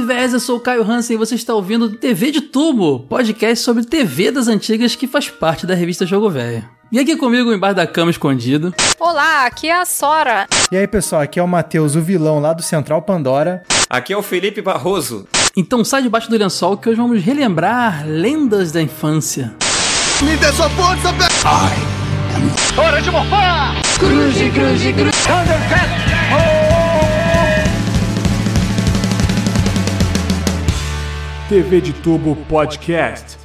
velhos, eu sou o Caio Hansen e você está ouvindo TV de Tubo, podcast sobre TV das antigas que faz parte da revista Jogo Velho. E aqui comigo, embaixo da cama escondido. Olá, aqui é a Sora. E aí, pessoal, aqui é o Matheus, o vilão lá do Central Pandora. Aqui é o Felipe Barroso. Então sai debaixo do lençol que hoje vamos relembrar lendas da infância. Me dê sua força, I am... Hora de morfar! Cruze. TV de Tubo Podcast.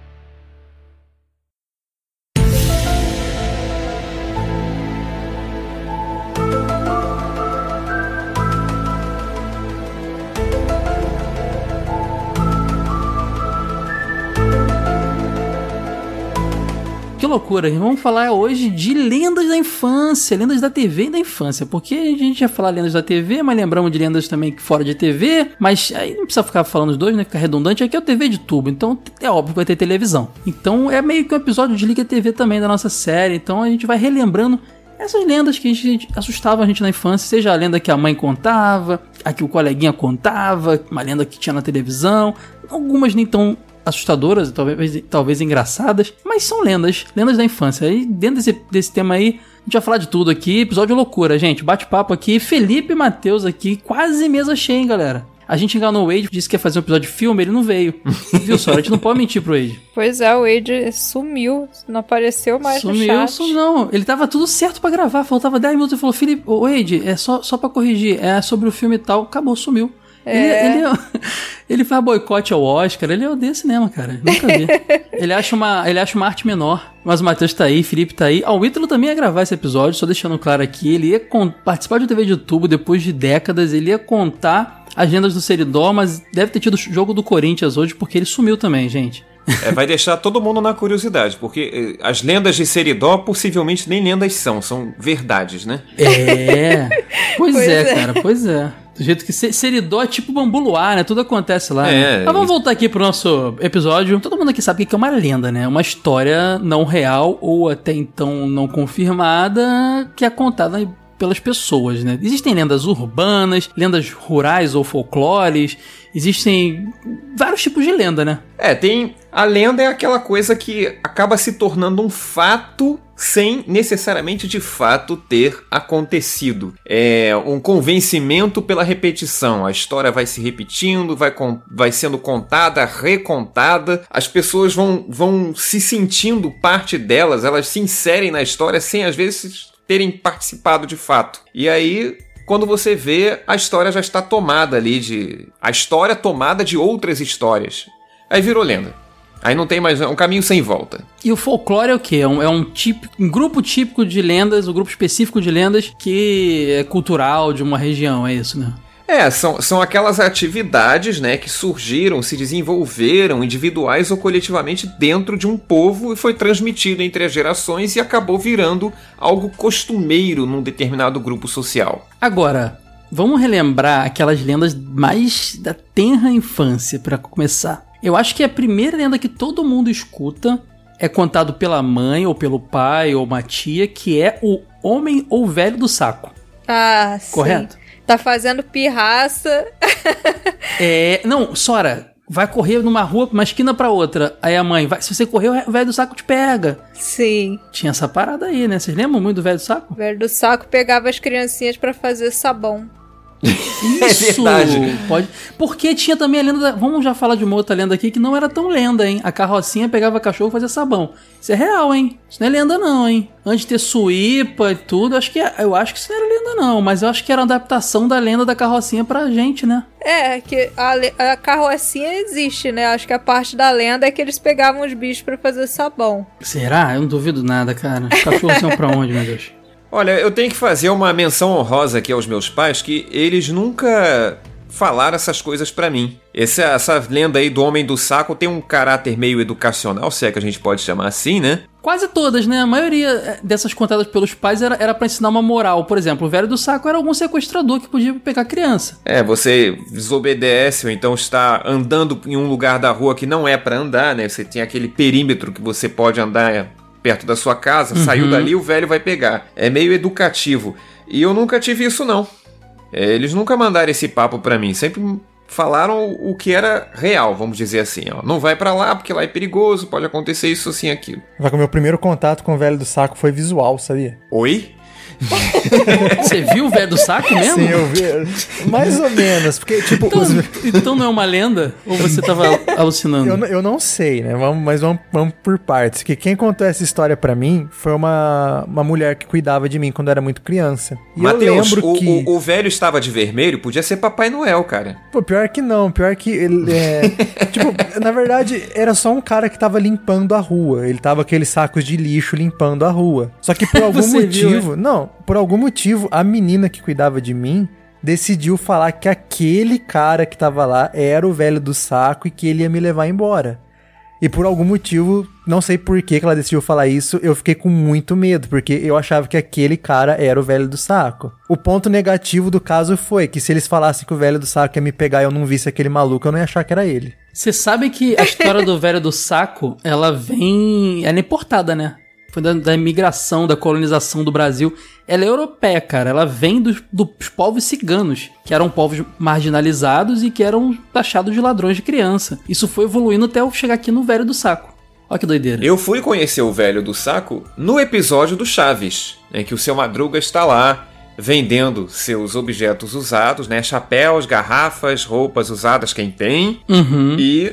Que loucura, vamos falar hoje de lendas da infância, lendas da TV e da infância, porque a gente ia falar lendas da TV, mas lembramos de lendas também fora de TV, mas aí não precisa ficar falando os dois, né, fica redundante, aqui é o TV de tubo, então é óbvio que vai ter televisão. Então é meio que um episódio de Liga TV também da nossa série, então a gente vai relembrando essas lendas que assustavam a gente na infância, seja a lenda que a mãe contava, a que o coleguinha contava, uma lenda que tinha na televisão, algumas nem tão assustadoras, talvez engraçadas, mas são lendas da infância. E dentro desse tema aí, a gente vai falar de tudo aqui, episódio loucura, gente, bate-papo aqui, Felipe e Matheus aqui, quase mesa cheia, hein, galera. A gente enganou o Wade, disse que ia fazer um episódio de filme, ele não veio. Viu só? A gente não pode mentir pro Wade. Pois é, o Wade sumiu, não apareceu mais no chat. Sumiu, não. Ele tava tudo certo pra gravar, faltava 10 minutos, ele falou, Felipe, Wade, é só pra corrigir, é sobre o filme e tal, acabou, sumiu. Ele faz boicote ao Oscar, ele odeia cinema, cara, nunca vi. Ele acha uma arte menor, mas o Matheus tá aí, Felipe tá aí. O Ítalo também ia gravar esse episódio, só deixando claro aqui, ele ia participar de TV de YouTube depois de décadas, ele ia contar as lendas do Seridó, mas deve ter tido o jogo do Corinthians hoje, porque ele sumiu também, gente. Vai deixar todo mundo na curiosidade, porque as lendas de Seridó possivelmente nem lendas são verdades, né? Pois é, cara, pois é. Do jeito que Seridó é tipo Bambu Luar, né? Tudo acontece lá. Né? Mas vamos voltar aqui pro nosso episódio. Todo mundo aqui sabe o que é uma lenda, né? Uma história não real ou até então não confirmada que é contada pelas pessoas, né? Existem lendas urbanas, lendas rurais ou folclores, existem vários tipos de lenda, né? A lenda é aquela coisa que acaba se tornando um fato sem necessariamente de fato ter acontecido. É um convencimento pela repetição. A história vai se repetindo, vai sendo contada, recontada. As pessoas vão se sentindo parte delas, elas se inserem na história sem às vezes terem participado de fato. E aí, quando você vê, a história já está tomada ali a história tomada de outras histórias. Aí virou lenda. Aí não tem mais, é um caminho sem volta. E o folclore é o quê? É um grupo típico de lendas, um grupo específico de lendas que é cultural de uma região, é isso, né? São aquelas atividades, né, que surgiram, se desenvolveram individuais ou coletivamente dentro de um povo e foi transmitido entre as gerações e acabou virando algo costumeiro num determinado grupo social. Agora, vamos relembrar aquelas lendas mais da tenra infância, para começar. Eu acho que a primeira lenda que todo mundo escuta é contado pela mãe ou pelo pai ou uma tia, que é o homem ou velho do saco. Ah, sim. Correto? Tá fazendo pirraça. Não, Sora, vai correr numa rua, uma esquina pra outra. Aí a mãe, se você correr, o velho do saco te pega. Sim. Tinha essa parada aí, né? Vocês lembram muito do velho do saco? O velho do saco pegava as criancinhas pra fazer sabão. Isso, é verdade. Pode. Porque tinha também a lenda vamos já falar de uma outra lenda aqui que não era tão lenda, hein? A carrocinha pegava cachorro e fazia sabão. Isso é real, hein? Isso não é lenda não, hein? Antes de ter Suípa e tudo, eu acho que isso não era lenda não, mas eu acho que era uma adaptação da lenda da carrocinha pra gente, né? Que a carrocinha existe, né? Acho que a parte da lenda é que eles pegavam os bichos pra fazer sabão. Será? Eu não duvido nada, cara. Os cachorros são pra onde, meu Deus? Olha, eu tenho que fazer uma menção honrosa aqui aos meus pais, que eles nunca falaram essas coisas pra mim. Essa lenda aí do homem do saco tem um caráter meio educacional, se é que a gente pode chamar assim, né? Quase todas, né? A maioria dessas contadas pelos pais era pra ensinar uma moral. Por exemplo, o velho do saco era algum sequestrador que podia pegar criança. Você desobedece ou então está andando em um lugar da rua que não é pra andar, né? Você tem aquele perímetro que você pode andar perto da sua casa, saiu dali, o velho vai pegar. É meio educativo. E eu nunca tive isso, não. Eles nunca mandaram esse papo pra mim. Sempre falaram o que era real, vamos dizer assim, ó. Não vai pra lá porque lá é perigoso, pode acontecer isso, assim, aquilo. Só que o meu primeiro contato com o velho do saco foi visual, sabia? Oi? Você viu o velho do saco mesmo? Sim, eu vi. Mais ou menos, porque, tipo... Então não é uma lenda? Ou você tava alucinando? Eu não sei, né? Mas vamos por partes. Que quem contou essa história pra mim foi uma mulher que cuidava de mim quando eu era muito criança. E Mateus, eu lembro que... o velho estava de vermelho, podia ser Papai Noel, cara. Pô, pior que não. Pior que ele... tipo, na verdade, era só um cara que tava limpando a rua. Ele tava com aqueles sacos de lixo limpando a rua. Só que por algum motivo... Não, por algum motivo, a menina que cuidava de mim decidiu falar que aquele cara que tava lá era o velho do saco e que ele ia me levar embora. E por algum motivo, não sei por que ela decidiu falar isso, eu fiquei com muito medo, porque eu achava que aquele cara era o velho do saco. O ponto negativo do caso foi que se eles falassem que o velho do saco ia me pegar e eu não visse aquele maluco, eu não ia achar que era ele. Você sabe que a história do velho do saco, ela vem... Ela é importada, né? Foi da imigração, da colonização do Brasil. Ela é europeia, cara. Ela vem dos povos ciganos, que eram povos marginalizados e que eram taxados de ladrões de criança. Isso foi evoluindo até eu chegar aqui no velho do saco. Olha que doideira. Eu fui conhecer o velho do saco no episódio do Chaves, né, que o Seu Madruga está lá vendendo seus objetos usados, né, chapéus, garrafas, roupas usadas, quem tem. Uhum. E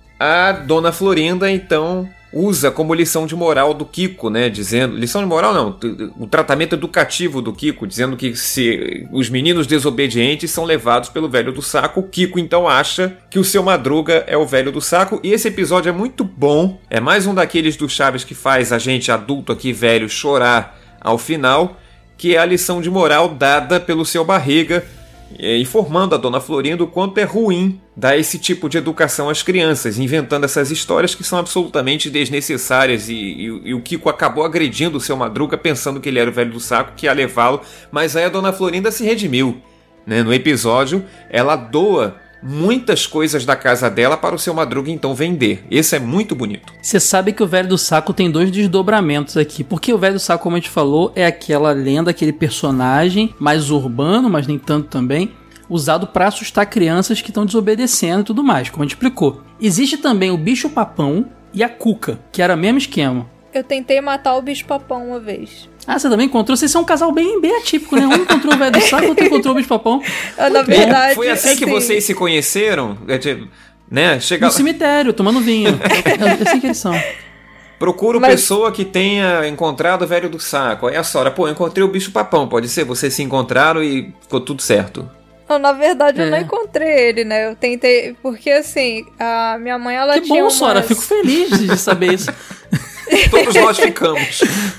a Dona Florinda, então... usa como lição de moral do Kiko, né, dizendo... Lição de moral não, o tratamento educativo do Kiko, dizendo que se os meninos desobedientes são levados pelo velho do saco, o Kiko então acha que o Seu Madruga é o velho do saco, e esse episódio é muito bom, é mais um daqueles do Chaves que faz a gente adulto aqui, velho, chorar ao final, que é a lição de moral dada pelo Seu Barriga, informando a Dona Florinda o quanto é ruim dar esse tipo de educação às crianças, inventando essas histórias que são absolutamente desnecessárias, e o Kiko acabou agredindo o Seu Madruga pensando que ele era o velho do saco, que ia levá-lo, mas aí a Dona Florinda se redimiu, né? No episódio ela doa muitas coisas da casa dela para o Seu Madruga então vender. Esse é muito bonito. Você sabe que o velho do saco tem 2 desdobramentos aqui, porque o velho do saco, como a gente falou, é aquela lenda, aquele personagem mais urbano, mas nem tanto também, usado para assustar crianças que estão desobedecendo e tudo mais, como a gente explicou. Existe também o bicho-papão e a cuca, que era o mesmo esquema. Eu tentei matar o bicho-papão uma vez. Ah, você também encontrou? Vocês são um casal bem atípico, né? Um encontrou o velho do saco, outro encontrou o bicho-papão. Na verdade, foi assim que vocês se conheceram? Né? No cemitério, tomando vinho. É assim que eles são. Procuro pessoa que tenha encontrado o velho do saco. Aí a Sora, pô, eu encontrei o bicho-papão. Pode ser? Vocês se encontraram e ficou tudo certo. Não, na verdade, eu não encontrei ele, né? Eu tentei... Porque, assim, a minha mãe, ela tinha Que bom, Sora. Fico feliz de saber isso. Todos nós ficamos.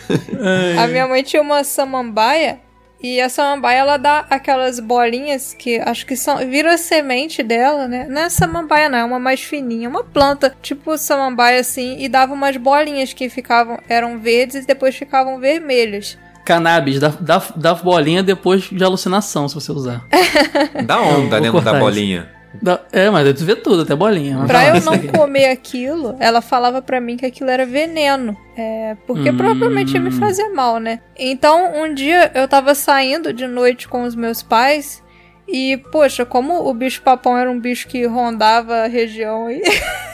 A minha mãe tinha uma samambaia, e a samambaia, ela dá aquelas bolinhas que acho que são... Vira a semente dela, né? Não é samambaia, não. É uma mais fininha. Uma planta, tipo samambaia, assim. E dava umas bolinhas que eram verdes e depois ficavam vermelhas. Cannabis, dá bolinha depois de alucinação, se você usar. Dá onda, né? Da bolinha. Mas tu vê tudo, até bolinha. Pra eu não comer aquilo, ela falava pra mim que aquilo era veneno. Porque provavelmente ia me fazer mal, né? Então, um dia eu tava saindo de noite com os meus pais e, poxa, como o bicho-papão era um bicho que rondava a região aí...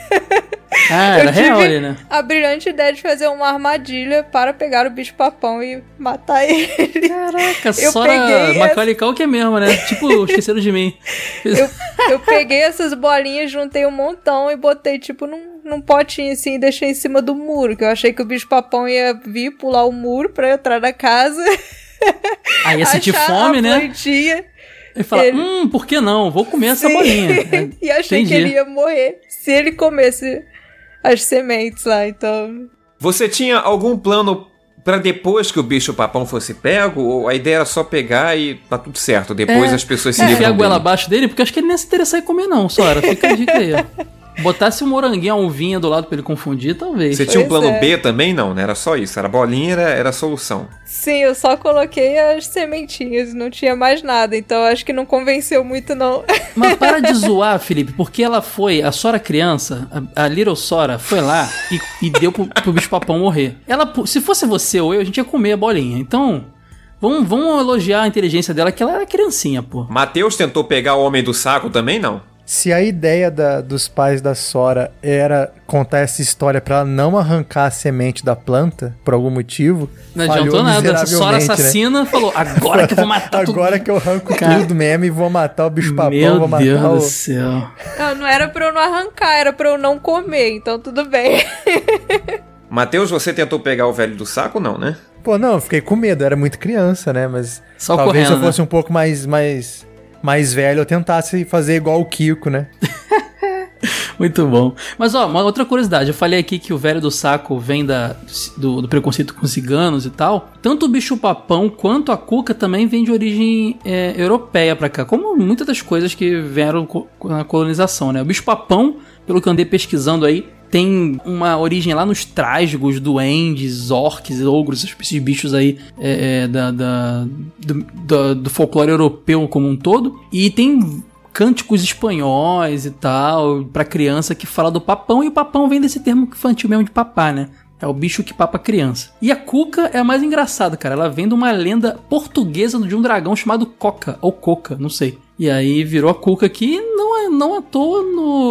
era real ali, né? A brilhante ideia de fazer uma armadilha para pegar o bicho-papão e matar ele. Caraca, só Macaulay Culkin mesmo, né? Tipo, esqueceram de mim. Eu peguei essas bolinhas, juntei um montão e botei, tipo, num potinho assim e deixei em cima do muro, que eu achei que o bicho-papão ia vir pular o muro pra entrar na casa. Aí ia sentir fome, né? Plantinha. E fala, por que não? Vou comer essa bolinha. E achei que ele ia morrer se ele comesse as sementes lá, então... Você tinha algum plano pra depois que o bicho-papão fosse pego? Ou a ideia era só pegar e tá tudo certo? Depois as pessoas se livram dele? Enfiar a goela abaixo dele, porque acho que ele nem se interessar em comer não, Sora. Fica a dica aí, ó. Botasse um moranguinho, uma uvinha do lado pra ele confundir, talvez. Você tinha um plano B também? Não era só isso. Era bolinha, era a solução. Sim, eu só coloquei as sementinhas, não tinha mais nada. Então acho que não convenceu muito, não. Mas para de zoar, Felipe, porque ela foi, a Sora criança, a Little Sora, foi lá e deu pro bicho-papão morrer. Se fosse você ou eu, a gente ia comer a bolinha. Então... Vamos elogiar a inteligência dela, que ela era criancinha, pô. Mateus tentou pegar o homem do saco também, não? Se a ideia dos pais da Sora era contar essa história pra ela não arrancar a semente da planta, por algum motivo, não adiantou nada. A Sora assassina, né? Falou, agora que eu vou matar tudo. Agora que eu arranco tudo mesmo e vou matar o bicho-papão, vou matar Meu Deus do céu. Não era pra eu não arrancar, era pra eu não comer, então tudo bem. Matheus, você tentou pegar o velho do saco, não, né? Pô, não, eu fiquei com medo, eu era muito criança, né? Mas só talvez correndo, se eu fosse um pouco mais velho, eu tentasse fazer igual o Kiko, né? Muito bom. Mas, ó, uma outra curiosidade. Eu falei aqui que o velho do saco vem do preconceito com ciganos e tal. Tanto o bicho-papão quanto a cuca também vem de origem europeia pra cá. Como muitas das coisas que vieram na colonização, né? O bicho-papão, pelo que eu andei pesquisando aí, tem uma origem lá nos trasgos, duendes, orques, ogros, esses bichos aí do folclore europeu como um todo. E tem cânticos espanhóis e tal, pra criança, que fala do papão, e o papão vem desse termo infantil mesmo de papá, né? É o bicho que papa a criança. E a cuca é a mais engraçada, cara. Ela vem de uma lenda portuguesa de um dragão chamado Coca, ou Coca, não sei. E aí virou a cuca que não à toa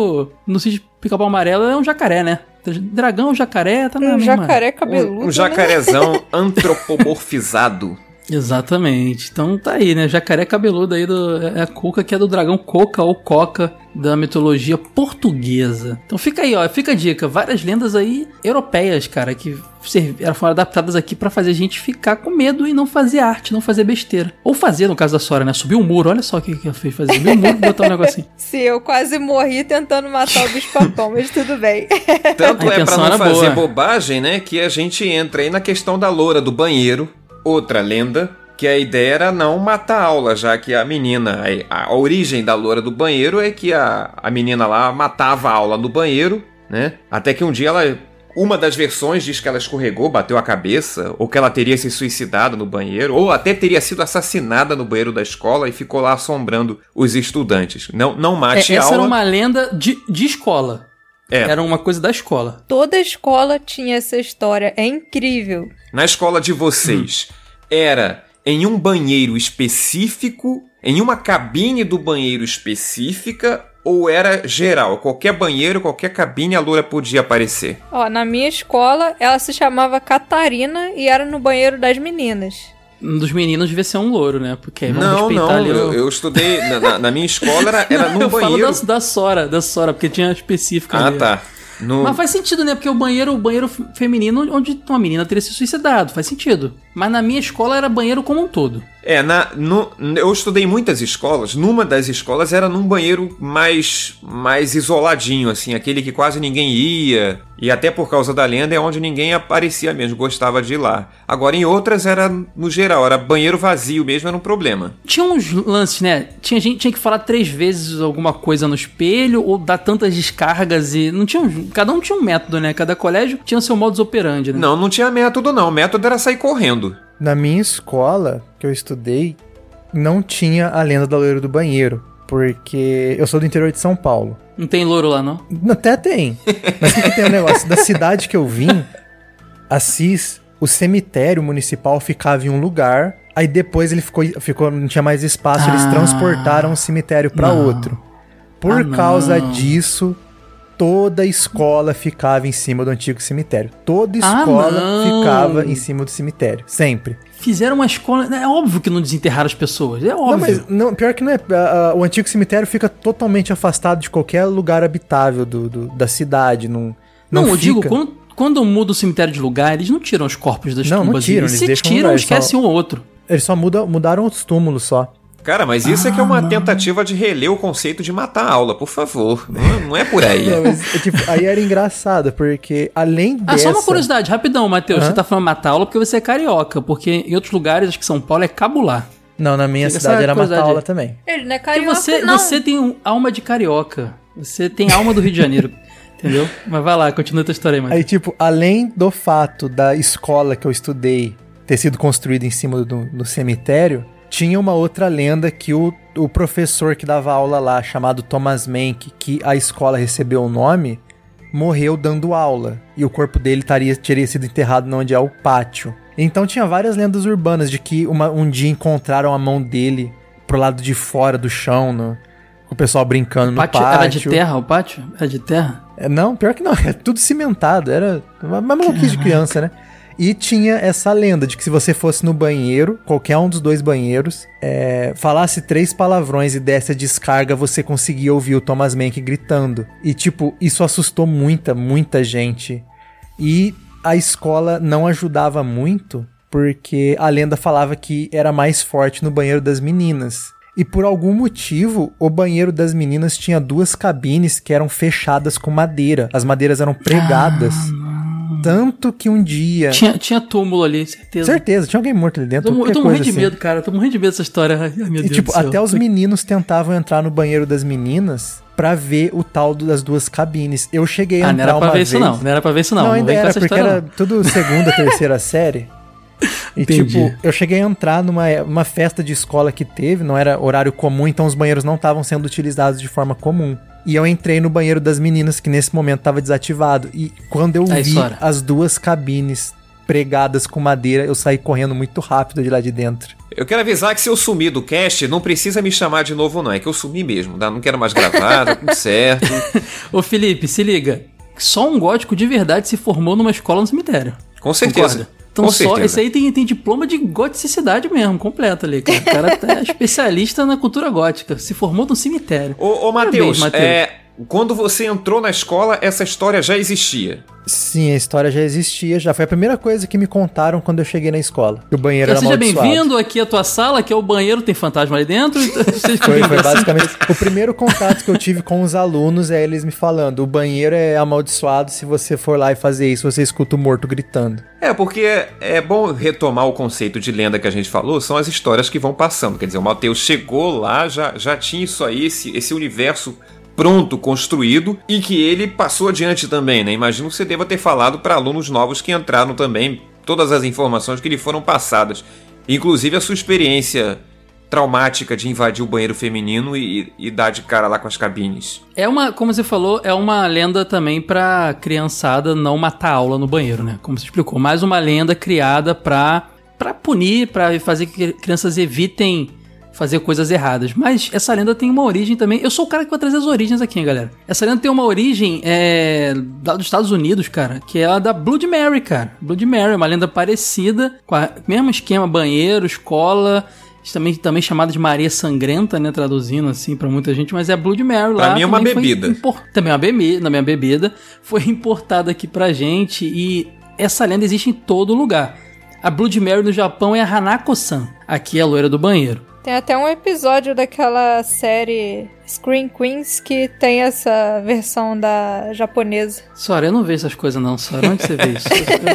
no sítio Pica-Pau Amarelo é um jacaré, né? Dragão, jacaré, tá na mesma... jacaré cabeludo, um jacarezão, né? Antropomorfizado. Exatamente. Então tá aí, né? Jacaré cabeludo aí é a cuca, que é do dragão Coca ou Coca da mitologia portuguesa. Então fica aí, ó. Fica a dica. Várias lendas aí europeias, cara, que foram adaptadas aqui pra fazer a gente ficar com medo e não fazer arte, não fazer besteira. Ou fazer, no caso da Sora, né? Subir um muro. Olha só o que ela fez fazer. Subir um muro e botar um negocinho. Sim, eu quase morri tentando matar o bicho-papão, mas tudo bem. Tanto é pra não fazer bobagem, né? Que a gente entra aí na questão da loura do banheiro. Outra lenda, que a ideia era não matar a aula, já que a menina, a origem da loura do banheiro é que a menina lá matava a aula no banheiro, né? Até que um dia uma das versões diz que ela escorregou, bateu a cabeça, ou que ela teria se suicidado no banheiro, ou até teria sido assassinada no banheiro da escola e ficou lá assombrando os estudantes. Não mate a aula. Essa era uma lenda de escola. Era uma coisa da escola. Toda escola tinha essa história, é incrível. Na escola de vocês, era em um banheiro específico, em uma cabine do banheiro específica, ou era geral? Qualquer banheiro, qualquer cabine, a loura podia aparecer? Ó, na minha escola, ela se chamava Catarina e era no banheiro das meninas. Um dos meninos devia ser um louro, né? Porque não, eu estudei, na minha escola era num banheiro... Eu falo da Sora, porque tinha específico ali. Tá. Mas faz sentido, né? Porque o banheiro feminino, onde uma menina teria se suicidado, faz sentido. Mas na minha escola era banheiro como um todo. Eu estudei em muitas escolas. Numa das escolas era num banheiro mais isoladinho, assim, aquele que quase ninguém ia. E até por causa da lenda é onde ninguém aparecia mesmo, gostava de ir lá. Agora em outras era, no geral, era banheiro vazio mesmo, era um problema. Tinha uns lances, né? Tinha que falar 3 vezes alguma coisa no espelho, ou dar tantas descargas e... Cada um tinha um método, né? Cada colégio tinha seu modus operandi, né? Não tinha método não, o método era sair correndo. Na minha escola, que eu estudei, não tinha a lenda da loira do banheiro, porque eu sou do interior de São Paulo. Não tem louro lá, não? Até tem. Mas o que tem um negócio? Da cidade que eu vim, Assis, o cemitério municipal ficava em um lugar, aí depois ele ficou não tinha mais espaço, eles transportaram o cemitério para outro. Por causa disso... Toda escola ficava em cima do antigo cemitério. Toda escola ficava em cima do cemitério. Sempre. Fizeram uma escola... É óbvio que não desenterraram as pessoas. É óbvio. Pior que não é. O antigo cemitério fica totalmente afastado de qualquer lugar habitável da cidade. Não eu digo, quando muda o cemitério de lugar, eles não tiram os corpos das tumbas. Não tiram. Eles se tiram, esquecem um ou outro. Eles só mudaram os túmulos só. Cara, mas isso é que é uma tentativa de reler o conceito de matar a aula, por favor. Não é por aí. Não, mas, aí era engraçado, porque além dessa... só uma curiosidade, rapidão, Matheus. Você tá falando matar a aula porque você é carioca, porque em outros lugares, acho que São Paulo é cabular. Não, na minha cidade era matar a aula também. Ele não é carioca, porque você tem alma de carioca. Você tem alma do Rio de Janeiro. Entendeu? Mas vai lá, continua a tua história aí, Matheus. Aí, tipo, além do fato da escola que eu estudei ter sido construída em cima do cemitério... Tinha uma outra lenda que o professor que dava aula lá, chamado Thomas Menck, que a escola recebeu o nome, morreu dando aula. E o corpo dele teria sido enterrado onde é o pátio. Então tinha várias lendas urbanas de que um dia encontraram a mão dele pro lado de fora do chão, o pessoal brincando no pátio. Era de terra o pátio? Era de terra? Não, pior que não, é tudo cimentado, era uma maluquice de criança, né? E tinha essa lenda de que se você fosse no banheiro, qualquer um dos 2 banheiros, falasse 3 palavrões e desse a descarga, você conseguia ouvir o Thomas Mank gritando. E tipo, isso assustou muita gente. E a escola não ajudava muito, porque a lenda falava que era mais forte no banheiro das meninas. E por algum motivo, o banheiro das meninas tinha 2 cabines que eram fechadas com madeira. As madeiras eram pregadas. Tanto que um dia... Tinha túmulo ali, certeza. Certeza, tinha alguém morto ali dentro. Eu tô morrendo de medo, cara. Tô morrendo de medo dessa história. Ai, meu Deus do céu. Até os meninos tentavam entrar no banheiro das meninas pra ver o tal das 2 cabines. Eu cheguei a entrar uma vez... Não era pra ver isso não. Não, ainda era, porque era tudo segunda, terceira série. E Entendi. tipo, eu cheguei a entrar numa festa de escola que teve, não era horário comum, então os banheiros não estavam sendo utilizados de forma comum. E eu entrei no banheiro das meninas, que nesse momento estava desativado. E quando eu vi as 2 cabines pregadas com madeira, eu saí correndo muito rápido de lá de dentro. Eu quero avisar que se eu sumir do cast, não precisa me chamar de novo não, é que eu sumi mesmo, não quero mais gravar, tá tudo certo. Ô Felipe, se liga, só um gótico de verdade se formou numa escola no cemitério. Com certeza. Concorda? Então esse aí tem diploma de goticidade mesmo, completo ali, cara. O cara é especialista na cultura gótica, se formou no cemitério. Ô Matheus, quando você entrou na escola, essa história já existia? Sim, a história já existia, já foi a primeira coisa que me contaram quando eu cheguei na escola. Que o banheiro era amaldiçoado. Seja bem-vindo aqui à tua sala, que é o banheiro, tem fantasma ali dentro. Foi basicamente o primeiro contato que eu tive com os alunos, é eles me falando, o banheiro é amaldiçoado, se você for lá e fazer isso, você escuta o morto gritando. Porque é bom retomar o conceito de lenda que a gente falou, são as histórias que vão passando. Quer dizer, o Matheus chegou lá, já tinha isso aí, esse universo pronto, construído, e que ele passou adiante também, né? Imagino que você deva ter falado para alunos novos que entraram também, todas as informações que lhe foram passadas, inclusive a sua experiência traumática de invadir o banheiro feminino e dar de cara lá com as cabines. Como você falou, é uma lenda também pra criançada não matar aula no banheiro, né? Como você explicou, mais uma lenda criada pra punir, pra fazer que crianças evitem fazer coisas erradas. Mas essa lenda tem uma origem também. Eu sou o cara que vai trazer as origens aqui, hein, galera. Essa lenda tem uma origem dos Estados Unidos, cara, que é a da Bloody Mary, cara. Bloody Mary é uma lenda parecida, com o mesmo esquema, banheiro, escola, também chamada de Maria Sangrenta, né, traduzindo assim pra muita gente, mas é a Bloody Mary lá. Pra mim é uma bebida. Também é uma bebida. Foi importada aqui pra gente e essa lenda existe em todo lugar. A Bloody Mary no Japão é a Hanako-san. Aqui é a loira do banheiro. Tem até um episódio daquela série Scream Queens que tem essa versão da japonesa. Sora, eu não vejo essas coisas não, Sora. Onde você vê isso?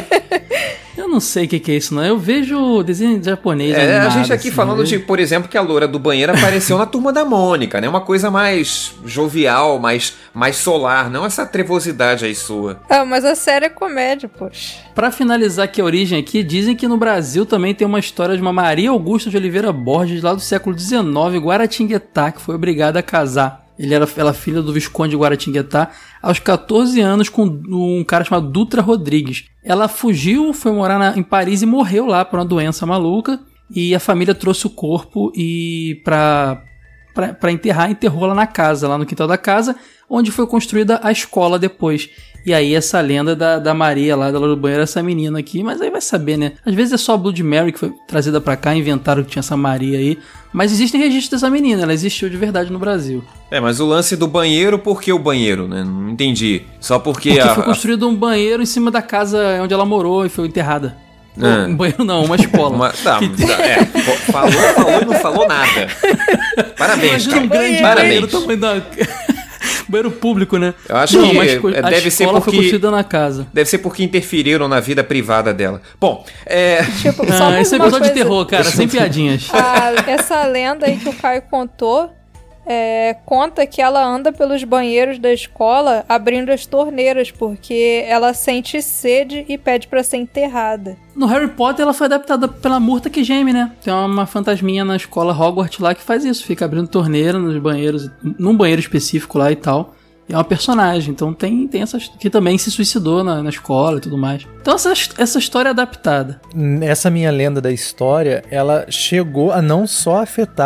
Eu não sei o que é isso, não. Eu vejo desenho japonês animado, a gente aqui assim, falando de, por exemplo, que a loira do banheiro apareceu na Turma da Mônica, né? Uma coisa mais jovial, mais solar, não essa trevosidade aí sua. Mas a série é comédia, poxa. Pra finalizar aqui a origem aqui, dizem que no Brasil também tem uma história de uma Maria Augusta de Oliveira Borges, lá do século XIX, Guaratinguetá, que foi obrigada a casar. Ela filha do Visconde de Guaratinguetá aos 14 anos com um cara chamado Dutra Rodrigues. Ela fugiu, foi morar em Paris e morreu lá por uma doença maluca. E a família trouxe o corpo e pra enterrar, enterrou lá na casa, lá no quintal da casa, onde foi construída a escola depois. E aí essa lenda da Maria lá, da loira do banheiro, essa menina aqui, mas aí vai saber, né? Às vezes é só a Bloody Mary que foi trazida pra cá, inventaram que tinha essa Maria aí. Mas existem registros dessa menina, ela existiu de verdade no Brasil. Mas o lance do banheiro, por que o banheiro, né? Não entendi. Só porque foi construído um banheiro em cima da casa onde ela morou e foi enterrada. Um banheiro não, uma escola. Falou e não falou nada. Parabéns, cara. Um grande banheiro, tamanho da... banheiro público, né? Eu acho que deve ser porque foi construída na casa. Deve ser porque interferiram na vida privada dela. Bom, esse é episódio de terror, cara, sem piadinhas. Essa lenda aí que o Caio contou conta que ela anda pelos banheiros da escola abrindo as torneiras porque ela sente sede e pede pra ser enterrada. No Harry Potter ela foi adaptada pela Murta que geme, né? Tem uma fantasminha na escola Hogwarts lá que faz isso, fica abrindo torneira nos banheiros, num banheiro específico lá e tal. E é uma personagem, então tem essas que também se suicidou na escola e tudo mais. Então essa história é adaptada. Essa minha lenda da história, ela chegou a não só afetar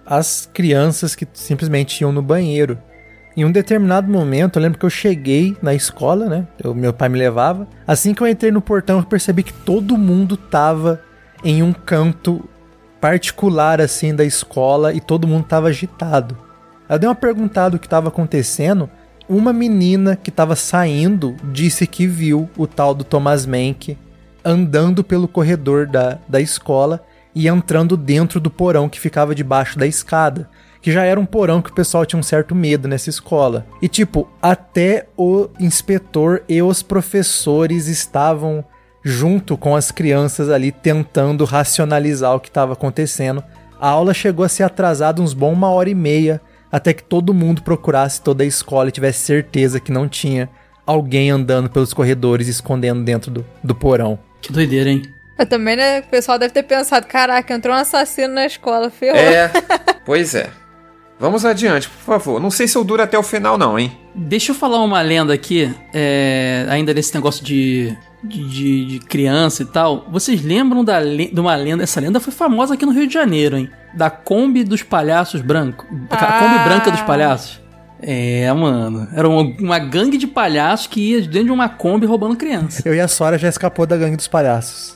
as crianças que simplesmente iam no banheiro. Em um determinado momento, eu lembro que eu cheguei na escola, né? Meu pai me levava. Assim que eu entrei no portão, eu percebi que todo mundo tava em um canto particular, assim, da escola e todo mundo tava agitado. Eu dei uma perguntada do que tava acontecendo. Uma menina que tava saindo disse que viu o tal do Thomas Menck andando pelo corredor da escola e entrando dentro do porão que ficava debaixo da escada. Que já era um porão que o pessoal tinha um certo medo nessa escola. E tipo, até o inspetor e os professores estavam junto com as crianças ali tentando racionalizar o que estava acontecendo. A aula chegou a ser atrasada uns bons 1h30, até que todo mundo procurasse toda a escola e tivesse certeza que não tinha alguém andando pelos corredores escondendo dentro do porão. Que doideira, hein? Eu também, né? O pessoal deve ter pensado, caraca, entrou um assassino na escola, ferrou. Pois é. Vamos adiante, por favor. Não sei se eu duro até o final não, hein? Deixa eu falar uma lenda aqui, ainda nesse negócio de criança e tal. Vocês lembram de uma lenda? Essa lenda foi famosa aqui no Rio de Janeiro, hein? Da Kombi dos Palhaços Branco. A Kombi branca dos palhaços. Mano. Era uma gangue de palhaços que ia dentro de uma Kombi roubando criança. Eu e a Sora já escapou da gangue dos palhaços.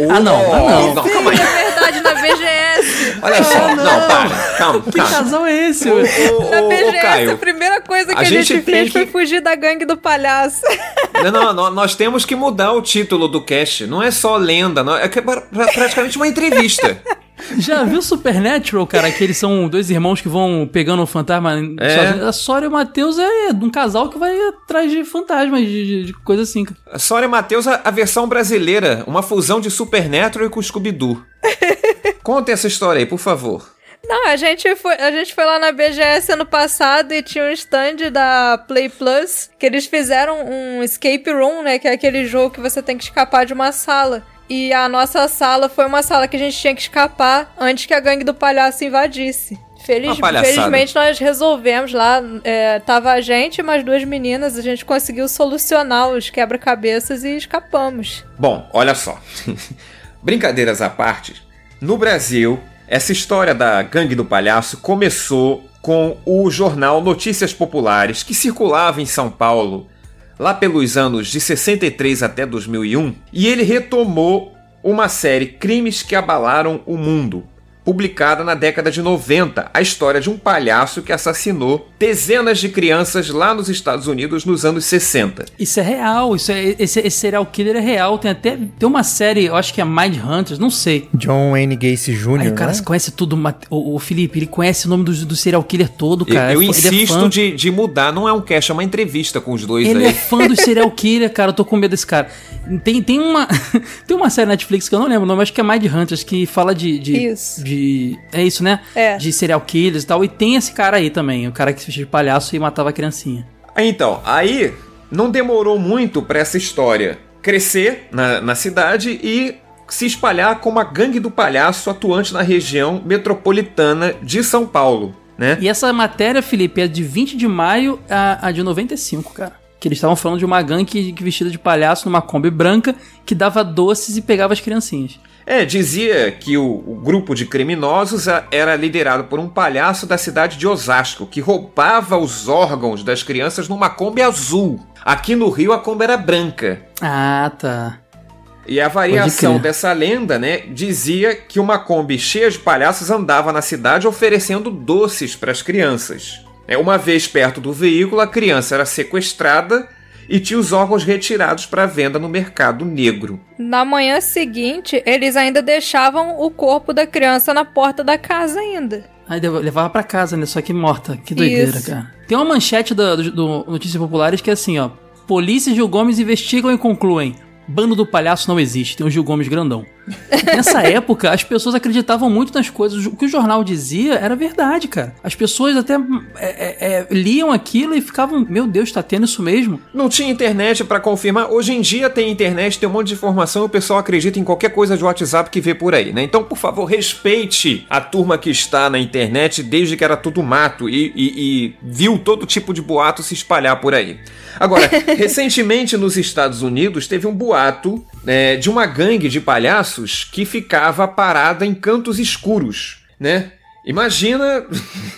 Não, calma aí. É verdade, na BGS. Olha só, não, para, calma. Que casal é esse? Na BGS, Caio, a primeira coisa que a gente fez foi fugir da gangue do palhaço. Não, nós temos que mudar o título do cast. Não é só lenda, é praticamente uma entrevista. Já viu Supernatural, cara? Que eles são dois irmãos que vão pegando um fantasma. A Sora e o Matheus é de um casal que vai atrás de fantasmas, de coisa assim. A Sora e o Matheus, a versão brasileira. Uma fusão de Supernatural com Scooby-Doo. Conta essa história aí, por favor. Não, a gente foi lá na BGS ano passado e tinha um stand da Play Plus que eles fizeram um escape room, né? Que é aquele jogo que você tem que escapar de uma sala. E a nossa sala foi uma sala que a gente tinha que escapar antes que a gangue do palhaço invadisse. Felizmente nós resolvemos lá, tava a gente e mais 2 meninas, a gente conseguiu solucionar os quebra-cabeças e escapamos. Bom, olha só, brincadeiras à parte, no Brasil, essa história da gangue do palhaço começou com o jornal Notícias Populares, que circulava em São Paulo lá pelos anos de 63 até 2001, e ele retomou uma série Crimes que Abalaram o Mundo, publicada na década de 90, a história de um palhaço que assassinou dezenas de crianças lá nos Estados Unidos nos anos 60. Isso é real, esse serial killer é real, tem uma série, eu acho que é Mind Hunters, não sei. John Wayne Gacy Jr., o cara conhece tudo, o Felipe, ele conhece o nome do serial killer todo, cara. Eu insisto de mudar, não é um cast, é uma entrevista com os dois ele aí. Ele é fã do serial killer, cara, eu tô com medo desse cara. Tem uma série Netflix que eu não lembro o nome, acho que é Mind Hunters, que fala é isso, né? De serial killers e tal. E tem esse cara aí também, o cara que se vestia de palhaço e matava a criancinha. Então, aí não demorou muito pra essa história crescer na cidade e se espalhar como a gangue do palhaço atuante na região metropolitana de São Paulo, né? E essa matéria, Felipe, é de 20 de maio a de 95, cara. Que eles estavam falando de uma gangue que vestida de palhaço numa Kombi branca que dava doces e pegava as criancinhas. Dizia que o grupo de criminosos era liderado por um palhaço da cidade de Osasco, que roubava os órgãos das crianças numa Kombi azul. Aqui no Rio a Kombi era branca. Ah, tá. E a variação dessa lenda, né, dizia que uma Kombi cheia de palhaços andava na cidade oferecendo doces para as crianças. Uma vez perto do veículo, a criança era sequestrada e tinha os órgãos retirados para venda no mercado negro. Na manhã seguinte, eles ainda deixavam o corpo da criança na porta da casa ainda. Aí levava pra casa, né? Só que morta. Que doideira, cara. Tem uma manchete do Notícias Populares que é assim, ó. Polícia e Gil Gomes investigam e concluem. Bando do palhaço não existe, tem um Gil Gomes grandão. Nessa época, as pessoas acreditavam muito nas coisas. O que o jornal dizia era verdade, cara. As pessoas até liam aquilo e ficavam, meu Deus, tá tendo isso mesmo? Não tinha internet pra confirmar. Hoje em dia tem internet, tem um monte de informação e o pessoal acredita em qualquer coisa de WhatsApp que vê por aí, né? Então, por favor, respeite a turma que está na internet desde que era tudo mato e viu todo tipo de boato se espalhar por aí. Agora, recentemente nos Estados Unidos teve um boato de uma gangue de palhaços que ficava parada em cantos escuros, né? Imagina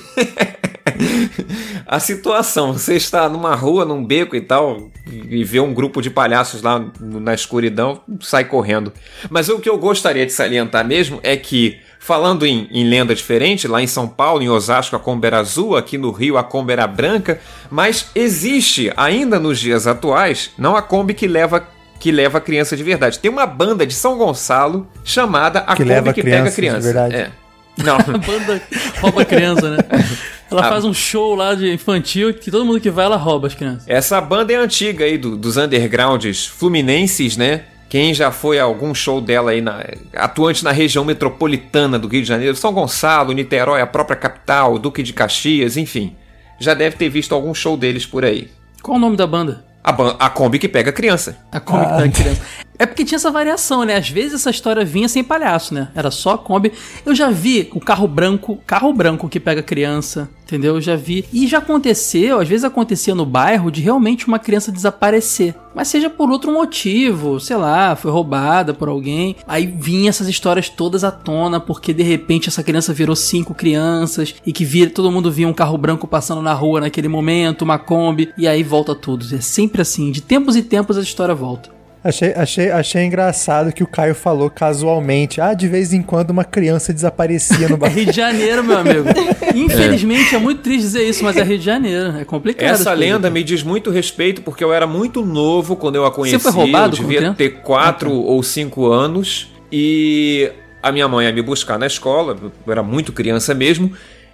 a situação, você está numa rua, num beco e tal, e vê um grupo de palhaços lá na escuridão, sai correndo. Mas o que eu gostaria de salientar mesmo é que, falando em lenda diferente, lá em São Paulo, em Osasco, a Kombi era azul, aqui no Rio a Kombi era branca, mas existe, ainda nos dias atuais, não a Kombi que leva a criança de verdade. Tem uma banda de São Gonçalo chamada a Kombi que pega a criança. De verdade. É. Não. A banda rouba a criança, né? Ela faz um show lá de infantil que todo mundo que vai, ela rouba as crianças. Essa banda é antiga aí, dos undergrounds fluminenses, né? Quem já foi a algum show dela aí, atuante na região metropolitana do Rio de Janeiro, São Gonçalo, Niterói, a própria capital, Duque de Caxias, enfim. Já deve ter visto algum show deles por aí. Qual o nome da banda? A Kombi que pega a criança. A Kombi que pega a criança. É porque tinha essa variação, né? Às vezes essa história vinha sem palhaço, né? Era só a Kombi. Eu já vi o carro branco que pega a criança, entendeu? Eu já vi. E já aconteceu, às vezes acontecia no bairro, de realmente uma criança desaparecer. Mas seja por outro motivo, sei lá, foi roubada por alguém. Aí vinha essas histórias todas à tona, porque de repente essa criança virou 5 crianças, e que todo mundo via um carro branco passando na rua naquele momento, uma Kombi, e aí volta tudo. É sempre assim, de tempos em tempos a história volta. Achei engraçado que o Caio falou casualmente. De vez em quando uma criança desaparecia no bairro. Rio de Janeiro, meu amigo. Infelizmente é muito triste dizer isso, mas é Rio de Janeiro. É complicado. Essa lenda me diz muito respeito, porque eu era muito novo quando eu a conheci. Você foi roubado? Eu devia ter 4 ou 5 anos. E a minha mãe ia me buscar na escola. Eu era muito criança mesmo.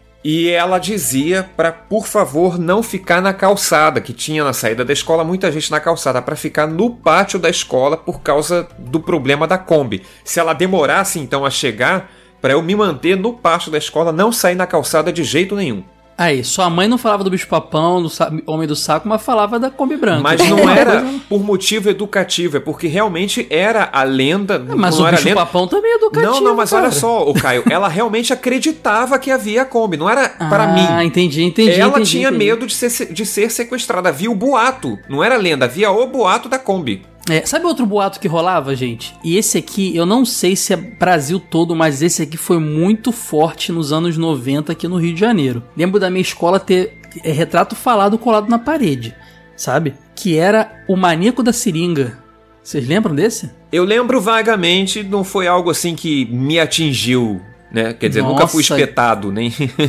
E ela dizia para, por favor, não ficar na calçada, que tinha na saída da escola muita gente na calçada, para ficar no pátio da escola por causa do problema da Kombi. Se ela demorasse então a chegar, para eu me manter no pátio da escola, não sair na calçada de jeito nenhum. Aí, sua mãe não falava do bicho-papão, do homem do saco, mas falava da Kombi branca. Mas não era por motivo educativo, é porque realmente era a lenda. Mas o bicho-papão também é educativo. Não, mas olha só, o Caio, ela realmente acreditava que havia a Kombi, não era para mim. Entendi. Ela tinha medo de ser sequestrada, havia o boato, não era lenda, havia o boato da Kombi. Sabe outro boato que rolava, gente? E esse aqui, eu não sei se é Brasil todo, mas esse aqui foi muito forte nos anos 90 aqui no Rio de Janeiro. Lembro da minha escola ter retrato falado colado na parede, sabe? Que era o maníaco da seringa. Vocês lembram desse? Eu lembro vagamente, não foi algo assim que me atingiu, né? Quer dizer, nunca fui espetado, nem...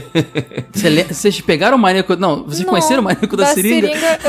Vocês pegaram o maníaco... Não, vocês conheceram o maníaco da seringa?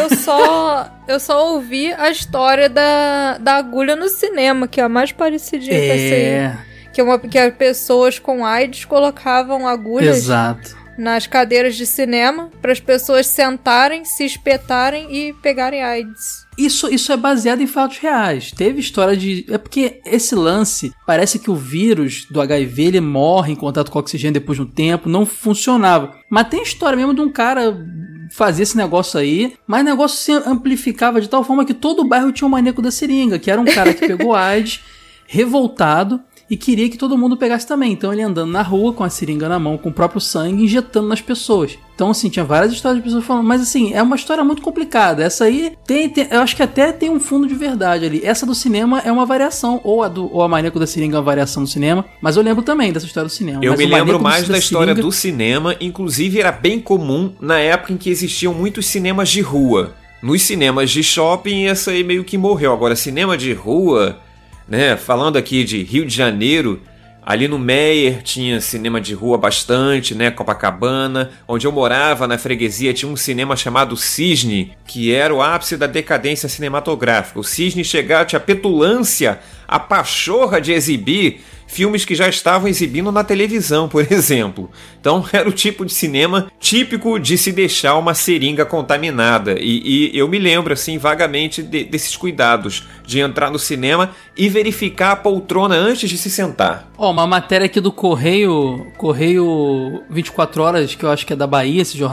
Eu só ouvi a história da agulha no cinema, que é a mais parecidinha com essa aí. Que as pessoas com AIDS colocavam agulhas... Exato. Nas cadeiras de cinema, para as pessoas sentarem, se espetarem e pegarem AIDS. Isso é baseado em fatos reais. Teve história de... É porque esse lance, parece que o vírus do HIV, ele morre em contato com o oxigênio depois de um tempo, não funcionava. Mas tem história mesmo de um cara fazer esse negócio aí, mas o negócio se amplificava de tal forma que todo o bairro tinha um maníaco da seringa, que era um cara que pegou AIDS, revoltado, e queria que todo mundo pegasse também. Então ele andando na rua com a seringa na mão, com o próprio sangue, injetando nas pessoas. Então assim, tinha várias histórias de pessoas falando, mas assim, é uma história muito complicada. Essa aí, eu acho que até tem um fundo de verdade ali. Essa do cinema é uma variação, ou a Maníaco da Seringa é uma variação do cinema, mas eu lembro também dessa história do cinema. Eu me lembro mais da história do cinema, inclusive era bem comum na época em que existiam muitos cinemas de rua. Nos cinemas de shopping, essa aí meio que morreu. Agora, cinema de rua... né? Falando aqui de Rio de Janeiro, ali no Meier tinha cinema de rua bastante, né? Copacabana. Onde eu morava, na freguesia, tinha um cinema chamado Cisne, que era o ápice da decadência cinematográfica. O Cisne chegava, tinha petulância, a pachorra de exibir filmes que já estavam exibindo na televisão, por exemplo. Então era o tipo de cinema típico de se deixar uma seringa contaminada. E eu me lembro, assim, vagamente desses cuidados de entrar no cinema e verificar a poltrona antes de se sentar. Uma matéria aqui do Correio 24 Horas, que eu acho que é da Bahia, esse jornal,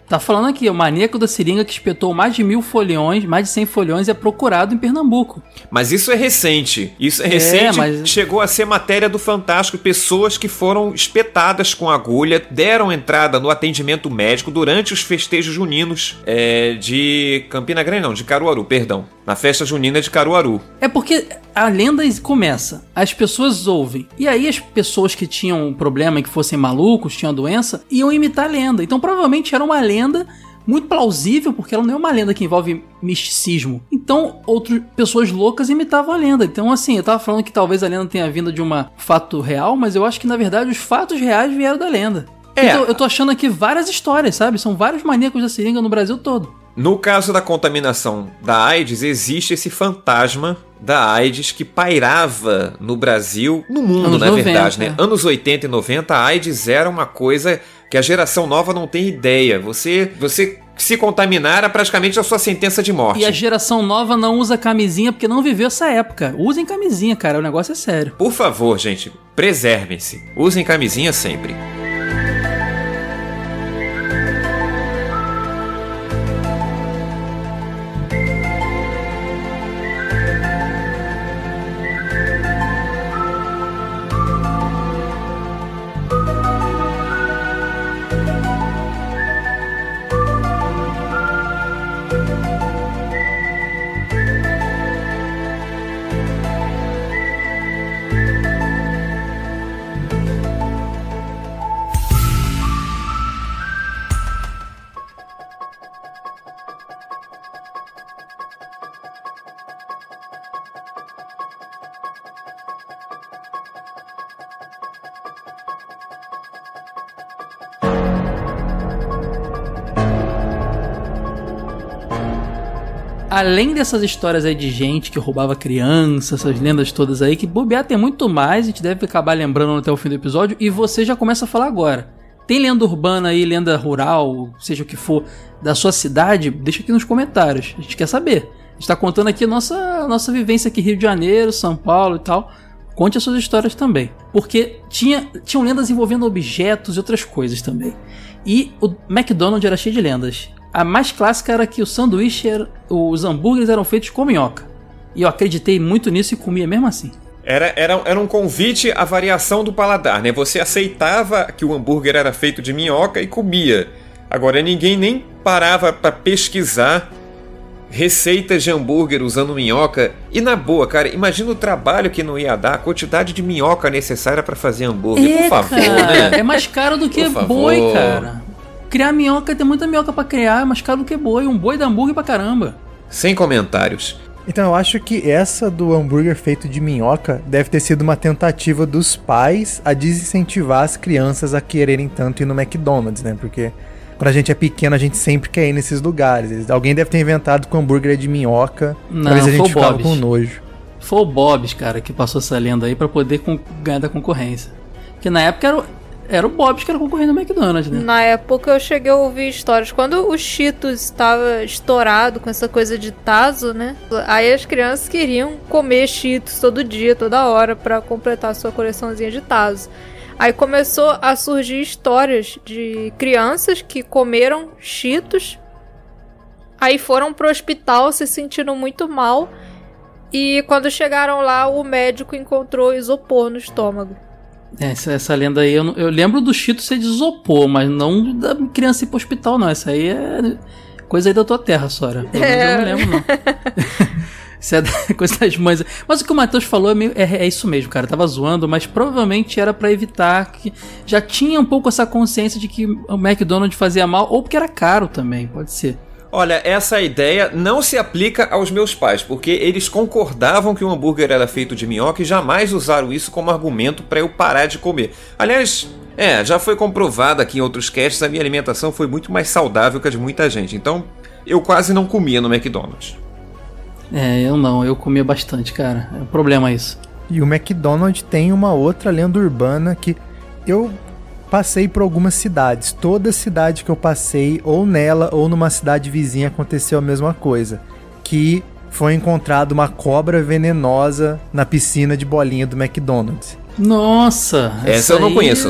Tá falando aqui, o maníaco da seringa que espetou mais de 1.000 foliões, mais de 100 foliões, é procurado em Pernambuco. Mas isso é recente. Isso é recente, mas... chegou a ser matéria do Fantástico. Pessoas que foram espetadas com agulha, deram entrada no atendimento médico durante os festejos juninos de Campina Grande, não, de Caruaru, perdão. Na festa junina de Caruaru. É porque a lenda começa, as pessoas ouvem, e aí as pessoas que tinham um problema, que fossem malucos, tinham a doença, iam imitar a lenda. Então provavelmente era uma lenda muito plausível, porque ela não é uma lenda que envolve misticismo. Então outras pessoas loucas imitavam a lenda. Então assim, eu tava falando que talvez a lenda tenha vindo de um fato real, mas eu acho que na verdade os fatos reais vieram da lenda. Então, eu tô achando aqui várias histórias, sabe? São vários maníacos da seringa no Brasil todo. No caso da contaminação da AIDS, existe esse fantasma da AIDS que pairava no Brasil, no mundo, anos na 90, verdade, né? Anos 80 e 90, a AIDS era uma coisa que a geração nova não tem ideia. Você se contaminar era praticamente a sua sentença de morte. E a geração nova não usa camisinha porque não viveu essa época. Usem camisinha, cara, o negócio é sério. Por favor, gente, preservem-se. Usem camisinha sempre. Além dessas histórias aí de gente que roubava criança, essas lendas todas aí, que bobear tem muito mais, a gente deve acabar lembrando até o fim do episódio, e você já começa a falar agora. Tem lenda urbana aí, lenda rural, seja o que for, da sua cidade? Deixa aqui nos comentários, a gente quer saber. A gente tá contando aqui a nossa vivência aqui, Rio de Janeiro, São Paulo e tal. Conte as suas histórias também. Porque tinham lendas envolvendo objetos e outras coisas também. E o McDonald's era cheio de lendas. A mais clássica era que os hambúrgueres eram feitos com minhoca. E eu acreditei muito nisso e comia mesmo assim. Era um convite à variação do paladar, né? Você aceitava que o hambúrguer era feito de minhoca e comia. Agora, ninguém nem parava para pesquisar receitas de hambúrguer usando minhoca. E na boa, cara, imagina o trabalho que não ia dar, a quantidade de minhoca necessária para fazer hambúrguer. Por favor, cara, né? É mais caro do que boi, cara. Criar minhoca, tem muita minhoca pra criar, é mais caro do que boi. Um boi dá hambúrguer pra caramba. Sem comentários. Então eu acho que essa do hambúrguer feito de minhoca deve ter sido uma tentativa dos pais a desincentivar as crianças a quererem tanto ir no McDonald's, né? Porque quando a gente é pequeno, a gente sempre quer ir nesses lugares. Alguém deve ter inventado que o hambúrguer é de minhoca. Talvez a gente ficava com nojo. Foi o Bob's, cara, que passou essa lenda aí pra poder ganhar da concorrência. Porque na época era o Bob's que era concorrendo ao McDonald's, né? Na época eu cheguei a ouvir histórias. Quando o Cheetos estava estourado com essa coisa de tazo, né? Aí as crianças queriam comer Cheetos todo dia, toda hora, pra completar a sua coleçãozinha de tazo. Aí começou a surgir histórias de crianças que comeram Cheetos, aí foram pro hospital se sentindo muito mal, e quando chegaram lá, o médico encontrou isopor no estômago. Essa lenda aí, eu lembro do Cheetos ser de isopor, mas não da criança ir pro hospital, não. Essa aí é coisa aí da tua terra, Sora. Pelo menos eu não lembro, não. Isso é coisa das mães. Mas o que o Matheus falou é isso mesmo, cara. Tava zoando, mas provavelmente era pra evitar que... Já tinha um pouco essa consciência de que o McDonald's fazia mal, ou porque era caro também, pode ser. Olha, essa ideia não se aplica aos meus pais, porque eles concordavam que o hambúrguer era feito de minhoca e jamais usaram isso como argumento para eu parar de comer. Aliás, já foi comprovado aqui em outros casts, a minha alimentação foi muito mais saudável que a de muita gente, então eu quase não comia no McDonald's. Eu comia bastante, cara. É um problema isso. E o McDonald's tem uma outra lenda urbana que eu passei por algumas cidades. Toda cidade que eu passei, ou nela ou numa cidade vizinha, aconteceu a mesma coisa. Que foi encontrada uma cobra venenosa na piscina de bolinha do McDonald's. Nossa! Essa eu não conheço, não.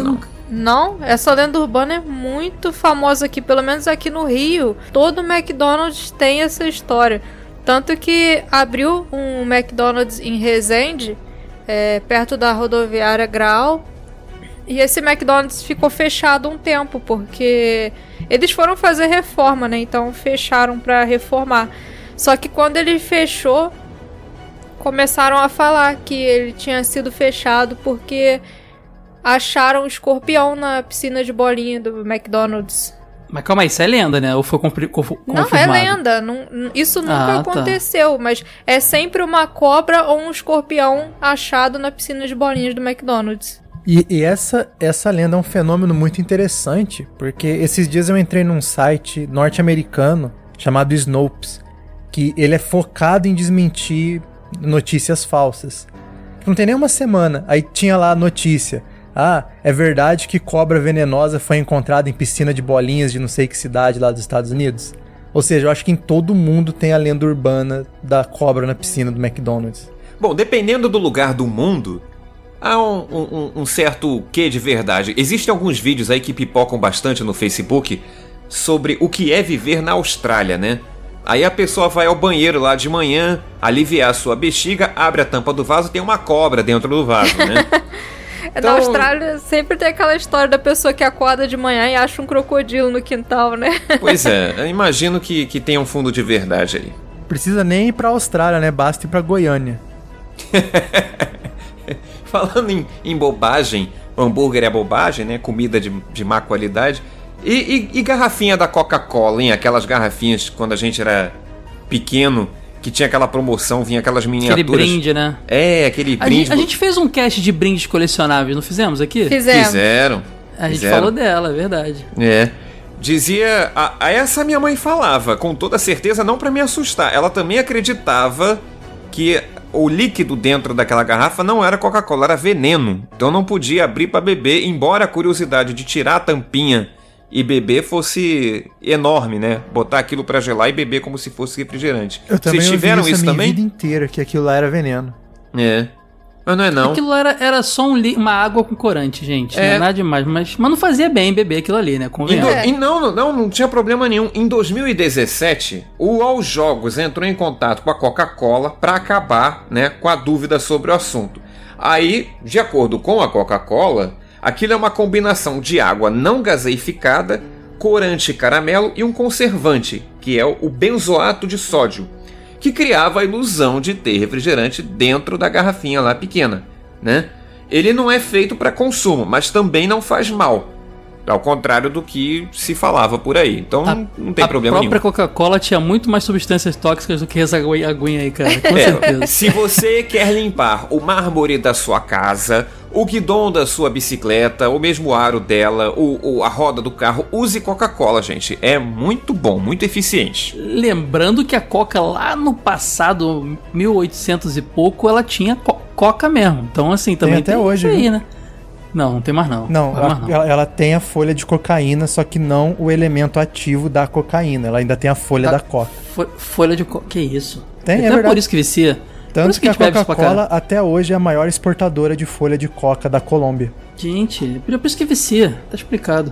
Não, essa lenda urbana é muito famosa aqui, pelo menos aqui no Rio. Todo McDonald's tem essa história. Tanto que abriu um McDonald's em Resende, perto da rodoviária Graal. E esse McDonald's ficou fechado um tempo, porque eles foram fazer reforma, né? Então fecharam para reformar. Só que quando ele fechou, começaram a falar que ele tinha sido fechado porque acharam um escorpião na piscina de bolinha do McDonald's. Mas calma aí, isso é lenda, né? Ou foi confirmado? Não, é lenda. Isso nunca aconteceu, tá. Mas é sempre uma cobra ou um escorpião achado na piscina de bolinhas do McDonald's. E essa lenda é um fenômeno muito interessante, porque esses dias eu entrei num site norte-americano chamado Snopes, que ele é focado em desmentir notícias falsas. Não tem nem uma semana, aí tinha lá a notícia: é verdade que cobra venenosa foi encontrada em piscina de bolinhas de não sei que cidade lá dos Estados Unidos? Ou seja, eu acho que em todo mundo tem a lenda urbana da cobra na piscina do McDonald's. Bom, dependendo do lugar do mundo, há um certo quê de verdade. Existem alguns vídeos aí que pipocam bastante no Facebook sobre o que é viver na Austrália, né? Aí a pessoa vai ao banheiro lá de manhã, aliviar a sua bexiga, abre a tampa do vaso, tem uma cobra dentro do vaso, né? Então, na Austrália sempre tem aquela história da pessoa que acorda de manhã e acha um crocodilo no quintal, né? Pois é, eu imagino que tem um fundo de verdade aí. Precisa nem ir pra Austrália, né? Basta ir pra Goiânia. Falando em bobagem, o hambúrguer é bobagem, né? Comida de má qualidade. E garrafinha da Coca-Cola, hein? Aquelas garrafinhas quando a gente era pequeno, que tinha aquela promoção, vinha aquelas miniaturas. Aquele brinde, né? Aquele brinde. A gente fez um cast de brindes colecionáveis, não fizemos aqui? Fizeram. A gente falou dela, é verdade. Dizia... essa minha mãe falava, com toda certeza, não pra me assustar. Ela também acreditava que o líquido dentro daquela garrafa não era Coca-Cola, era veneno. Então não podia abrir pra beber, embora a curiosidade de tirar a tampinha e beber fosse enorme, né? Botar aquilo pra gelar e beber como se fosse refrigerante. Eu também Vocês tiveram isso também? A vida inteira, que aquilo lá era veneno. Mas não é não. Aquilo era só uma água com corante, gente. Não é nada demais. Mas não fazia bem beber aquilo ali, né? Não tinha problema nenhum. Em 2017, o Aos Jogos entrou em contato com a Coca-Cola para acabar, né, com a dúvida sobre o assunto. Aí, de acordo com a Coca-Cola, aquilo é uma combinação de água não gaseificada, corante caramelo e um conservante, que é o benzoato de sódio, que criava a ilusão de ter refrigerante dentro da garrafinha lá pequena, né? Ele não é feito para consumo, mas também não faz mal, ao contrário do que se falava por aí. Então não tem problema nenhum. A própria Coca-Cola tinha muito mais substâncias tóxicas do que essa aguinha aí, cara, com certeza. Se você quer limpar o mármore da sua casa, o guidão da sua bicicleta, ou mesmo o aro dela, a roda do carro, use Coca-Cola, gente. É muito bom, muito eficiente. Lembrando que a Coca lá no passado, 1800 e pouco, ela tinha Coca mesmo. Então assim, também tem até hoje aí, né? Não tem mais não. Não, ela tem a folha de cocaína, só que não o elemento ativo da cocaína. Ela ainda tem a folha da Coca. Folha de Coca, que isso? Tem, então é por isso que vicia. Tanto que a Coca-Cola até hoje é a maior exportadora de folha de coca da Colômbia. Gente, por isso que vicia, tá explicado.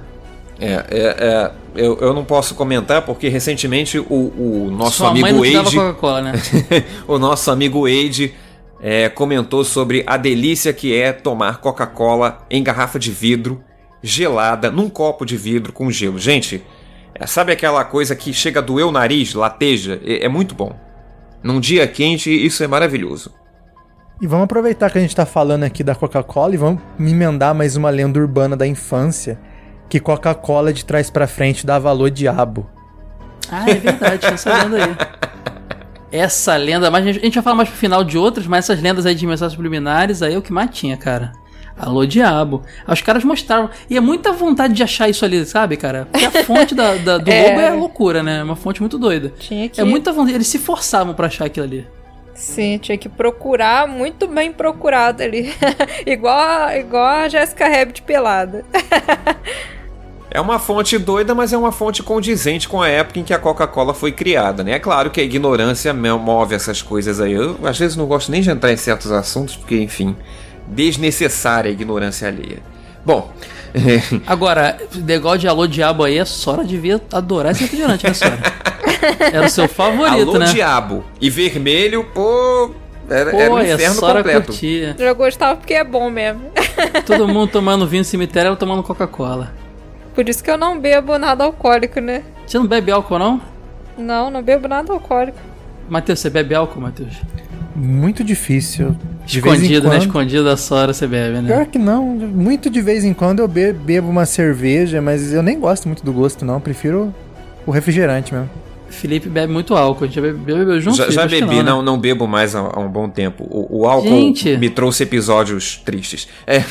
Eu não posso comentar porque recentemente o nosso Sua amigo mãe não te Wade... dava Coca-Cola, né? O nosso amigo Wade comentou sobre a delícia que é tomar Coca-Cola em garrafa de vidro, gelada, num copo de vidro com gelo. Gente, sabe aquela coisa que chega a doer o nariz, lateja? É muito bom. Num dia quente, isso é maravilhoso. E vamos aproveitar que a gente tá falando aqui da Coca-Cola e vamos emendar mais uma lenda urbana da infância, que Coca-Cola de trás pra frente dava alô diabo. É verdade, essa lenda aí. Essa lenda, mas a gente vai falar mais pro final de outras, mas essas lendas aí de mensagens subliminares aí é o que mais tinha, cara. Alô diabo. Os caras mostravam. E é muita vontade de achar isso ali, sabe, cara? Porque a fonte do logo é loucura, né? É uma fonte muito doida. Tinha que... É muita vontade. Eles se forçavam pra achar aquilo ali. Sim, tinha que procurar, muito bem procurado ali. igual a Jessica Rabbit pelada. É uma fonte doida, mas é uma fonte condizente com a época em que a Coca-Cola foi criada, né? É claro que a ignorância move essas coisas aí. Eu, às vezes, não gosto nem de entrar em certos assuntos, porque, enfim... desnecessária a ignorância alheia. Bom... Agora, negócio de Alô Diabo aí, a Sora devia adorar esse refrigerante, né, Sora? Era o seu favorito, Alô, né? Alô Diabo. E vermelho, era um inferno completo. Curtia. Eu gostava porque é bom mesmo. Todo mundo tomando vinho no cemitério, ela tomando Coca-Cola. Por isso que eu não bebo nada alcoólico, né? Você não bebe álcool, não? Não bebo nada alcoólico. Matheus, você bebe álcool, Matheus? Muito difícil. Escondido, né? Escondido da Sora você bebe, né? Pior que não. Muito de vez em quando eu bebo uma cerveja, mas eu nem gosto muito do gosto, não. Prefiro o refrigerante mesmo. Felipe bebe muito álcool. A gente já bebeu junto? Já bebi, não bebo mais há um bom tempo. O álcool me trouxe episódios tristes.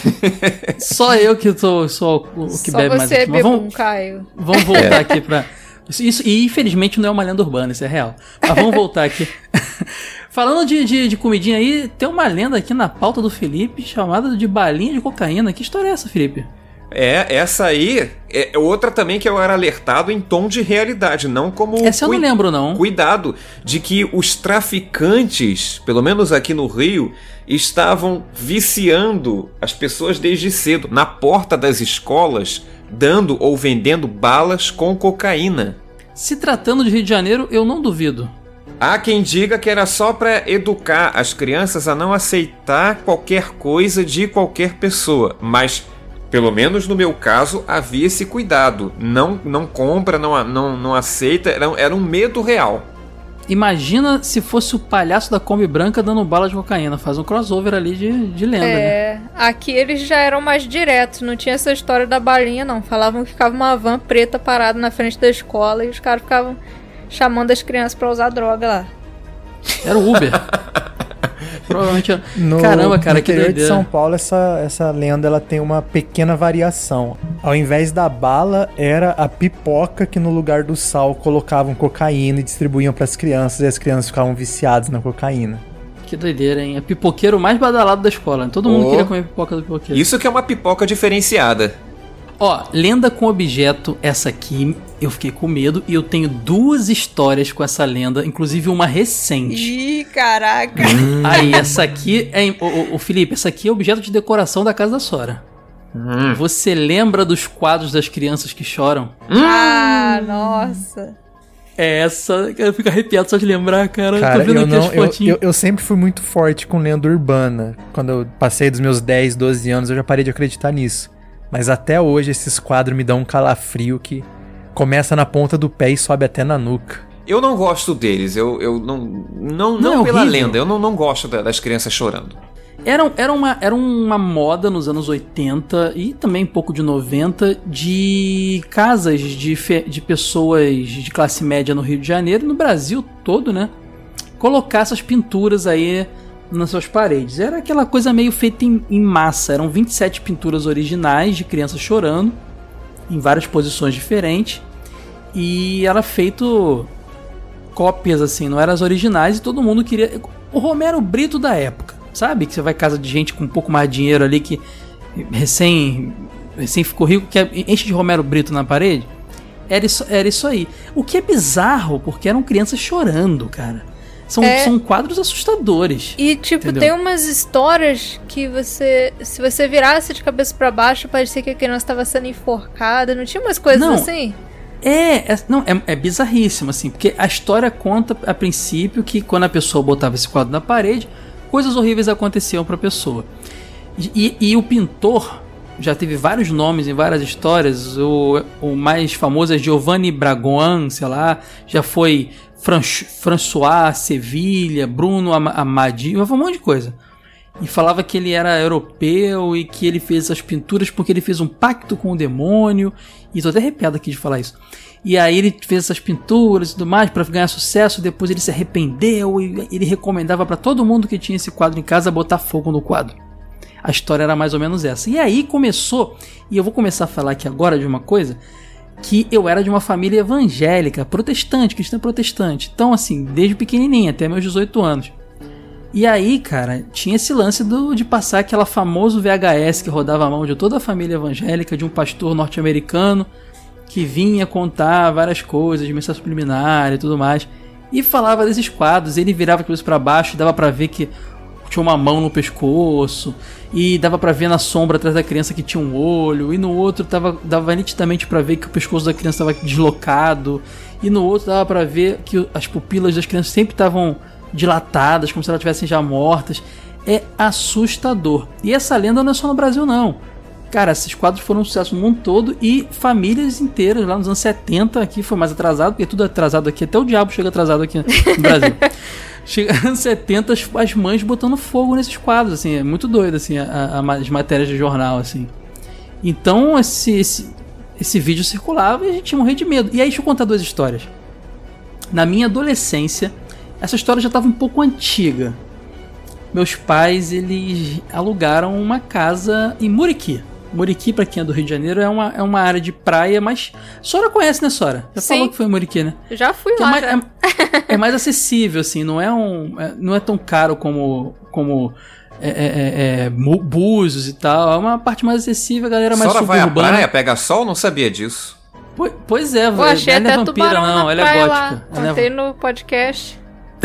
Só eu que sou o que só bebe mais aqui. Só você bebe Caio. Vamos voltar aqui pra... Isso, e infelizmente não é uma lenda urbana, isso é real. Mas vamos voltar aqui. Falando de comidinha aí, tem uma lenda aqui na pauta do Felipe chamada de balinha de cocaína. Que história é essa, Felipe? Essa aí é outra também que eu era alertado em tom de realidade, não como... Essa eu não lembro, não. Cuidado de que os traficantes, pelo menos aqui no Rio, estavam viciando as pessoas desde cedo, na porta das escolas, dando ou vendendo balas com cocaína. Se tratando de Rio de Janeiro, eu não duvido. Há quem diga que era só para educar as crianças a não aceitar qualquer coisa de qualquer pessoa, mas... Pelo menos no meu caso, havia esse cuidado. Não compra, não aceita, era um medo real. Imagina se fosse o palhaço da Kombi Branca dando bala de cocaína. Faz um crossover ali de lenda, né? Aqui eles já eram mais diretos. Não tinha essa história da balinha, não. Falavam que ficava uma van preta parada na frente da escola e os caras ficavam chamando as crianças pra usar droga lá. Era o Uber. Provavelmente. Caramba, cara, no que interior doideira. de São Paulo, essa lenda ela tem uma pequena variação. Ao invés da bala, era a pipoca que no lugar do sal colocavam cocaína e distribuíam para as crianças, e as crianças ficavam viciadas na cocaína. Que doideira, hein? É pipoqueiro mais badalado da escola. Todo mundo queria comer pipoca do pipoqueiro. Isso que é uma pipoca diferenciada. Ó, lenda com objeto, essa aqui eu fiquei com medo e eu tenho 2 histórias com essa lenda, inclusive uma recente. Ih, caraca! Aí, essa aqui é... Ô, Felipe, essa aqui é objeto de decoração da casa da Sora. Você lembra dos quadros das crianças que choram? Ah, nossa! Essa, eu fico arrepiado só de lembrar, cara. Cara, tô vendo aqui as fotinhas. Eu sempre fui muito forte com lenda urbana. Quando eu passei dos meus 10, 12 anos, eu já parei de acreditar nisso. Mas até hoje esses quadros me dão um calafrio que começa na ponta do pé e sobe até na nuca. Eu não gosto deles, eu não é pela horrível. lenda, eu não gosto das crianças chorando. Era uma moda nos anos 80 e também um pouco de 90 de casas de pessoas de classe média no Rio de Janeiro, no Brasil todo, né? Colocar essas pinturas aí nas suas paredes. Era aquela coisa meio feita em massa. Eram 27 pinturas originais de crianças chorando em várias posições diferentes e era feito cópias assim, não eram as originais e todo mundo queria... O Romero Brito da época, sabe? Que você vai em casa de gente com um pouco mais de dinheiro ali que recém ficou rico, que enche de Romero Brito na parede. Era isso aí. O que é bizarro, porque eram crianças chorando, cara. São quadros assustadores. E, tipo, entendeu? tem umas histórias que se você virasse de cabeça pra baixo, parecia que a criança estava sendo enforcada. Não tinha umas coisas assim? É bizarríssimo, assim, porque a história conta, a princípio, que quando a pessoa botava esse quadro na parede, coisas horríveis aconteciam pra pessoa. E o pintor já teve vários nomes em várias histórias. O mais famoso é Giovanni Bragoin, sei lá, já foi François Sevilha, Bruno Amadi, um monte de coisa. E falava que ele era europeu e que ele fez essas pinturas porque ele fez um pacto com o demônio. E tô até arrepiado aqui de falar isso. E aí ele fez essas pinturas e tudo mais para ganhar sucesso. Depois ele se arrependeu e ele recomendava para todo mundo que tinha esse quadro em casa botar fogo no quadro. A história era mais ou menos essa. E aí começou, e eu vou começar a falar aqui agora de uma coisa, que eu era de uma família evangélica, protestante, cristã protestante. Então, assim, desde pequenininha, até meus 18 anos. E aí, cara, tinha esse lance de passar aquela famoso VHS que rodava a mão de toda a família evangélica, de um pastor norte-americano que vinha contar várias coisas, de mensagem subliminar e tudo mais. E falava desses quadros, ele virava a cabeça pra baixo e dava pra ver que tinha uma mão no pescoço, e dava pra ver na sombra atrás da criança que tinha um olho, e no outro dava nitidamente pra ver que o pescoço da criança estava deslocado, e no outro dava pra ver que as pupilas das crianças sempre estavam dilatadas, como se elas estivessem já mortas. É assustador. E essa lenda não é só no Brasil, não. Cara, esses quadros foram um sucesso no mundo todo, e famílias inteiras lá nos anos 70, aqui foi mais atrasado, porque tudo é atrasado aqui, até o diabo chega atrasado aqui no Brasil. Chega nos anos 70, as mães botando fogo nesses quadros, assim, é muito doido, assim, as matérias de jornal, assim. Então, esse vídeo circulava e a gente morria de medo. E aí, deixa eu contar 2 histórias. Na minha adolescência, essa história já estava um pouco antiga. Meus pais, eles alugaram uma casa em Muriqui. Muriqui, pra quem é do Rio de Janeiro, é uma área de praia, mas a senhora conhece, né, Sora? Já falou que foi em Muriqui, né? Já fui lá, é mais acessível, assim, não é tão caro como Búzios e tal. É uma parte mais acessível, a galera mais suburbana. Sora vai à praia, pega sol? Não sabia disso. Pois é, eu achei ela até não é vampira, não, ela é gótica. Contei no podcast.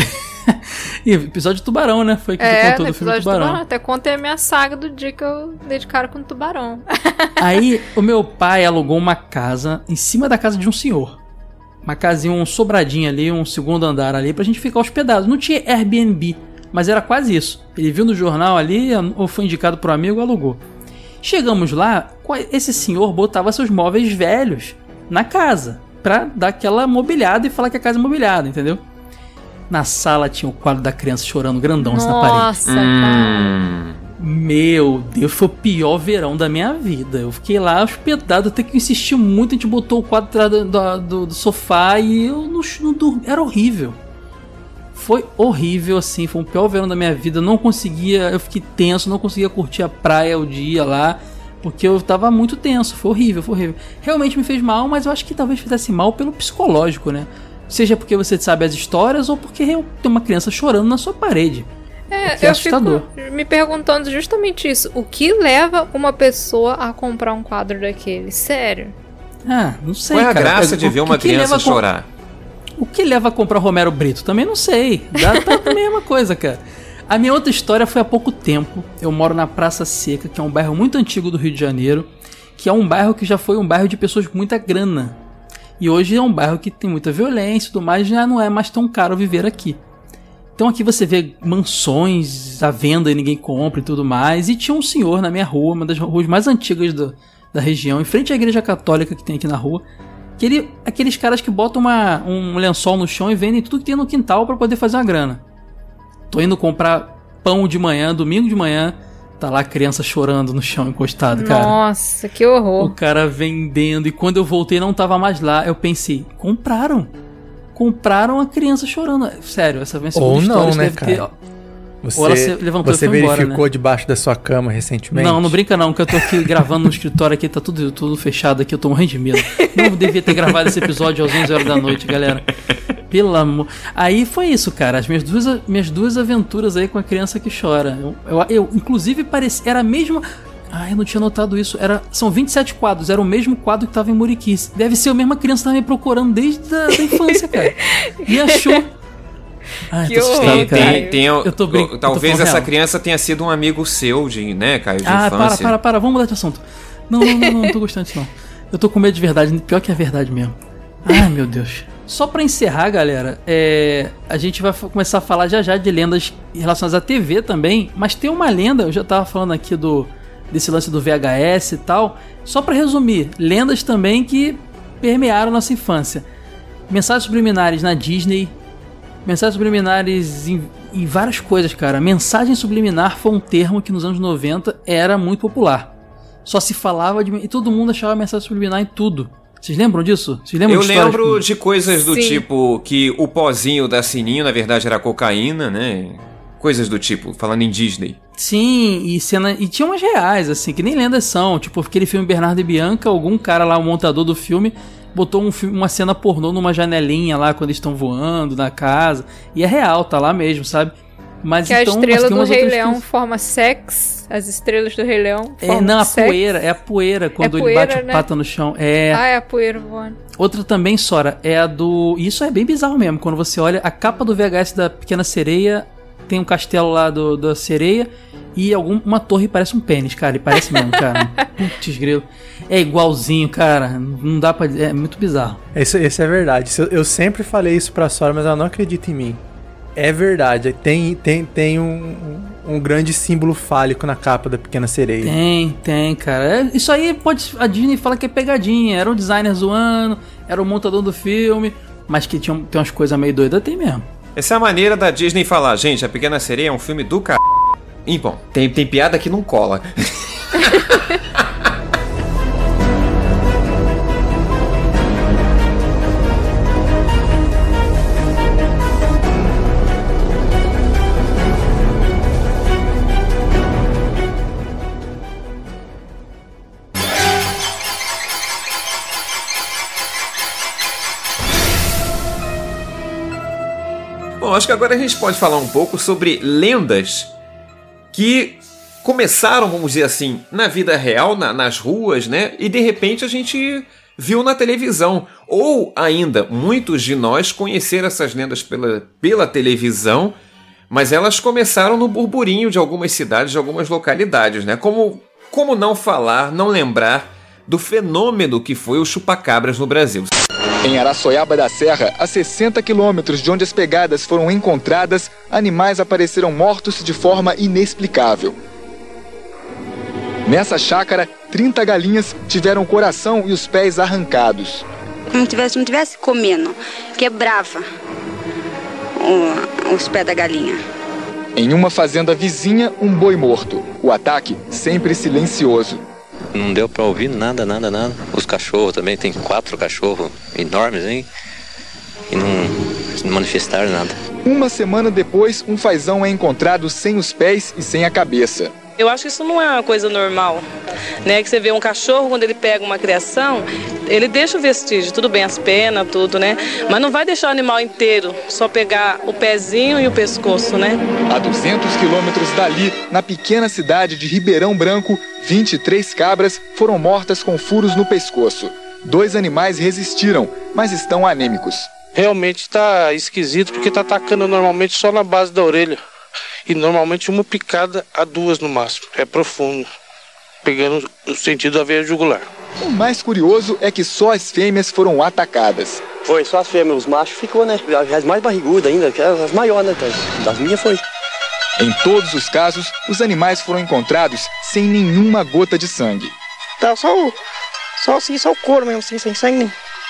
E episódio de tubarão, né? Foi que tu contou do filme Tubarão. Até contei a minha saga do dia que eu dei de cara com o tubarão. Aí, o meu pai alugou uma casa em cima da casa de um senhor. Uma casinha, um sobradinho ali, um segundo andar ali, pra gente ficar hospedado. Não tinha Airbnb, mas era quase isso. Ele viu no jornal ali, ou foi indicado por um amigo, alugou. Chegamos lá, esse senhor botava seus móveis velhos na casa, pra dar aquela mobiliada e falar que a casa é mobiliada, entendeu? Na sala tinha o quadro da criança chorando grandão na parede. Nossa, cara. Meu Deus, foi o pior verão da minha vida. Eu fiquei lá hospedado, até que eu insisti muito. A gente botou o quadro atrás do sofá e eu não dormi. Era horrível. Foi horrível, assim. Foi o pior verão da minha vida. Eu não conseguia, eu fiquei tenso, não conseguia curtir a praia o dia lá, porque eu tava muito tenso. Foi horrível, foi horrível. Realmente me fez mal, mas eu acho que talvez fizesse mal pelo psicológico, né? Seja porque você sabe as histórias ou porque tem uma criança chorando na sua parede. É assustador. Fico me perguntando justamente isso. O que leva uma pessoa a comprar um quadro daquele? Sério? Não sei, cara. Qual é a graça de ver uma criança chorar? O que leva a comprar Romero Brito? Também não sei. Tá a mesma coisa, cara. A minha outra história foi há pouco tempo. Eu moro na Praça Seca, que é um bairro muito antigo do Rio de Janeiro, que é um bairro que já foi um bairro de pessoas com muita grana. E hoje é um bairro que tem muita violência e tudo mais, já não é mais tão caro viver aqui. Então aqui você vê mansões à venda e ninguém compra e tudo mais. E tinha um senhor na minha rua, uma das ruas mais antigas da região, em frente à igreja católica que tem aqui na rua, que aqueles caras que botam um lençol no chão e vendem tudo que tem no quintal para poder fazer uma grana. Tô indo comprar pão de manhã, domingo de manhã, tá lá a criança chorando no chão encostado, cara. Nossa, que horror. O cara vendendo. E quando eu voltei não tava mais lá. Eu pensei, compraram a criança chorando. Sério, essa vem a segunda história. Ou não, né, cara? Ou ela se levantou e foi embora, né? Você verificou debaixo da sua cama recentemente? Não brinca não, que eu tô aqui gravando no escritório aqui, tá tudo fechado aqui, eu tô morrendo de medo. Não devia ter gravado esse episódio às 11 horas da noite, galera. Pelo amor. Aí foi isso, cara. As minhas duas aventuras aí com a criança que chora. Eu inclusive, era a mesma. Eu não tinha notado isso. São 27 quadros. Era o mesmo quadro que tava em Muriqui. Deve ser a mesma criança que tava me procurando desde a infância, cara. E achou. Que horror, cara. Talvez essa criança tenha sido um amigo seu, né, Caio, de infância. Para. Vamos mudar de assunto. Não tô gostando disso, não. Eu tô com medo de verdade. Pior que é verdade mesmo. Ai, meu Deus. Só pra encerrar, galera, a gente vai começar a falar já de lendas relacionadas à TV também, mas tem uma lenda, eu já tava falando aqui desse lance do VHS e tal, só pra resumir, lendas também que permearam nossa infância. Mensagens subliminares na Disney, mensagens subliminares em várias coisas, cara. Mensagem subliminar foi um termo que nos anos 90 era muito popular. Só se falava e todo mundo achava mensagem subliminar em tudo. Vocês lembram disso? Eu lembro de coisas do tipo que o pozinho da Sininho, na verdade, era cocaína, né? Coisas do tipo, falando em Disney. Sim, e tinha umas reais, assim, que nem lendas são. Tipo, aquele filme Bernardo e Bianca, algum cara lá, o montador do filme, botou uma cena pornô numa janelinha lá quando eles estão voando na casa. E é real, tá lá mesmo, sabe? Mas que então, a estrela do Rei Leão forma sex, as estrelas do Rei Leão formam sex. É a poeira, quando ele bate a pata no chão. É a poeira voando. Outra também, Sora, é a do... Isso é bem bizarro mesmo, quando você olha a capa do VHS da Pequena Sereia tem um castelo lá da sereia e uma torre parece um pênis, cara. E parece mesmo, cara. Putz, grilo. É igualzinho, cara. Não dá pra dizer. É muito bizarro. Isso é verdade. Eu sempre falei isso pra Sora, mas ela não acredita em mim. É verdade. Tem um grande símbolo fálico na capa da Pequena Sereia. Tem, cara. Isso aí a Disney fala que é pegadinha. Era um designer zoando, era o montador do filme, mas que tem umas coisas meio doidas, tem mesmo. Essa é a maneira da Disney falar, gente, a Pequena Sereia é um filme do c****. E bom, tem piada que não cola. Bom, acho que agora a gente pode falar um pouco sobre lendas que começaram, vamos dizer assim, na vida real, nas ruas, né? E de repente a gente viu na televisão. Ou ainda, muitos de nós conheceram essas lendas pela televisão, mas elas começaram no burburinho de algumas cidades, de algumas localidades, né? Como não falar, não lembrar do fenômeno que foi o chupacabras no Brasil. Em Araçoiaba da Serra, a 60 quilômetros de onde as pegadas foram encontradas, animais apareceram mortos de forma inexplicável. Nessa chácara, 30 galinhas tiveram o coração e os pés arrancados. Como se não tivesse comendo, quebrava os pés da galinha. Em uma fazenda vizinha, um boi morto. O ataque sempre silencioso. Não deu pra ouvir nada. Os cachorros também, tem 4 cachorros enormes, hein? E não manifestaram nada. Uma semana depois, um fazão é encontrado sem os pés e sem a cabeça. Eu acho que isso não é uma coisa normal, né? Que você vê um cachorro, quando ele pega uma criação, ele deixa o vestígio, tudo bem, as penas, tudo, né? Mas não vai deixar o animal inteiro, só pegar o pezinho e o pescoço, né? A 200 quilômetros dali, na pequena cidade de Ribeirão Branco, 23 cabras foram mortas com furos no pescoço. 2 animais resistiram, mas estão anêmicos. Realmente está esquisito, porque está atacando normalmente só na base da orelha. E normalmente uma picada a 2 no máximo. É profundo, pegando o sentido da veia jugular. O mais curioso é que só as fêmeas foram atacadas. Foi, só as fêmeas. Os machos ficou, né? As mais barrigudas ainda, que as maiores, né? Das minhas foi. Em todos os casos, os animais foram encontrados sem nenhuma gota de sangue. Tá só o couro mesmo, sem sangue.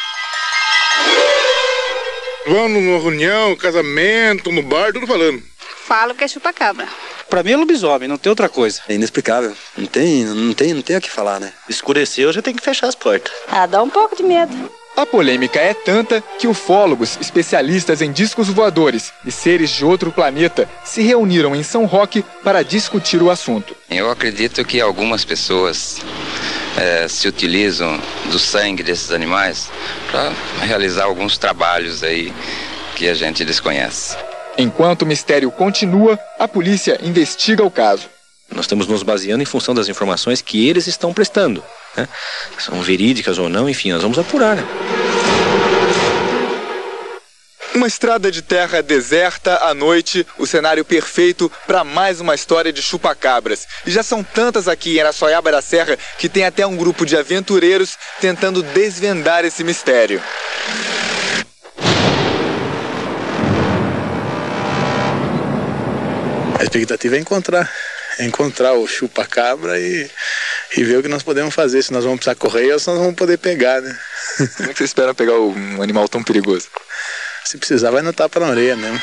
Vão numa reunião, casamento, no bar, tudo falando. Falo que é chupacabra. Pra mim é lobisomem, não tem outra coisa. É inexplicável. Não tem o que falar, né? Escureceu, já tem que fechar as portas. Dá um pouco de medo. A polêmica é tanta que ufólogos, especialistas em discos voadores e seres de outro planeta se reuniram em São Roque para discutir o assunto. Eu acredito que algumas pessoas se utilizam do sangue desses animais para realizar alguns trabalhos aí que a gente desconhece. Enquanto o mistério continua, a polícia investiga o caso. Nós estamos nos baseando em função das informações que eles estão prestando, né? São verídicas ou não, enfim, nós vamos apurar, né? Uma estrada de terra deserta à noite, o cenário perfeito para mais uma história de chupacabras. E já são tantas aqui em Araçoiaba da Serra que tem até um grupo de aventureiros tentando desvendar esse mistério. A expectativa é encontrar o chupacabra e ver o que nós podemos fazer, se nós vamos precisar correr ou se nós vamos poder pegar, né? Como é que você espera pegar um animal tão perigoso? Se precisar, vai no tapa na orelha mesmo.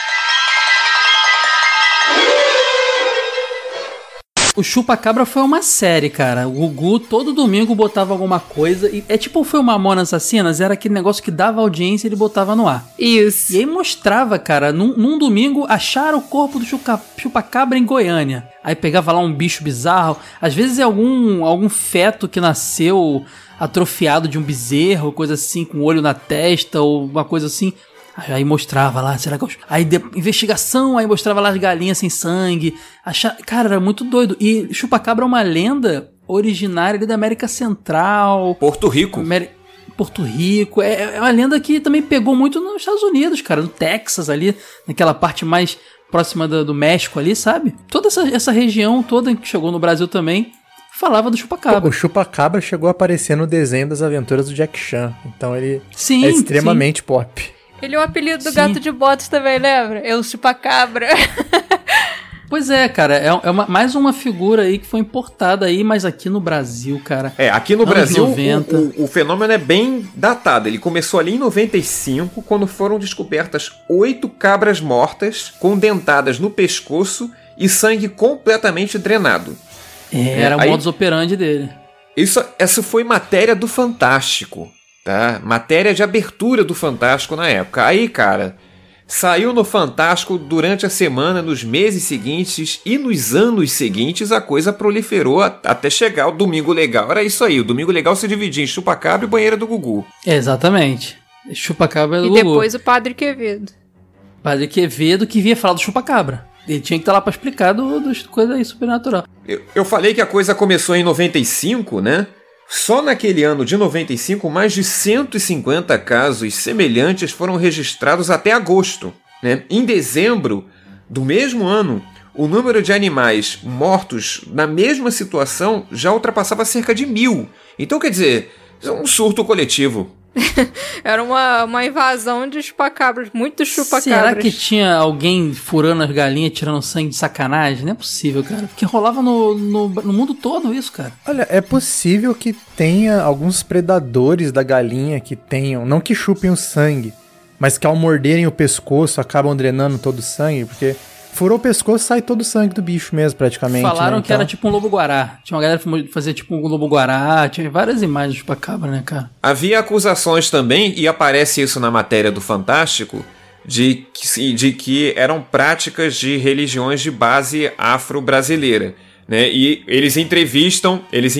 O Chupacabra foi uma série, cara. O Gugu todo domingo botava alguma coisa. E é tipo foi o Mamonas Assassinas, era aquele negócio que dava audiência e ele botava no ar. Isso. E aí mostrava, cara, num domingo, acharam o corpo do Chupacabra em Goiânia. Aí pegava lá um bicho bizarro. Às vezes é algum feto que nasceu atrofiado de um bezerro, coisa assim, com olho na testa ou uma coisa assim. Aí mostrava lá, será que aí investigação, aí mostrava lá as galinhas sem sangue. Cara, era muito doido. E Chupacabra é uma lenda originária ali da América Central. Porto Rico. Porto Rico. É uma lenda que também pegou muito nos Estados Unidos, cara. No Texas ali, naquela parte mais próxima do México ali, sabe? Toda essa região toda que chegou no Brasil também falava do chupacabra. O chupacabra chegou a aparecer no desenho das aventuras do Jack Chan. Então ele é extremamente pop. Ele é o apelido do gato de botas também, lembra? É o chupacabra. Pois é, cara, mais uma figura aí que foi importada aí, mas aqui no Brasil, cara. Aqui no Brasil o fenômeno é bem datado. Ele começou ali em 95, quando foram descobertas 8 cabras mortas, condentadas no pescoço e sangue completamente drenado. Era o modus operandi dele. Essa foi matéria do Fantástico, tá? Matéria de abertura do Fantástico na época. Aí, cara, saiu no Fantástico durante a semana, nos meses seguintes e nos anos seguintes a coisa proliferou até chegar o Domingo Legal. Era isso aí, o Domingo Legal se dividia em Chupacabra e Banheira do Gugu. Exatamente. Chupacabra do Gugu. E depois o Padre Quevedo. Padre Quevedo que vinha falar do Chupacabra. Ele tinha que estar lá pra explicar das coisas aí sobrenatural. Eu falei que a coisa começou em 95, né? Só naquele ano de 95, mais de 150 casos semelhantes foram registrados até agosto, né? Em dezembro do mesmo ano, o número de animais mortos na mesma situação já ultrapassava cerca de 1.000. Então, quer dizer, é um surto coletivo. Era uma invasão de chupacabras, muitos chupacabras. Será que tinha alguém furando as galinhas, tirando sangue de sacanagem? Não é possível, cara. Porque rolava no mundo todo isso, cara. Olha, é possível que tenha alguns predadores da galinha que tenham, não que chupem o sangue, mas que ao morderem o pescoço acabam drenando todo o sangue, porque furou o pescoço, sai todo o sangue do bicho mesmo, praticamente. Falaram, né? que era tipo um lobo-guará. Tinha uma galera que fazia tipo um lobo-guará. Tinha várias imagens de chupacabra, né, cara? Havia acusações também, e aparece isso na matéria do Fantástico, de que eram práticas de religiões de base afro-brasileira, né? E eles entrevistam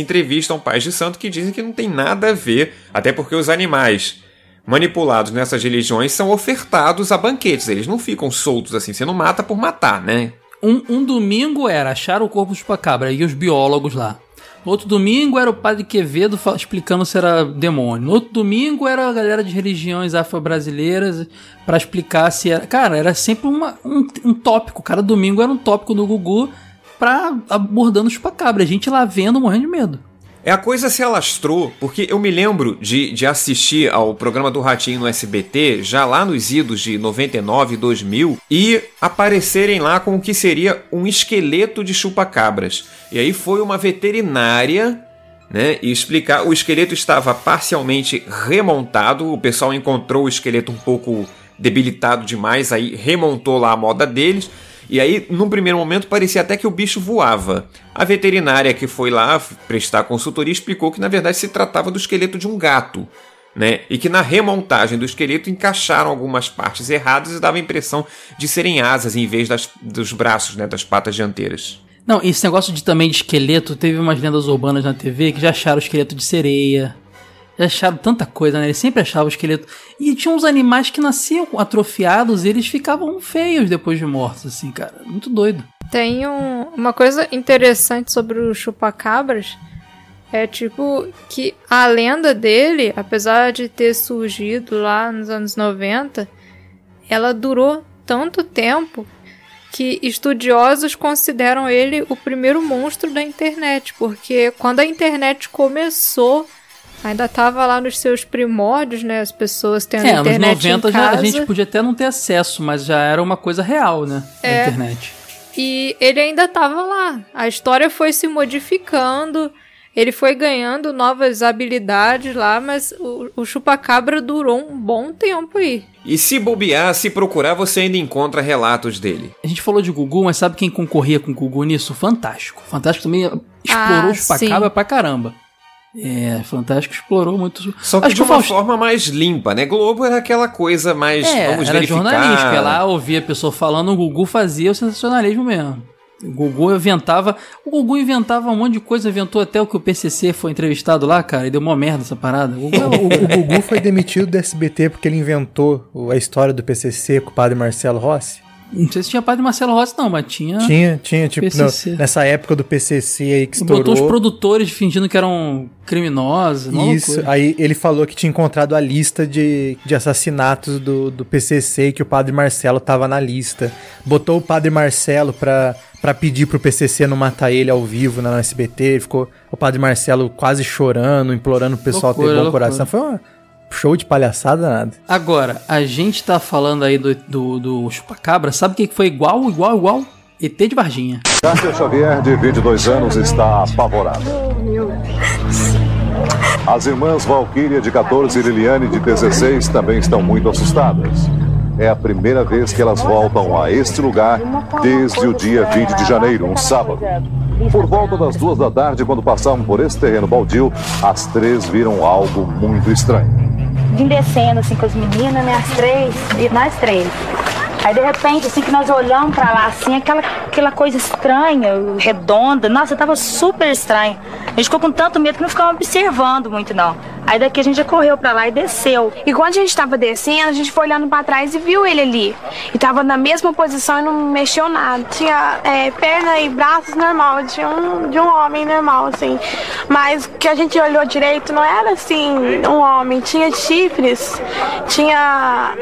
pais de santo que dizem que não tem nada a ver, até porque os animais manipulados nessas religiões são ofertados a banquetes, eles não ficam soltos assim, você não mata por matar, né? Um domingo era achar o corpo do chupacabra e os biólogos lá. No outro domingo era o Padre Quevedo explicando se era demônio. No outro domingo era a galera de religiões afro-brasileiras pra explicar se era... Cara, era sempre um tópico, cada domingo era um tópico no Gugu pra abordando o chupacabra, a gente lá vendo, morrendo de medo. A coisa se alastrou, porque eu me lembro de assistir ao programa do Ratinho no SBT, já lá nos idos de 99 e 2000, e aparecerem lá com o que seria um esqueleto de chupacabras. E aí foi uma veterinária, né, e explicar, o esqueleto estava parcialmente remontado, o pessoal encontrou o esqueleto um pouco debilitado demais, aí remontou lá a moda deles. E aí, num primeiro momento, parecia até que o bicho voava. A veterinária que foi lá prestar consultoria explicou que, na verdade, se tratava do esqueleto de um gato, né? E que na remontagem do esqueleto encaixaram algumas partes erradas e dava a impressão de serem asas em vez dos braços, né? Das patas dianteiras. Não, esse negócio também de esqueleto, teve umas lendas urbanas na TV que já acharam o esqueleto de sereia. Já acharam tanta coisa, né? Eles sempre achavam o esqueleto. E tinha uns animais que nasciam atrofiados e eles ficavam feios depois de mortos, assim, cara. Muito doido. Tem uma coisa interessante sobre o chupacabras. É tipo que a lenda dele, apesar de ter surgido lá nos anos 90, ela durou tanto tempo que estudiosos consideram ele o primeiro monstro da internet. Porque quando a internet começou... Ainda tava lá nos seus primórdios, né? As pessoas tendo internet nos 90 em casa. Já, a gente podia até não ter acesso, mas já era uma coisa real, né? A internet. E ele ainda tava lá. A história foi se modificando, ele foi ganhando novas habilidades lá, mas o chupacabra durou um bom tempo aí. E se bobear, se procurar, você ainda encontra relatos dele. A gente falou de Gugu, mas sabe quem concorria com o Gugu nisso? Fantástico. Fantástico também explorou o chupacabra pra caramba. Fantástico explorou muito. Só que de uma forma mais limpa, né? Globo era aquela coisa mais, vamos era verificar. Jornalística, ela ouvia a pessoa falando, o Gugu fazia o sensacionalismo mesmo. O Gugu inventava um monte de coisa, inventou até o que o PCC foi entrevistado lá, cara, e deu uma merda essa parada. O Gugu foi demitido do SBT porque ele inventou a história do PCC com o padre Marcelo Rossi. Não sei se tinha Padre Marcelo Rossi, não, mas tinha. Tinha, tipo, nessa época do PCC aí que estourou. Botou os produtores fingindo que eram criminosos. Isso, loucura. Aí ele falou que tinha encontrado a lista de assassinatos do PCC e que o Padre Marcelo tava na lista. Botou o Padre Marcelo pra pedir pro PCC não matar ele ao vivo na SBT. Ficou o Padre Marcelo quase chorando, implorando o pessoal ter bom coração. Foi uma show de palhaçada, nada. Agora, a gente tá falando aí do chupacabra, sabe o que foi igual? ET de Varginha. Cássia Xavier, de 22 anos, está apavorada. As irmãs Valquíria, de 14, e Liliane, de 16, também estão muito assustadas. É a primeira vez que elas voltam a este lugar desde o dia 20 de janeiro, um sábado. Por volta das 2 da tarde, quando passavam por esse terreno baldio, as 3 viram algo muito estranho. Vim descendo assim com as meninas, né, as 3, e nós 3. Aí de repente, assim que nós olhamos pra lá, assim, aquela coisa estranha, redonda, nossa, tava super estranho. A gente ficou com tanto medo que não ficava observando muito, não. Aí daqui a gente já correu pra lá e desceu. E quando a gente tava descendo, a gente foi olhando pra trás e viu ele ali. E tava na mesma posição e não mexeu nada. Tinha perna e braços normal, de um homem normal, assim. Mas que a gente olhou direito não era assim, um homem. Tinha chifres, tinha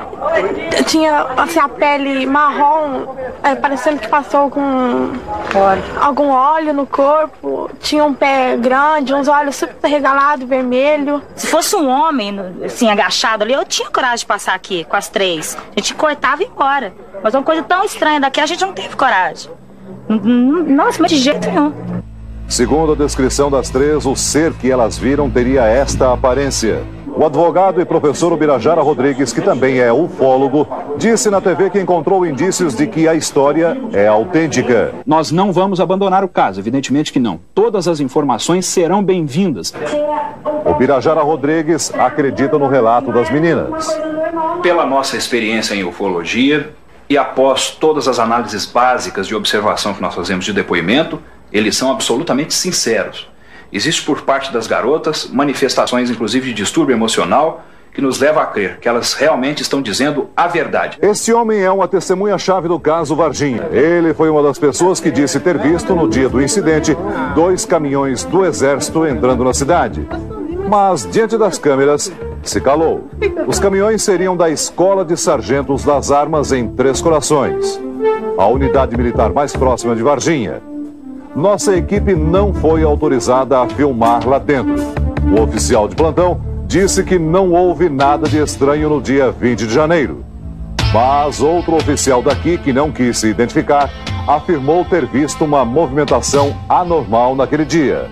assim, a pele marrom, parecendo que passou com algum óleo no corpo. Tinha um pé grande, uns olhos super regalados, vermelhos. Se fosse um homem, assim, agachado ali, eu tinha coragem de passar aqui com as 3. A gente cortava e ia embora. Mas uma coisa tão estranha daqui, a gente não teve coragem. Nossa, mas de jeito nenhum. Segundo a descrição das 3, o ser que elas viram teria esta aparência. O advogado e professor Ubirajara Rodrigues, que também é ufólogo, disse na TV que encontrou indícios de que a história é autêntica. Nós não vamos abandonar o caso, evidentemente que não. Todas as informações serão bem-vindas. Ubirajara Rodrigues acredita no relato das meninas. Pela nossa experiência em ufologia e após todas as análises básicas de observação que nós fazemos de depoimento, eles são absolutamente sinceros. Existe por parte das garotas manifestações, inclusive, de distúrbio emocional, que nos leva a crer que elas realmente estão dizendo a verdade. Este homem é uma testemunha-chave do caso Varginha. Ele foi uma das pessoas que disse ter visto, no dia do incidente, 2 caminhões do Exército entrando na cidade. Mas, diante das câmeras, se calou. Os caminhões seriam da Escola de Sargentos das Armas em Três Corações, a unidade militar mais próxima de Varginha. Nossa equipe não foi autorizada a filmar lá dentro. O oficial de plantão disse que não houve nada de estranho no dia 20 de janeiro. Mas outro oficial daqui, que não quis se identificar, afirmou ter visto uma movimentação anormal naquele dia.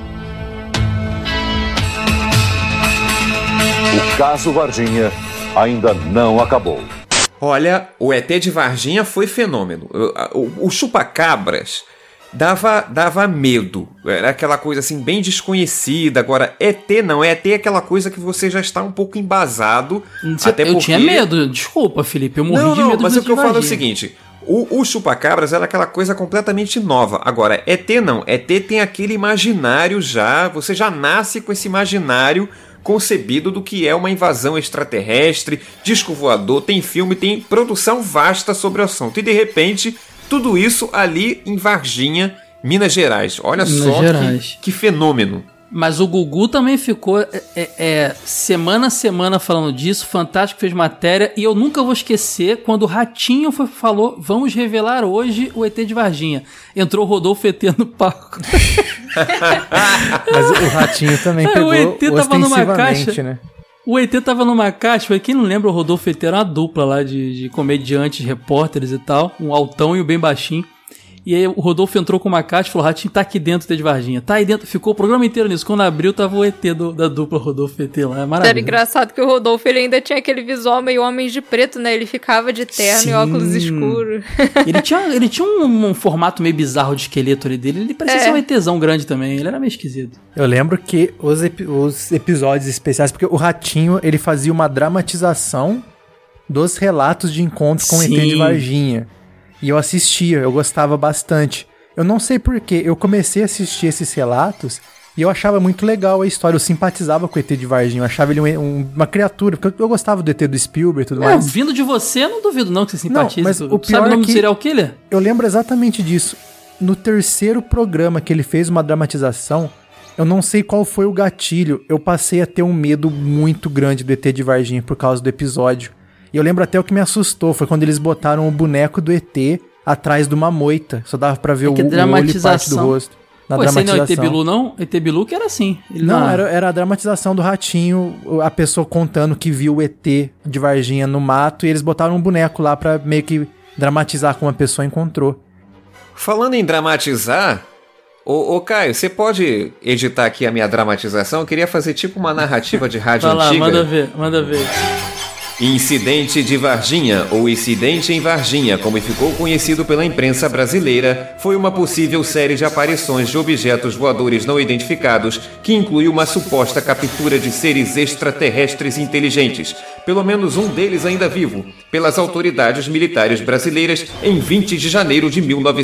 O caso Varginha ainda não acabou. Olha, o ET de Varginha foi fenômeno. O chupacabras dava medo. Era aquela coisa assim bem desconhecida. Agora, ET não. ET é aquela coisa que você já está um pouco embasado. Até porque... tinha medo. Desculpa, Felipe. Eu morri de medo. Mas o que eu falo é o seguinte. O chupacabras era aquela coisa completamente nova. Agora, ET não. ET tem aquele imaginário já. Você já nasce com esse imaginário concebido do que é uma invasão extraterrestre, disco voador, tem filme, tem produção vasta sobre o assunto. E de repente, tudo isso ali em Varginha, Minas Gerais. Olha só que fenômeno. Mas o Gugu também ficou semana a semana falando disso. Fantástico fez matéria. E eu nunca vou esquecer quando o Ratinho falou: vamos revelar hoje o ET de Varginha. Entrou o Rodolfo ET no palco. Mas o Ratinho também pegou o ET tava numa caixa, né? O ET tava numa caixa. Quem não lembra, o Rodolfo ET era uma dupla lá de comediantes, repórteres e tal. Um altão e um bem baixinho. E aí o Rodolfo entrou com uma caixa e falou: Ratinho, tá aqui dentro o ET de Varginha. Tá aí dentro. Ficou o programa inteiro nisso. Quando abriu, tava o ET da dupla Rodolfo ET lá. É maravilhoso. Era engraçado que o Rodolfo, ele ainda tinha aquele visual meio homem de preto, né? Ele ficava de terno e óculos escuros. Ele tinha um formato meio bizarro de esqueleto ali dele. Ele parecia ser um ETzão grande também. Ele era meio esquisito. Eu lembro que os episódios especiais, porque o Ratinho, ele fazia uma dramatização dos relatos de encontros com o ET de Varginha. E eu assistia, eu gostava bastante. Eu não sei porquê, eu comecei a assistir esses relatos E eu achava muito legal a história, eu simpatizava com o ET de Varginha, eu achava ele uma criatura, porque eu gostava do ET do Spielberg e tudo mais. Vindo de você, eu não duvido não que você simpatize. Não, mas o pior sabe o nome do serial killer? Eu lembro exatamente disso. No terceiro programa que ele fez uma dramatização, eu não sei qual foi o gatilho, eu passei a ter um medo muito grande do ET de Varginha por causa do episódio. E eu lembro até o que me assustou, foi quando eles botaram o boneco do ET atrás de uma moita, só dava pra ver o olho e parte do rosto. Pô, esse não é o ET Bilu, não? ET Bilu que era assim. Era a dramatização do ratinho, a pessoa contando que viu o ET de Varginha no mato, e eles botaram um boneco lá pra meio que dramatizar como a pessoa encontrou. Falando em dramatizar, ô Caio, você pode editar aqui a minha dramatização? Eu queria fazer tipo uma narrativa de rádio antiga. Vai lá, manda ver. Incidente de Varginha, ou Incidente em Varginha, como ficou conhecido pela imprensa brasileira, foi uma possível série de aparições de objetos voadores não identificados que inclui uma suposta captura de seres extraterrestres inteligentes, pelo menos um deles ainda vivo, pelas autoridades militares brasileiras em 20 de janeiro de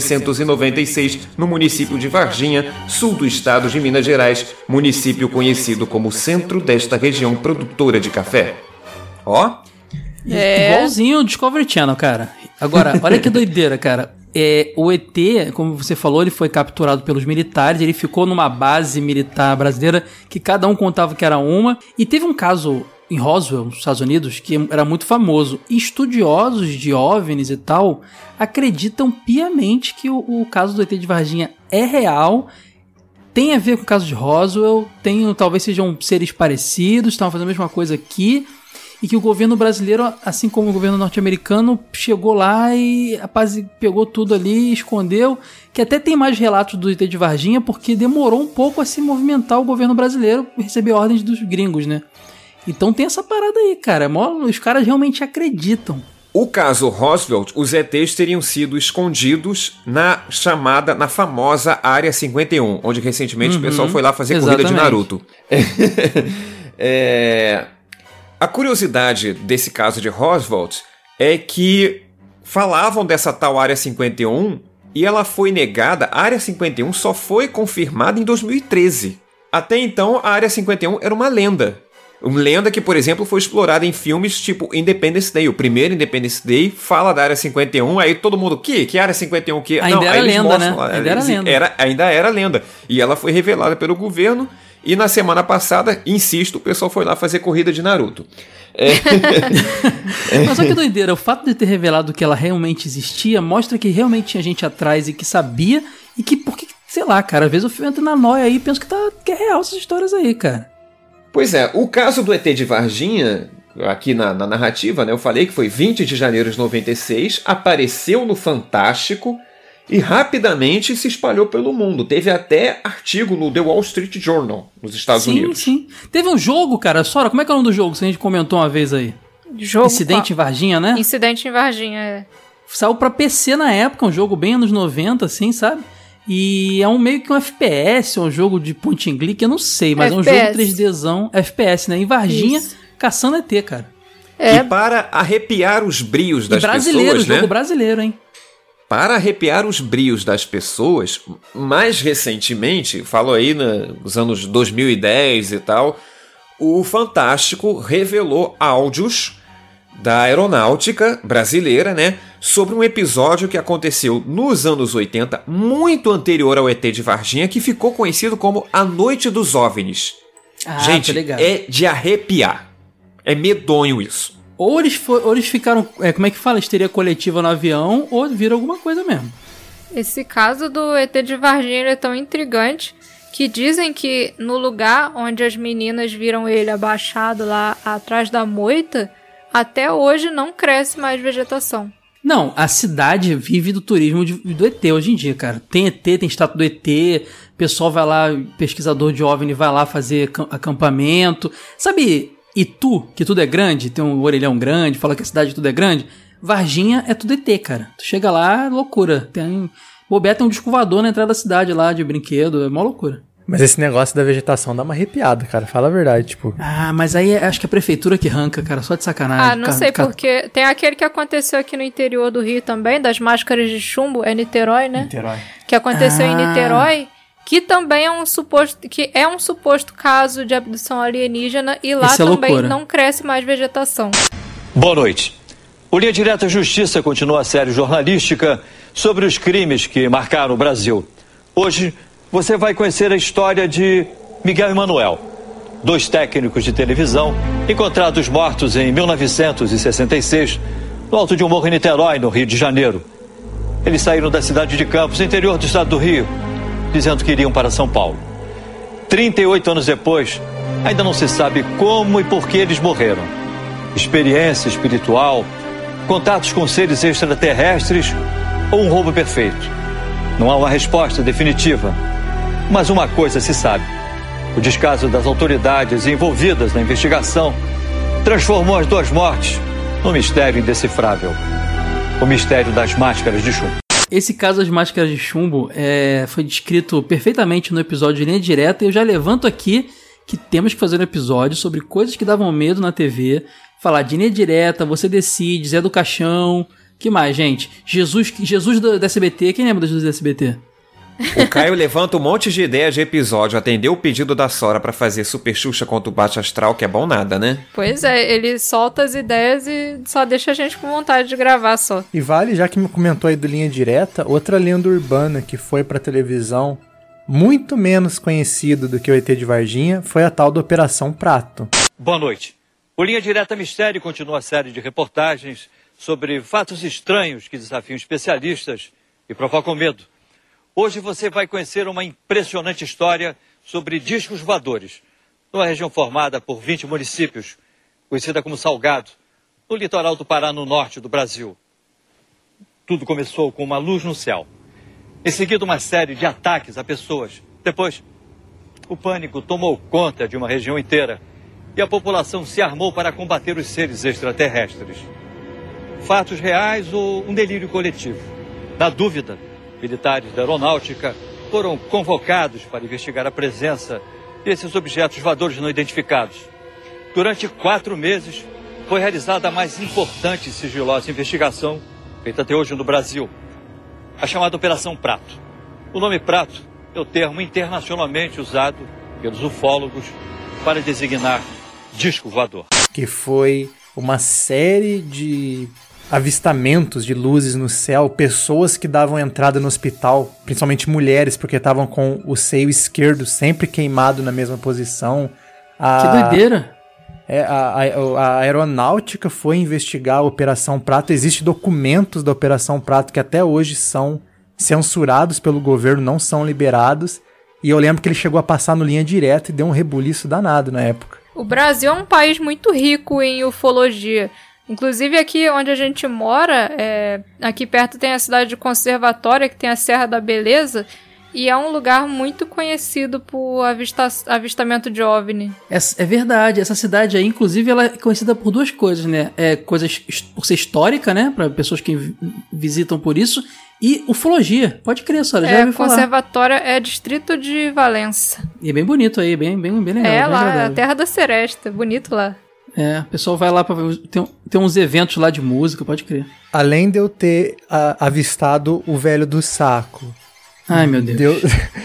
1996, no município de Varginha, sul do estado de Minas Gerais, município conhecido como centro desta região produtora de café. Ó. Igualzinho o Discovery Channel, cara. Agora, olha que doideira, cara. O ET, como você falou, ele foi capturado pelos militares, ele ficou numa base militar brasileira que cada um contava que era uma. E teve um caso em Roswell, nos Estados Unidos, que era muito famoso. Estudiosos de OVNIs e tal acreditam piamente que o caso do ET de Varginha é real. Tem a ver com o caso de Roswell, talvez sejam seres parecidos, estavam fazendo a mesma coisa aqui. E que o governo brasileiro, assim como o governo norte-americano, chegou lá e pegou tudo ali, escondeu. Que até tem mais relatos do ET de Varginha, porque demorou um pouco a se movimentar o governo brasileiro receber ordens dos gringos, né? Então tem essa parada aí, cara. Os caras realmente acreditam. O caso Roswell, os ETs teriam sido escondidos na famosa Área 51, onde recentemente o pessoal foi lá fazer corrida de Naruto. A curiosidade desse caso de Roswell é que falavam dessa tal Área 51 e ela foi negada. A Área 51 só foi confirmada em 2013. Até então, a Área 51 era uma lenda. Uma lenda que, por exemplo, foi explorada em filmes tipo Independence Day. O primeiro Independence Day fala da Área 51, aí todo mundo, que Área 51? Que? Ainda era lenda, né? Ainda era lenda. E ela foi revelada pelo governo. E na semana passada, insisto, o pessoal foi lá fazer corrida de Naruto. Mas olha que doideira, o fato de ter revelado que ela realmente existia mostra que realmente tinha gente atrás e que sabia, e que, porque, sei lá, cara, às vezes eu entro na noia aí e penso que é real essas histórias aí, cara. Pois é, o caso do ET de Varginha, aqui na narrativa, né, eu falei que foi 20 de janeiro de 96, apareceu no Fantástico, e rapidamente se espalhou pelo mundo. Teve até artigo no The Wall Street Journal, nos Estados Unidos. Sim. Teve um jogo, cara. Sora, como é que é o nome do jogo? Que a gente comentou uma vez aí. Incidente em Varginha, né? Incidente em Varginha, é. Saiu pra PC na época, um jogo bem anos 90, assim, sabe? E é meio que um FPS, um jogo de point and click, eu não sei, mas FPS. É um jogo 3Dzão, FPS, né? Em Varginha, caçando ET, cara. E para arrepiar os brios das pessoas, né? Jogo brasileiro, hein? Para arrepiar os brios das pessoas, mais recentemente, falo aí nos anos 2010 e tal, o Fantástico revelou áudios da aeronáutica brasileira, né, sobre um episódio que aconteceu nos anos 80, muito anterior ao ET de Varginha, que ficou conhecido como A Noite dos OVNIs. Gente, é de arrepiar. É medonho isso. Ou eles ficaram, como é que fala, histeria coletiva no avião, ou viram alguma coisa mesmo. Esse caso do ET de Varginha é tão intrigante que dizem que no lugar onde as meninas viram ele abaixado lá atrás da moita, até hoje não cresce mais vegetação. Não, a cidade vive do turismo do ET hoje em dia, cara. Tem ET, tem estátua do ET, pessoal vai lá, pesquisador de OVNI vai lá fazer acampamento. Sabe Itu, que tudo é grande, tem um orelhão grande, fala que a cidade tudo é grande? Varginha é tudo ET, cara. Tu chega lá, loucura. Bobeira tem um disco voador na entrada da cidade lá, de brinquedo, é mó loucura. Mas esse negócio da vegetação dá uma arrepiada, cara. Fala a verdade, tipo... Ah, mas aí acho que é a prefeitura que arranca, cara. Só de sacanagem. Ah, não sei porque... Tem aquele que aconteceu aqui no interior do Rio também, das máscaras de chumbo. É Niterói, né? Niterói. Que aconteceu em Niterói. que também é um suposto caso de abdução alienígena, e lá também não cresce mais vegetação. Boa noite. O Linha Direta Justiça continua a série jornalística sobre os crimes que marcaram o Brasil. Hoje você vai conhecer a história de Miguel e Manuel, 2 técnicos de televisão encontrados mortos em 1966 no alto de um morro em Niterói, no Rio de Janeiro. Eles saíram da cidade de Campos, interior do estado do Rio, dizendo que iriam para São Paulo. 38 anos depois, ainda não se sabe como e por que eles morreram. Experiência espiritual, contatos com seres extraterrestres ou um roubo perfeito? Não há uma resposta definitiva. Mas uma coisa se sabe: o descaso das autoridades envolvidas na investigação transformou as 2 mortes num mistério indecifrável. O mistério das máscaras de chumbo. Esse caso das máscaras de chumbo foi descrito perfeitamente no episódio de Linha Direta, e eu já levanto aqui que temos que fazer um episódio sobre coisas que davam medo na TV, falar de Linha Direta, Você Decide, Zé do Caixão, que mais, gente? Jesus da SBT, quem lembra do Jesus da SBT? O Caio levanta um monte de ideias de episódio, atendeu o pedido da Sora pra fazer Super Xuxa contra o Baixo Astral, que é bom nada, né? Pois é, ele solta as ideias e só deixa a gente com vontade de gravar só. E vale, já que me comentou aí do Linha Direta, outra lenda urbana que foi pra televisão, muito menos conhecido do que o ET de Varginha, foi a tal da Operação Prato. Boa noite. O Linha Direta Mistério continua a série de reportagens sobre fatos estranhos que desafiam especialistas e provocam medo. Hoje você vai conhecer uma impressionante história sobre discos voadores, numa região formada por 20 municípios, conhecida como Salgado, no litoral do Pará, no norte do Brasil. Tudo começou com uma luz no céu. Em seguida, uma série de ataques a pessoas. Depois, o pânico tomou conta de uma região inteira e a população se armou para combater os seres extraterrestres. Fatos reais ou um delírio coletivo? Na dúvida, militares da aeronáutica foram convocados para investigar a presença desses objetos voadores não identificados. Durante 4 meses, foi realizada a mais importante e sigilosa investigação feita até hoje no Brasil, a chamada Operação Prato. O nome Prato é o termo internacionalmente usado pelos ufólogos para designar disco voador. Que foi uma série de avistamentos de luzes no céu, pessoas que davam entrada no hospital, principalmente mulheres, porque estavam com o seio esquerdo sempre queimado na mesma posição. Que doideira! A aeronáutica foi investigar a Operação Prato. Existem documentos da Operação Prato que até hoje são censurados pelo governo, não são liberados. E eu lembro que ele chegou a passar no Linha Direta e deu um rebuliço danado na época. O Brasil é um país muito rico em ufologia. Inclusive aqui onde a gente mora, aqui perto tem a cidade de Conservatória, que tem a Serra da Beleza, e é um lugar muito conhecido por avistamento de OVNI. É verdade, essa cidade aí, inclusive, ela é conhecida por 2 coisas, né? Coisas por ser histórica, né? Para pessoas que visitam por isso, e ufologia. Pode crer, Sora, já ouvi falar. Conservatória é distrito de Valença. E é bem bonito aí, bem legal. É lá, é a terra da seresta, bonito lá. O pessoal vai lá pra ver. Tem uns eventos lá de música, pode crer. Além de eu ter avistado o velho do saco. Ai, meu Deus.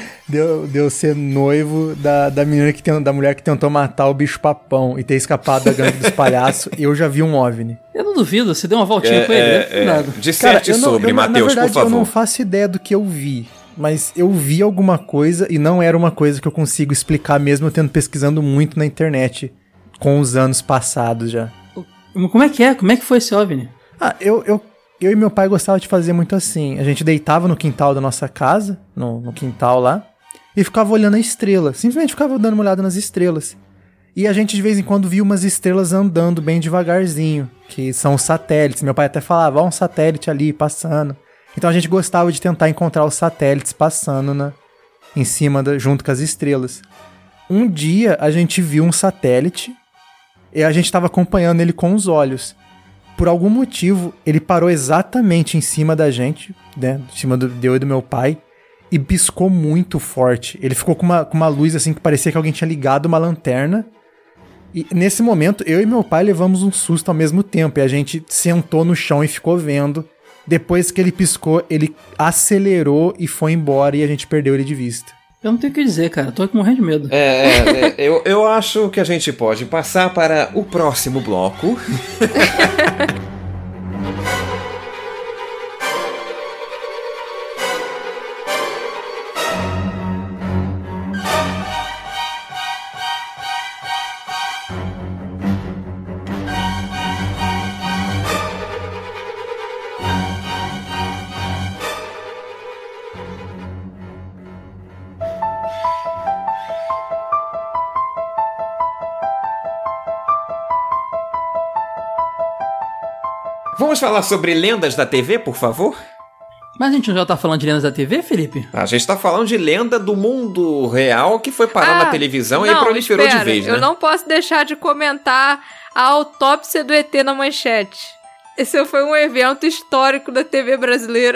Deu ser noivo da mulher que tentou matar o bicho papão e ter escapado da gangue dos palhaços. Eu já vi um OVNI. Eu não duvido, você deu uma voltinha com ele. Disserte sobre, Matheus, por favor. Eu não faço ideia do que eu vi. Mas eu vi alguma coisa e não era uma coisa que eu consigo explicar mesmo eu tendo pesquisando muito na internet com os anos passados já. Como é que é? Como é que foi esse OVNI? Eu e meu pai gostava de fazer muito assim. A gente deitava no quintal da nossa casa, no quintal lá, e ficava olhando a estrela. Simplesmente ficava dando uma olhada nas estrelas. E a gente de vez em quando via umas estrelas andando bem devagarzinho, que são os satélites. Meu pai até falava, um satélite ali passando. Então a gente gostava de tentar encontrar os satélites passando em cima, junto com as estrelas. Um dia a gente viu um satélite e a gente estava acompanhando ele com os olhos. Por algum motivo, ele parou exatamente em cima da gente, né, em cima de eu e do meu pai, e piscou muito forte. Ele ficou com uma luz assim que parecia que alguém tinha ligado uma lanterna. E nesse momento, eu e meu pai levamos um susto ao mesmo tempo, e a gente sentou no chão e ficou vendo. Depois que ele piscou, ele acelerou e foi embora, e a gente perdeu ele de vista. Eu não tenho o que dizer, cara. Tô morrendo de medo. Eu acho que a gente pode passar para o próximo bloco. Vamos falar sobre lendas da TV, por favor? Mas a gente não já tá falando de lendas da TV, Felipe? A gente tá falando de lenda do mundo real que foi parar na televisão e proliferou de vez, né? Eu não posso deixar de comentar a autópsia do ET na manchete. Esse foi um evento histórico da TV brasileira.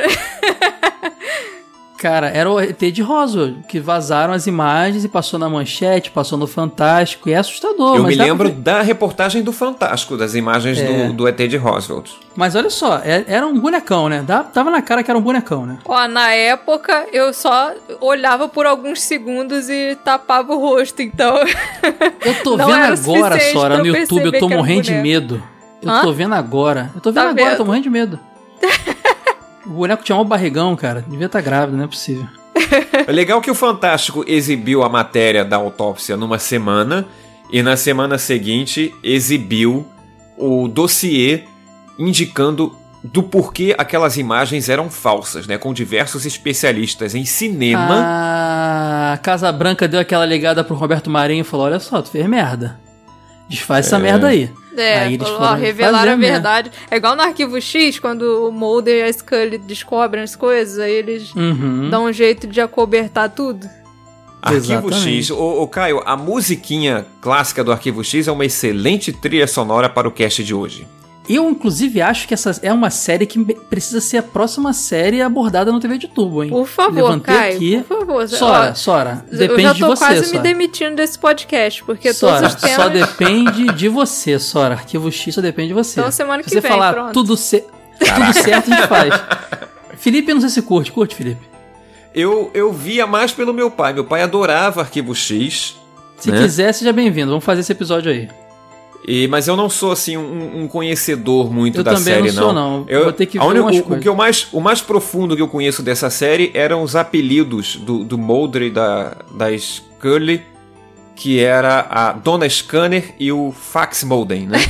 Cara, era o ET de Roswell, que vazaram as imagens e passou na manchete, passou no Fantástico, e é assustador. Eu me lembro da reportagem do Fantástico, das imagens do ET de Roswell. Mas olha só, era um bonecão, né? Tava na cara que era um bonecão, né? Ó, na época, eu só olhava por alguns segundos e tapava o rosto, então... Eu tô vendo agora, Sora, no YouTube, eu tô morrendo de medo. Eu tô vendo agora. Eu tô morrendo de medo. O boneco tinha um barrigão, cara. Devia estar grávida, não é possível. É legal que o Fantástico exibiu a matéria da autópsia numa semana e na semana seguinte exibiu o dossiê indicando do porquê aquelas imagens eram falsas, né? Com diversos especialistas em cinema. A Casa Branca deu aquela ligada pro Roberto Marinho e falou, olha só, tu fez merda. Desfaz essa merda aí. Aí eles revelaram a verdade. É igual no Arquivo X, quando o Mulder e a Scully descobrem as coisas, aí eles dão um jeito de acobertar tudo. Arquivo X. Ô Caio, a musiquinha clássica do Arquivo X é uma excelente trilha sonora para o cast de hoje. Eu, inclusive, acho que essa é uma série que precisa ser a próxima série abordada no TV de Tubo, hein? Por favor, Caio, aqui. Por favor. Sora, depende de você, Eu já tô quase me demitindo desse podcast, porque todos os temas... Só depende de você, Sora. Arquivo X só depende de você. Então, semana que vem, falar pronto. Tudo certo, a gente faz. Felipe, não sei se curte, Felipe? Eu via mais pelo meu pai. Meu pai adorava Arquivo X. Se quiser, seja bem-vindo. Vamos fazer esse episódio aí. Mas eu não sou, assim, um conhecedor muito da série, não. Eu também não sou, não. Vou ter que ver algumas coisas. O mais profundo que eu conheço dessa série eram os apelidos do Mulder e da Scully, que era a Donna Scanner e o Fax Mulder, né?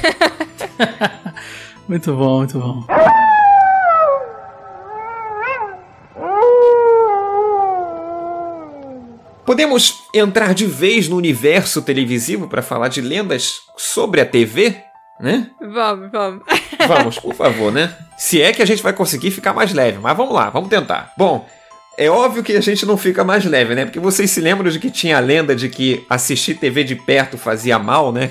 Muito bom, muito bom. Podemos entrar de vez no universo televisivo para falar de lendas sobre a TV, né? Vamos. Vamos, por favor, né? Se é que a gente vai conseguir ficar mais leve, mas vamos lá, vamos tentar. Bom, é óbvio que a gente não fica mais leve, né? Porque vocês se lembram de que tinha a lenda de que assistir TV de perto fazia mal, né?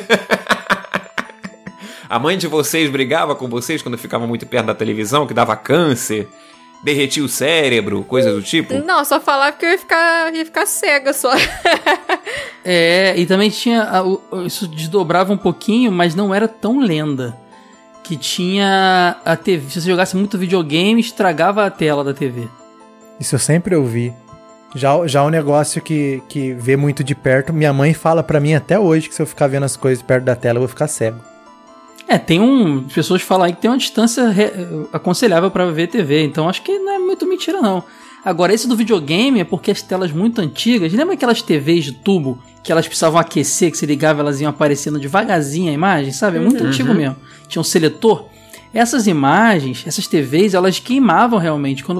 A mãe de vocês brigava com vocês quando ficava muito perto da televisão, que dava câncer... Derretia o cérebro, coisa do tipo? Não, só falava que eu ia ficar cega só. E também tinha... Isso desdobrava um pouquinho, mas não era tão lenda. Que tinha a TV... Se você jogasse muito videogame, estragava a tela da TV. Isso eu sempre ouvi. Já o negócio que vê muito de perto, minha mãe fala pra mim até hoje que se eu ficar vendo as coisas perto da tela, eu vou ficar cego. Pessoas falam aí que tem uma distância aconselhável pra ver TV, então acho que não é muito mentira, não. Agora, esse do videogame é porque as telas muito antigas, lembra aquelas TVs de tubo que elas precisavam aquecer, que se ligava elas iam aparecendo devagarzinho a imagem, sabe? É muito antigo mesmo. Tinha um seletor. Essas imagens, essas TVs, elas queimavam realmente. Quando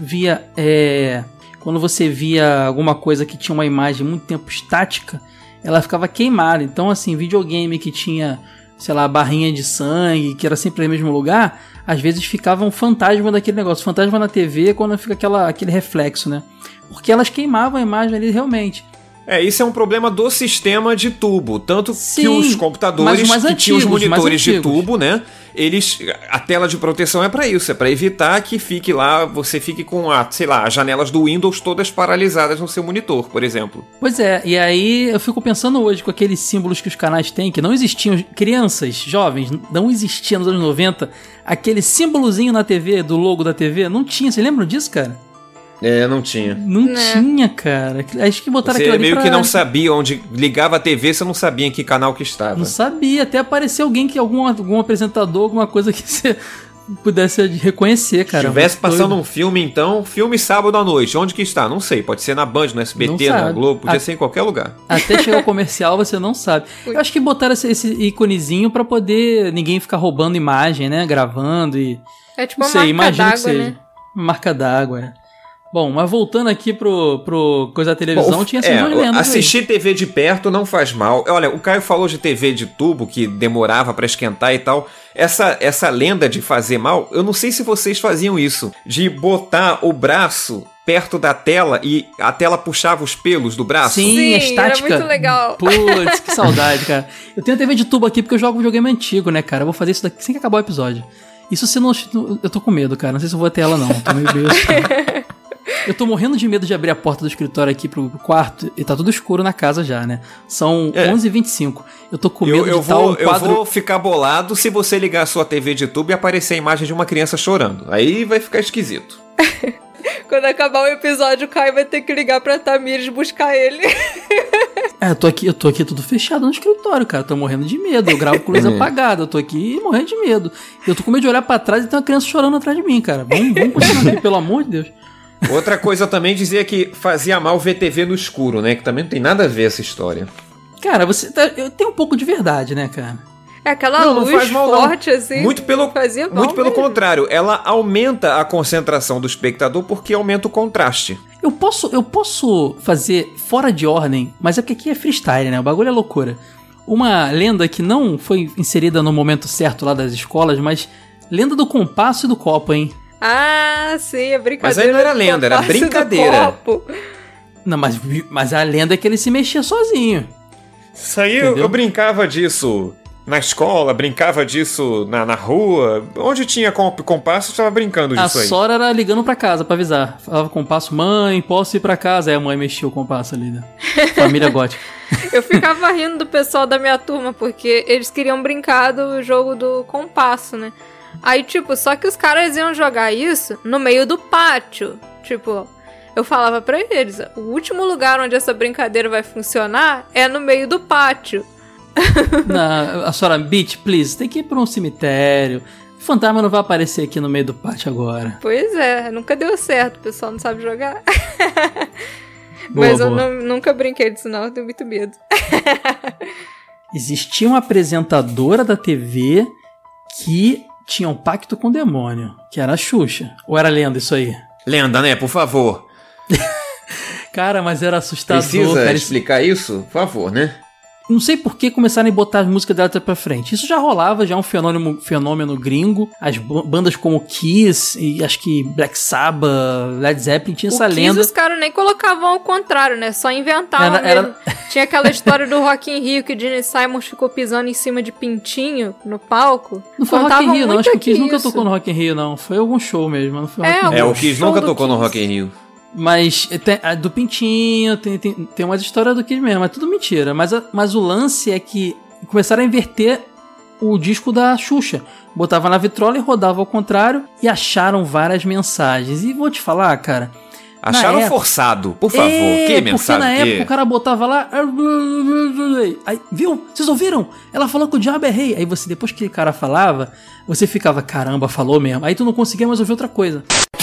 você via alguma coisa que tinha uma imagem muito tempo estática, ela ficava queimada. Então, assim, videogame que tinha... sei lá, barrinha de sangue, que era sempre no mesmo lugar, às vezes ficava um fantasma daquele negócio. Fantasma na TV quando fica aquele reflexo, né? Porque elas queimavam a imagem ali realmente. Isso é um problema do sistema de tubo. Tanto que os computadores que tinham os monitores de tubo, né? A tela de proteção é para isso, é para evitar que você fique com as janelas do Windows todas paralisadas no seu monitor, por exemplo. Pois é, e aí eu fico pensando hoje com aqueles símbolos que os canais têm, que não existiam, crianças, jovens, não existia nos anos 90, aquele símbolozinho na TV, do logo da TV, não tinha, vocês lembram disso, cara? Não tinha. Não tinha, cara. Acho que botaram aquilo ali meio que não sabia onde ligava a TV, você não sabia em que canal que estava. Não sabia, até apareceu alguém algum apresentador, alguma coisa que você pudesse reconhecer, cara. Se estivesse passando um filme, então, filme sábado à noite, onde que está? Não sei, pode ser na Band, no SBT, na Globo, podia ser em qualquer lugar. Até chegar o comercial, você não sabe. Eu acho que botaram esse íconezinho pra poder ninguém ficar roubando imagem, né, gravando e... É tipo uma marca d'água, né? Marca d'água, Bom, mas voltando aqui pro coisa da televisão, tinha essas duas lendas. Assistir TV de perto não faz mal. Olha, o Caio falou de TV de tubo, que demorava pra esquentar e tal. Essa lenda de fazer mal, eu não sei se vocês faziam isso, de botar o braço perto da tela e a tela puxava os pelos do braço. Sim, a estática. Era muito legal. Putz, que saudade, cara. Eu tenho TV de tubo aqui porque eu jogo um videogame antigo, né, cara? Eu vou fazer isso daqui assim que acabar o episódio. Isso se não... Eu tô com medo, cara. Não sei se eu vou até ela, não. Tô meio besta. Eu tô morrendo de medo de abrir a porta do escritório aqui pro quarto e tá tudo escuro na casa já, né? São 11h25. Eu tô com medo de tal quadro... Eu vou ficar bolado se você ligar a sua TV de tubo e aparecer a imagem de uma criança chorando. Aí vai ficar esquisito. Quando acabar o episódio, o Caio vai ter que ligar pra Tamires buscar ele. Eu tô aqui tudo fechado no escritório, cara. Tô morrendo de medo. Eu gravo com luz apagada. Eu tô aqui morrendo de medo. Eu tô com medo de olhar pra trás e tem uma criança chorando atrás de mim, cara. Vamos continuar aqui, pelo amor de Deus. Outra coisa também dizia que fazia mal ver TV no escuro, né? Que também não tem nada a ver essa história. Cara, tem um pouco de verdade, né, cara? É aquela luz faz mal, forte, assim. Muito pelo contrário. Ela aumenta a concentração do espectador porque aumenta o contraste. Eu posso fazer fora de ordem, mas é porque aqui é freestyle, né? O bagulho é loucura. Uma lenda que não foi inserida no momento certo lá das escolas, mas lenda do compasso e do copo, hein? Ah, sim, é brincadeira. Mas aí não era lenda, era brincadeira. Não, mas a lenda é que ele se mexia sozinho. Isso aí eu brincava disso na escola, brincava disso na rua. Onde tinha compasso, eu estava brincando disso aí. A Sora era ligando pra casa pra avisar. Falava compasso, mãe, posso ir pra casa? Aí a mãe mexia o compasso ali, né? Família gótica. Eu ficava rindo do pessoal da minha turma, porque eles queriam brincar do jogo do compasso, né? Aí, tipo, só que os caras iam jogar isso no meio do pátio. Tipo, eu falava pra eles, o último lugar onde essa brincadeira vai funcionar é no meio do pátio. Não, a senhora, bitch, please, tem que ir pra um cemitério. O fantasma não vai aparecer aqui no meio do pátio agora. Pois é, nunca deu certo, o pessoal não sabe jogar. Mas eu nunca brinquei disso não, eu tenho muito medo. Existia uma apresentadora da TV que tinha um pacto com o demônio, que era a Xuxa. Ou era lenda isso aí? Lenda, né? Por favor. Cara, mas era assustador. Precisa explicar isso? Por favor, né? Não sei por que começaram a botar as músicas dela pra frente. Isso já rolava, já é um fenômeno gringo. As bandas como Kiss e acho que Black Sabbath, Led Zeppelin tinha essa lenda. Kiss os caras nem colocavam ao contrário, né? Só inventavam mesmo. Tinha aquela história do Rock in Rio que o Gene Simons ficou pisando em cima de pintinho no palco. Não foi Rock in Rio, não. Acho que o Kiss nunca tocou no Rock in Rio, não. Foi algum show mesmo, não foi Rock in Rio. O Kiss nunca tocou no Rock in Rio. Mas do Pintinho, tem umas histórias do Kiss mesmo, é tudo mentira. Mas o lance é que começaram a inverter o disco da Xuxa. Botava na vitrola e rodava ao contrário e acharam várias mensagens. E vou te falar, cara... Acharam forçado, por favor. Que mensagem? Porque na época o cara botava lá... Aí, viu? Vocês ouviram? Ela falou que o diabo é rei. Aí você, depois que o cara falava, você ficava, caramba, falou mesmo. Aí tu não conseguia mais ouvir outra coisa.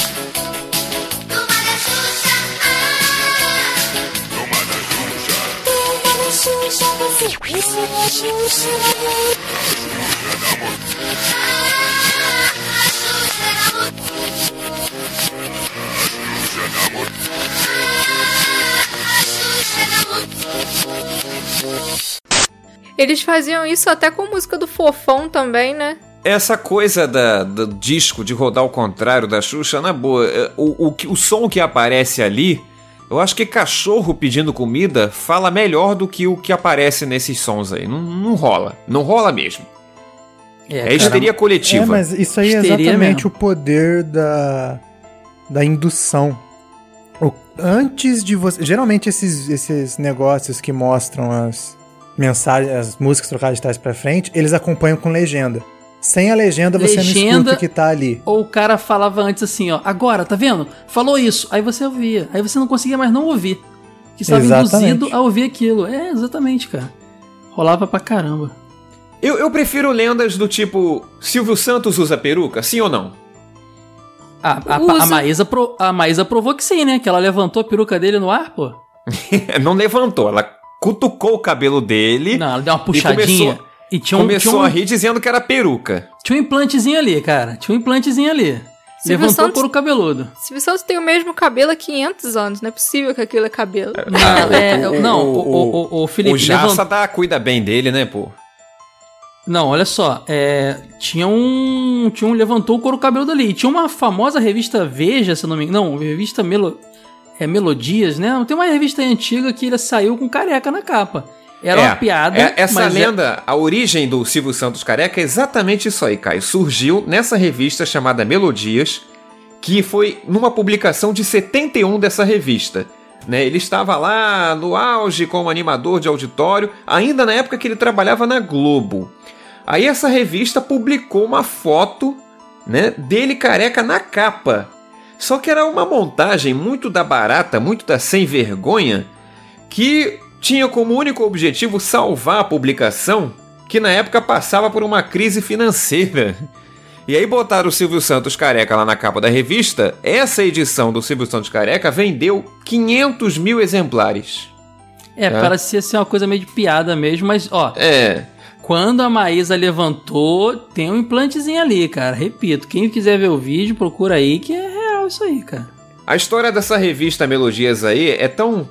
Eles faziam isso até com música do Fofão também, né? Essa coisa do disco de rodar ao contrário da Xuxa, na boa, o som que aparece ali, eu acho que cachorro pedindo comida fala melhor do que o que aparece nesses sons aí. Não rola. Não rola mesmo. É histeria coletiva. Mas isso aí é exatamente o poder da indução. Antes de você... Geralmente esses negócios que mostram as mensagens, as músicas trocadas de trás pra frente, eles acompanham com legenda. Sem a legenda, você não escuta o que tá ali. Ou o cara falava antes assim, ó, agora, tá vendo? Falou isso. Aí você ouvia. Aí você não conseguia mais não ouvir. Que estava induzido a ouvir aquilo. É, exatamente, cara. Rolava pra caramba. Eu prefiro lendas do tipo Silvio Santos usa peruca, sim ou não? A Maísa provou que sim, né? Que ela levantou a peruca dele no ar, pô. Não levantou, ela cutucou o cabelo dele. Não, ela deu uma puxadinha. Começou a rir dizendo que era peruca. Tinha um implantezinho ali, cara. Levantou o couro cabeludo. Silvio Santos tem o mesmo cabelo há 500 anos. Não é possível que aquilo é cabelo. O Felipe... O Jassa cuida bem dele, né, pô? Não, olha só. Levantou o couro cabeludo ali. Tinha uma famosa revista Veja, se não me engano. Não, revista Melodias, né? Tem uma revista antiga que ele saiu com careca na capa. Era uma piada. Essa lenda, a origem do Silvio Santos careca é exatamente isso aí, Caio. Surgiu nessa revista chamada Melodias, que foi numa publicação de 71 dessa revista. Né? Ele estava lá no auge como animador de auditório, ainda na época que ele trabalhava na Globo. Aí essa revista publicou uma foto, né, dele careca na capa. Só que era uma montagem muito da barata, muito da sem vergonha, que tinha como único objetivo salvar a publicação, que na época passava por uma crise financeira. E aí botaram o Silvio Santos careca lá na capa da revista. Essa edição do Silvio Santos careca vendeu 500 mil exemplares. Parecia ser uma coisa meio de piada mesmo, mas ó... Quando a Maísa levantou, tem um implantezinho ali, cara. Repito, quem quiser ver o vídeo, procura aí, que é real isso aí, cara. A história dessa revista Melodias aí é tão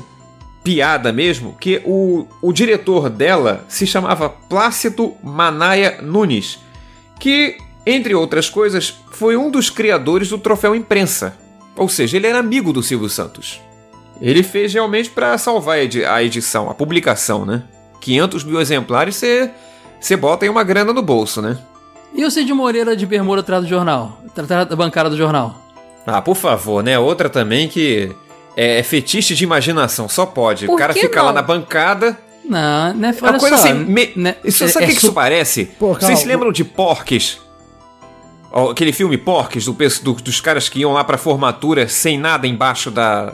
piada mesmo, que o diretor dela se chamava Plácido Manaia Nunes, que, entre outras coisas, foi um dos criadores do Troféu Imprensa. Ou seja, ele era amigo do Silvio Santos. Ele fez realmente para salvar a edição, a publicação, né? 500 mil exemplares, você bota aí uma grana no bolso, né? E o Cid Moreira de bermuda atrás do jornal? Atrás da bancada do jornal? Ah, por favor, né? Outra também que é fetiche de imaginação, só pode. O cara fica lá na bancada... Não, né? Uma coisa só, assim... Sabe o que isso parece? Pô, vocês se lembram de Porques? Aquele filme Porques, dos caras que iam lá pra formatura sem nada embaixo da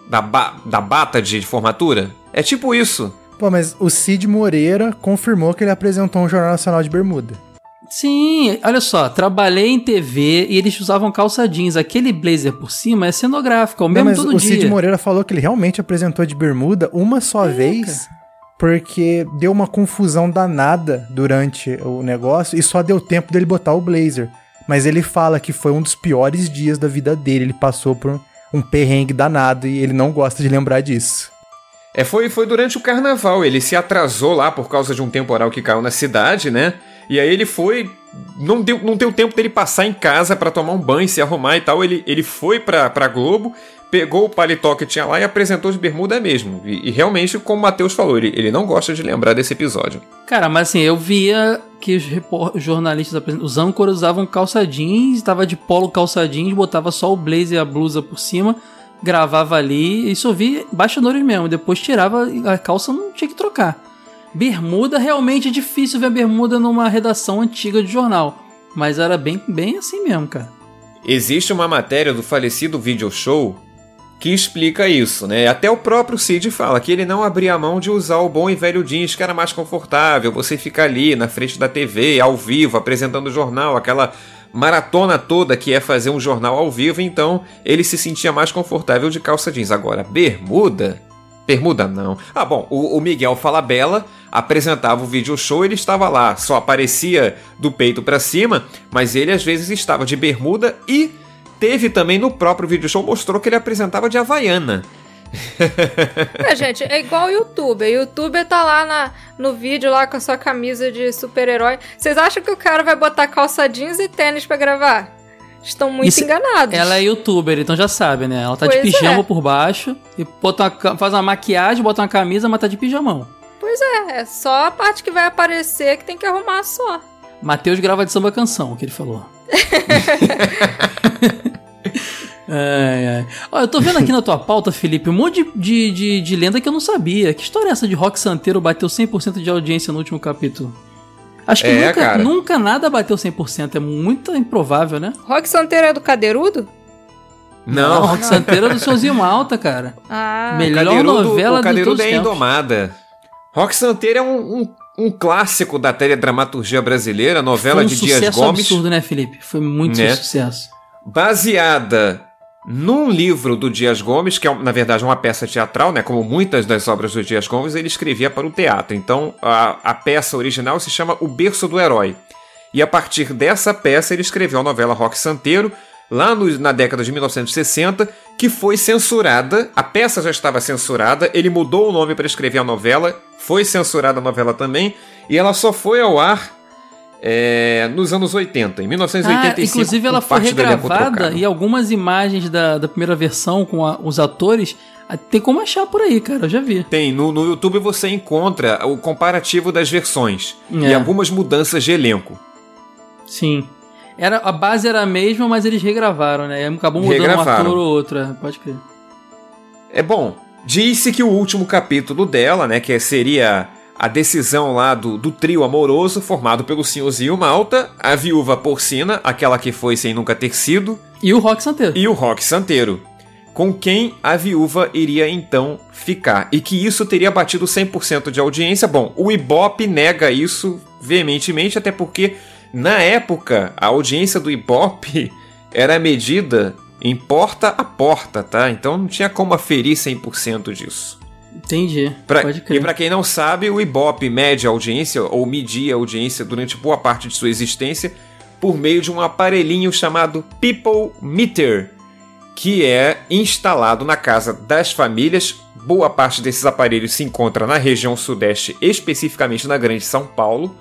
bata de formatura? É tipo isso. Pô, mas o Cid Moreira confirmou que ele apresentou um Jornal Nacional de bermuda. Sim, olha só, trabalhei em TV e eles usavam calça jeans. Aquele blazer por cima é cenográfico, mesmo todo dia. Mas o Cid Moreira falou que ele realmente apresentou de bermuda uma só vez, porque deu uma confusão danada durante o negócio e só deu tempo dele botar o blazer. Mas ele fala que foi um dos piores dias da vida dele, ele passou por um perrengue danado e ele não gosta de lembrar disso. Foi durante o carnaval, ele se atrasou lá por causa de um temporal que caiu na cidade, né? E aí ele foi... Não deu tempo dele passar em casa pra tomar um banho, se arrumar e tal. Ele foi pra Globo, pegou o paletó que tinha lá e apresentou de bermuda mesmo. E realmente, como o Matheus falou, ele não gosta de lembrar desse episódio. Cara, mas assim, eu via que os jornalistas, os âncoras usavam calça jeans, tava de polo calça jeans, botava só o blazer e a blusa por cima... Gravava ali, isso eu vi bastidores mesmo. Depois tirava a calça, não tinha que trocar. Bermuda, realmente é difícil ver bermuda numa redação antiga de jornal. Mas era bem assim mesmo, cara. Existe uma matéria do falecido Video Show que explica isso, né? Até o próprio Cid fala que ele não abria mão de usar o bom e velho jeans, que era mais confortável. Você fica ali na frente da TV, ao vivo, apresentando o jornal, aquela... maratona toda que é fazer um jornal ao vivo, então ele se sentia mais confortável de calça jeans. Agora, bermuda não. Ah, bom, o Miguel Falabella apresentava o Video Show, ele estava lá, só aparecia do peito pra cima, mas ele às vezes estava de bermuda e teve também no próprio Video Show, mostrou que ele apresentava de havaiana. Gente, é igual o YouTuber. O YouTuber tá lá no vídeo lá com a sua camisa de super-herói. Vocês acham que o cara vai botar calça jeans e tênis pra gravar? Estão muito enganados. Ela é YouTuber, então já sabe, né? Ela tá de pijama por baixo e faz uma maquiagem, bota uma camisa, mas tá de pijamão. Pois é só a parte que vai aparecer que tem que arrumar só. Matheus grava de samba canção, que ele falou. Olha, eu tô vendo aqui na tua pauta, Felipe, um monte de lenda que eu não sabia. Que história é essa de Rock Santeiro bateu 100% de audiência no último capítulo? Acho que nunca nada bateu 100%. É muito improvável, né? Rock Santeiro é do Cadeirudo? Não, Rock Santeiro é do Sonzinho Malta, cara. Melhor novela do Cadeirudo é Indomada. Rock Santeiro é um clássico da teledramaturgia brasileira, novela de Dias Gomes. Foi um sucesso absurdo, né, Felipe? Foi muito sucesso. Baseada num livro do Dias Gomes, que é, na verdade, uma peça teatral, né? Como muitas das obras do Dias Gomes, ele escrevia para o teatro. Então, a peça original se chama O Berço do Herói. E a partir dessa peça, ele escreveu a novela Rock Santeiro, lá na década de 1960, que foi censurada. A peça já estava censurada, ele mudou o nome para escrever a novela, foi censurada a novela também, e ela só foi ao ar nos anos 80, em 1985. Inclusive ela foi regravada e algumas imagens da primeira versão com os atores, tem como achar por aí, cara, eu já vi. Tem, no YouTube você encontra o comparativo das versões e algumas mudanças de elenco. Sim. A base era a mesma, mas eles regravaram, né? Acabou mudando um ator ou outro, pode crer. Bom, disse que o último capítulo dela, né, que seria a decisão lá do trio amoroso formado pelo Senhorzinho Malta, a Viúva Porcina, aquela que foi sem nunca ter sido, e o Rock Santeiro. Com quem a viúva iria então ficar. E que isso teria batido 100% de audiência. Bom, o Ibope nega isso veementemente, até porque na época a audiência do Ibope era medida em porta a porta, tá? Então não tinha como aferir 100% disso. Entendi. Pode crer. E pra quem não sabe, o Ibope mede a audiência, ou media a audiência durante boa parte de sua existência, por meio de um aparelhinho chamado People Meter, que é instalado na casa das famílias. Boa parte desses aparelhos se encontra na região sudeste, especificamente na Grande São Paulo.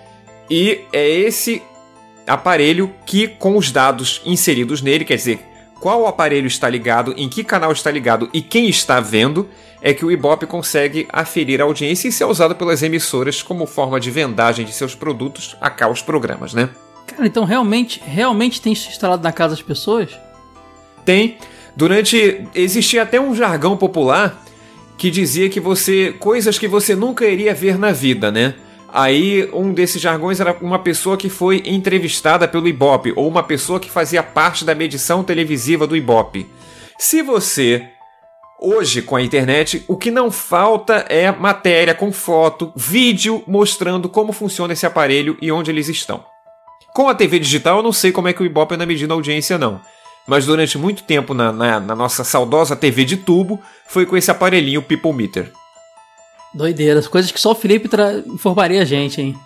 E é esse aparelho que, com os dados inseridos nele, quer dizer, qual aparelho está ligado, em que canal está ligado e quem está vendo, é que o Ibope consegue aferir a audiência e ser usado pelas emissoras como forma de vendagem de seus produtos a cá os programas, né? Cara, então realmente tem isso instalado na casa das pessoas? Tem. Existia até um jargão popular que dizia que coisas que você nunca iria ver na vida, né? Aí um desses jargões era uma pessoa que foi entrevistada pelo Ibope, ou uma pessoa que fazia parte da medição televisiva do Ibope. Se você, hoje com a internet, o que não falta é matéria com foto, vídeo mostrando como funciona esse aparelho e onde eles estão. Com a TV digital eu não sei como é que o Ibope anda medindo a audiência não, mas durante muito tempo na nossa saudosa TV de tubo foi com esse aparelhinho People Meter. Doideiras, coisas que só o Felipe informaria a gente, hein?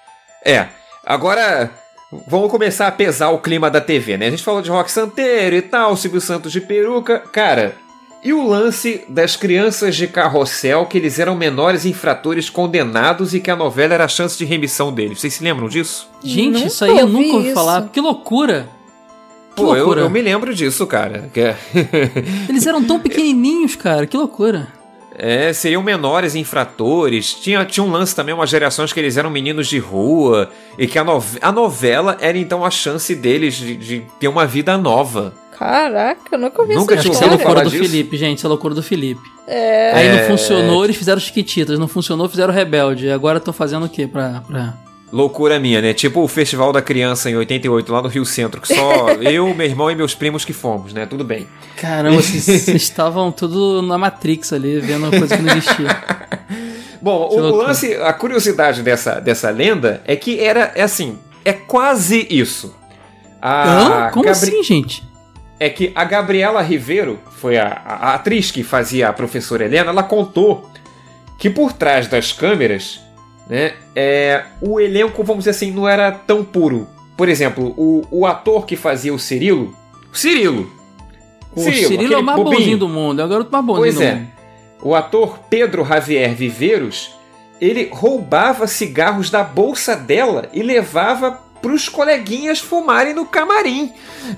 Agora vamos começar a pesar o clima da TV, né? A gente falou de Rock Santeiro e tal, Silvio Santos de peruca. Cara, e o lance das crianças de carrossel, que eles eram menores infratores condenados e que a novela era a chance de remissão deles? Vocês se lembram disso? Gente, isso aí eu nunca ouvi falar. Que loucura! Pô, eu me lembro disso, cara. Eles eram tão pequenininhos, cara. Que loucura. Seriam menores infratores. Tinha um lance também, umas gerações que eles eram meninos de rua. E que a novela era então a chance deles de ter uma vida nova. Caraca, eu nunca ouvi essa história. Isso é loucura do Felipe, gente. Isso é loucura do Felipe. Aí não funcionou, eles fizeram Chiquititas. Não funcionou, fizeram Rebelde. Agora estão fazendo o quê pra... Loucura minha, né? Tipo o Festival da Criança em 88, lá no Rio Centro, que só eu, meu irmão e meus primos que fomos, né? Tudo bem. Caramba, vocês estavam tudo na Matrix ali, vendo uma coisa que não existia. Bom, o lance, a curiosidade dessa lenda é que é quase isso. Como assim, gente? É que a Gabriela Ribeiro, foi a atriz que fazia a professora Helena, ela contou que por trás das câmeras, né, o elenco, vamos dizer assim, não era tão puro. Por exemplo, o ator que fazia o Cirilo. O Cirilo é o mais bonzinho do mundo, é o garoto mais bonzinho do mundo. O ator Pedro Javier Viveiros, ele roubava cigarros da bolsa dela e levava pros coleguinhas fumarem no camarim.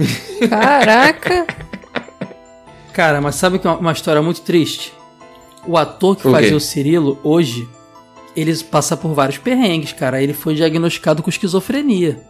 Caraca! Cara, mas sabe que é uma história muito triste? O ator que fazia o Cirilo, hoje, ele passa por vários perrengues, cara. Ele foi diagnosticado com esquizofrenia.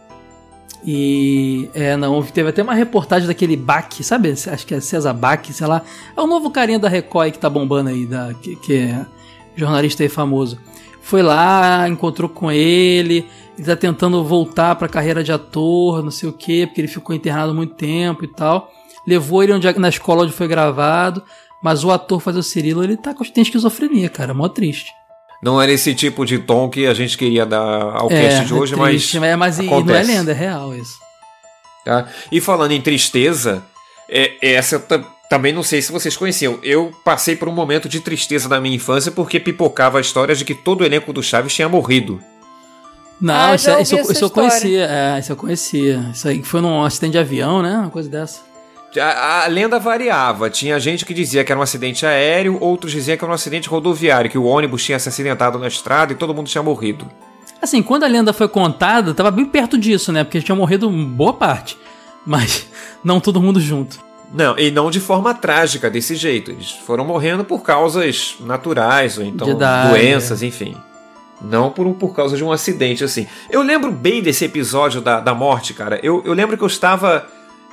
E teve até uma reportagem daquele Bach, sabe? Acho que é César Bach, sei lá. É o novo carinha da Record aí que tá bombando aí, que é jornalista aí famoso. Foi lá, encontrou com ele, ele tá tentando voltar pra carreira de ator, não sei o quê, porque ele ficou internado há muito tempo e tal. Levou ele na escola onde foi gravado, mas o ator fazer o Cirilo, ele tem esquizofrenia, cara, mó triste. Não era esse tipo de tom que a gente queria dar ao cast de hoje, triste, mas e não é lenda, é real isso. Tá? E falando em tristeza, essa também não sei se vocês conheciam. Eu passei por um momento de tristeza na minha infância porque pipocava a história de que todo o elenco do Chaves tinha morrido. Não, isso eu conhecia. Isso eu conhecia. Isso aí foi num acidente de avião, né? Uma coisa dessa. A lenda variava. Tinha gente que dizia que era um acidente aéreo, outros diziam que era um acidente rodoviário, que o ônibus tinha se acidentado na estrada e todo mundo tinha morrido. Assim, quando a lenda foi contada, tava bem perto disso, né? Porque tinha morrido boa parte. Mas não todo mundo junto. Não, e não de forma trágica desse jeito. Eles foram morrendo por causas naturais, ou então doenças, enfim. Não por causa de um acidente, assim. Eu lembro bem desse episódio da morte, cara. Eu lembro que eu estava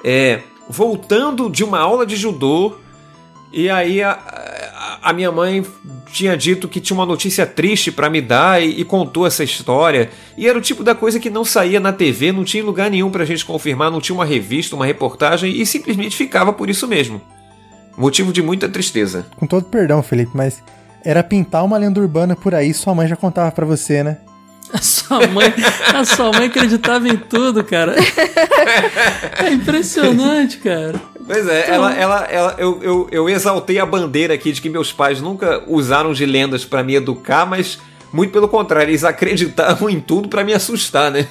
voltando de uma aula de judô, e aí a minha mãe tinha dito que tinha uma notícia triste pra me dar e contou essa história. E era o tipo da coisa que não saía na TV, não tinha lugar nenhum pra gente confirmar, não tinha uma revista, uma reportagem, e simplesmente ficava por isso mesmo. Motivo de muita tristeza. Com todo perdão, Felipe, mas era pintar uma lenda urbana por aí, sua mãe já contava pra você, né? A sua mãe acreditava em tudo, cara. É impressionante, cara. Pois é, eu exaltei a bandeira aqui de que meus pais nunca usaram de lendas pra me educar, mas muito pelo contrário, eles acreditavam em tudo pra me assustar, né?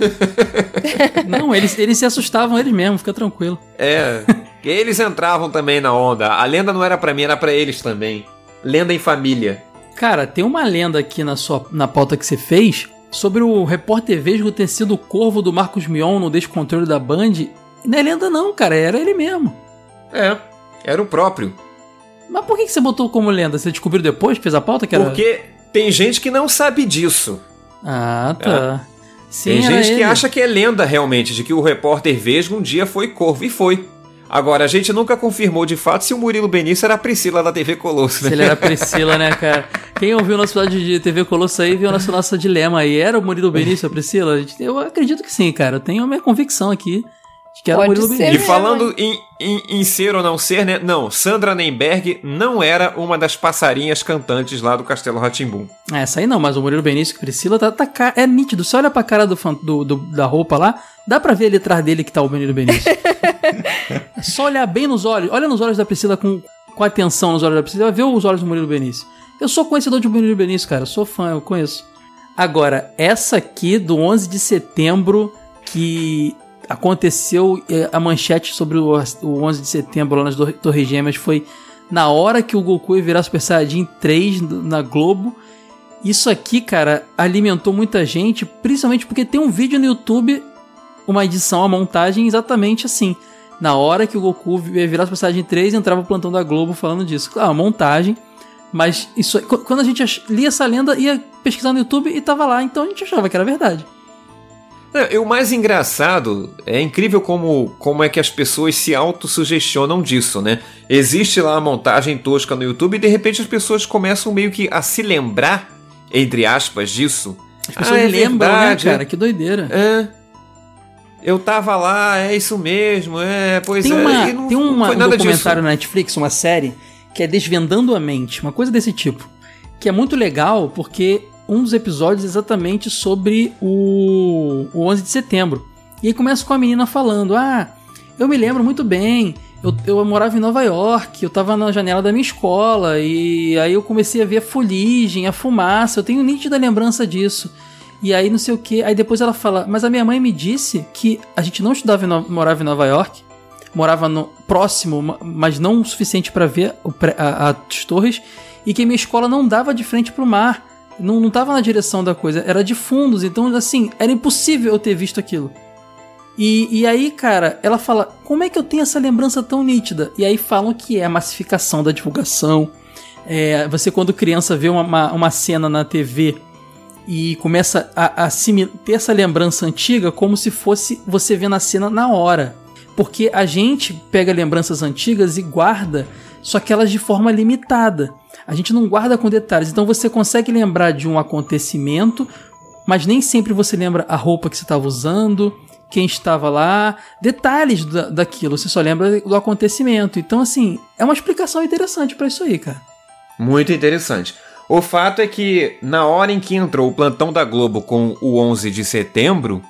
Não, eles se assustavam eles mesmos, fica tranquilo. Eles entravam também na onda. A lenda não era pra mim, era pra eles também. Lenda em família. Cara, tem uma lenda aqui na pauta que você fez sobre o repórter Vesgo ter sido o corvo do Marcos Mion no Descontrole da Band. Não é lenda não, cara, era ele mesmo. Era o próprio. Mas por que você botou como lenda? Você descobriu depois que fez a pauta? Porque tem gente que não sabe disso. Ah, tá. Sim, tem gente que acha que é lenda realmente, de que o repórter Vesgo um dia foi corvo, e foi. Agora, a gente nunca confirmou de fato se o Murilo Benício era a Priscila da TV Colosso, né? Se ele era a Priscila, né, cara? Quem ouviu o nosso episódio de TV Colosso aí viu o nosso dilema aí. Era o Murilo Benício a Priscila? Eu acredito que sim, cara. Eu tenho a minha convicção aqui de que era o Murilo Benício. E falando em ser ou não ser, né? Não, Sandra Nemberg não era uma das passarinhas cantantes lá do Castelo Rá-Tim-Bum. Essa aí não, mas o Murilo Benício e Priscila é nítido. Você olha pra cara da roupa lá, dá pra ver ali atrás dele que tá o Murilo Benício. É só olhar bem nos olhos. Olha nos olhos da Priscila com atenção nos olhos da Priscila. Vai ver os olhos do Murilo Benício. Eu sou conhecedor de Murilo Benício, cara. Eu sou fã, eu conheço. Agora, essa aqui do 11 de setembro que aconteceu, a manchete sobre o 11 de setembro lá nas Torres Gêmeas foi na hora que o Goku ia virar Super Saiyajin 3 na Globo. Isso aqui, cara, alimentou muita gente, principalmente porque tem um vídeo no YouTube, uma edição, a montagem exatamente assim. Na hora que o Goku ia virar Super Saiyajin 3, entrava o plantão da Globo falando disso. Claro, montagem, mas isso, quando a gente lia essa lenda, ia pesquisar no YouTube e tava lá, então a gente achava que era verdade. O mais engraçado, é incrível como é que as pessoas se autossugestionam disso, né? Existe lá a montagem tosca no YouTube e de repente as pessoas começam meio que a se lembrar, entre aspas, disso. As pessoas lembram, verdade, né, cara? Que doideira. Eu tava lá, é isso mesmo, pois tem não tem um documentário disso. na Netflix, uma série, que é Desvendando a Mente, uma coisa desse tipo, que é muito legal porque um dos episódios é exatamente sobre o 11 de setembro. E aí começa com a menina falando, eu me lembro muito bem, eu morava em Nova York, eu tava na janela da minha escola, e aí eu comecei a ver a fuligem, a fumaça, eu tenho nítida lembrança disso. E aí não sei o que, aí depois ela fala, mas a minha mãe me disse que a gente não morava em Nova York, morava próximo, mas não o suficiente para ver as torres, e que a minha escola não dava de frente pro mar, não tava na direção da coisa, era de fundos, então assim, era impossível eu ter visto aquilo. E aí, cara, ela fala, como é que eu tenho essa lembrança tão nítida? E aí falam que é a massificação da divulgação, você quando criança vê uma cena na TV e começa a ter essa lembrança antiga como se fosse você vendo a cena na hora. Porque a gente pega lembranças antigas e guarda, só que elas de forma limitada. A gente não guarda com detalhes. Então você consegue lembrar de um acontecimento, mas nem sempre você lembra a roupa que você estava usando, quem estava lá, detalhes daquilo, você só lembra do acontecimento. Então, assim, é uma explicação interessante pra isso aí, cara. Muito interessante. O fato é que, na hora em que entrou o plantão da Globo com o 11 de setembro,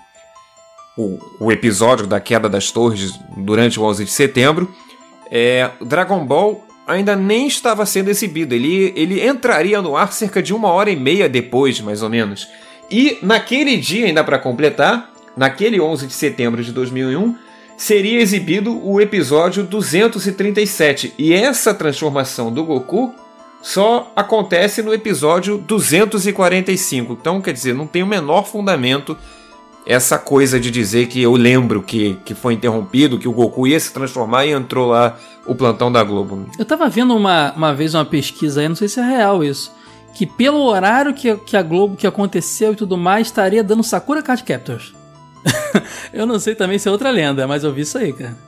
o episódio da queda das torres durante o 11 de setembro, Dragon Ball ainda nem estava sendo exibido. Ele entraria no ar cerca de 1h30 depois, mais ou menos. E naquele dia, ainda para completar, naquele 11 de setembro de 2001, seria exibido o episódio 237. E essa transformação do Goku só acontece no episódio 245. Então, quer dizer, não tem o menor fundamento essa coisa de dizer que eu lembro que foi interrompido, que o Goku ia se transformar e entrou lá o plantão da Globo. Eu tava vendo uma vez uma pesquisa aí, não sei se é real isso, que pelo horário que a Globo, que aconteceu e tudo mais, estaria dando Sakura Card Captors. Eu não sei também se é outra lenda, mas eu vi isso aí, cara.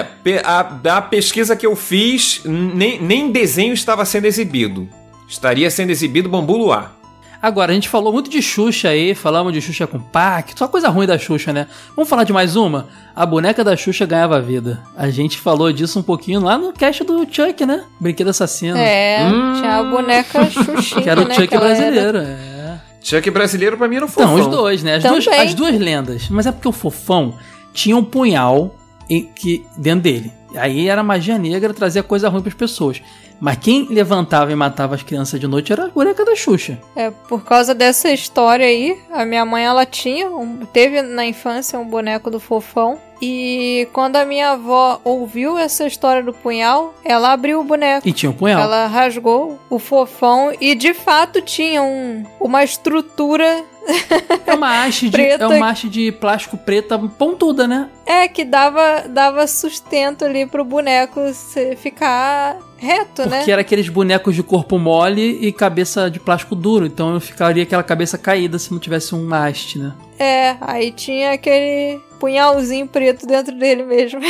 Da pesquisa que eu fiz, nem desenho estava sendo exibido. Estaria sendo exibido Bambu Luar. Agora, a gente falou muito de Xuxa aí, falamos de Xuxa com Pac, só coisa ruim da Xuxa, né? Vamos falar de mais uma? A boneca da Xuxa ganhava vida. A gente falou disso um pouquinho lá no cast do Chuck, né? Brinquedo Assassino. Tinha a boneca Xuxinha, que era o Chuck brasileiro, Chuck brasileiro pra mim era o Fofão. Não, os dois, né? As duas lendas. Mas é porque o Fofão tinha um punhal dentro dele. Aí era magia negra, trazia coisa ruim pras pessoas. Mas quem levantava e matava as crianças de noite era a boneca da Xuxa. Por causa dessa história aí, a minha mãe, ela teve na infância um boneco do Fofão. E quando a minha avó ouviu essa história do punhal, ela abriu o boneco. E tinha um punhal. Ela rasgou o Fofão e de fato tinha uma estrutura... É uma haste de plástico preta pontuda, né? Que dava sustento ali pro boneco ficar reto, né? Porque era aqueles bonecos de corpo mole e cabeça de plástico duro. Então ficaria aquela cabeça caída se não tivesse um haste, né? Aí tinha aquele punhalzinho preto dentro dele mesmo.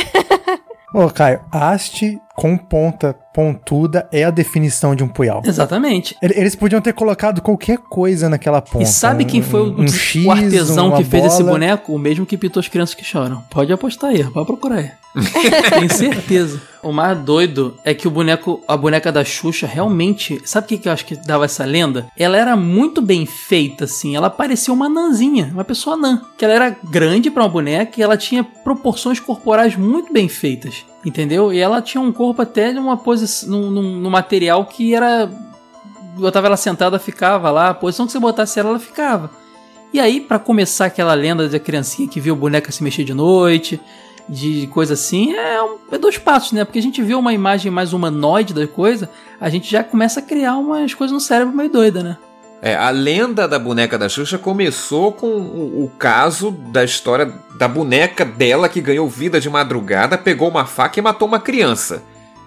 Ô, Caio, haste com ponta pontuda é a definição de um punhal. Exatamente. Eles podiam ter colocado qualquer coisa naquela ponta. E sabe quem foi o artesão que fez esse boneco? O mesmo que pintou As Crianças que Choram. Pode apostar aí, pode procurar aí. Tenho certeza. O mais doido é que a boneca da Xuxa realmente... Sabe o que eu acho que dava essa lenda? Ela era muito bem feita, assim. Ela parecia uma anãzinha, uma pessoa anã. Que ela era grande pra uma boneca e ela tinha proporções corporais muito bem feitas. Entendeu? E ela tinha um corpo até numa posição, num material que era... Botava ela sentada, ficava lá. A posição que você botasse ela ficava. E aí, pra começar aquela lenda da criancinha que viu a boneca se mexer de noite... de coisa assim, é dois passos, né? Porque a gente vê uma imagem mais humanoide da coisa, a gente já começa a criar umas coisas no cérebro meio doida, né? A lenda da boneca da Xuxa começou com o caso da história da boneca dela que ganhou vida de madrugada, pegou uma faca e matou uma criança.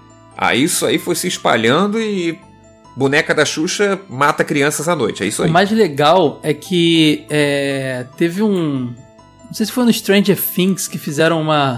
Aí isso aí foi se espalhando e boneca da Xuxa mata crianças à noite, é isso aí. O mais legal é que teve Não sei se foi no Stranger Things que fizeram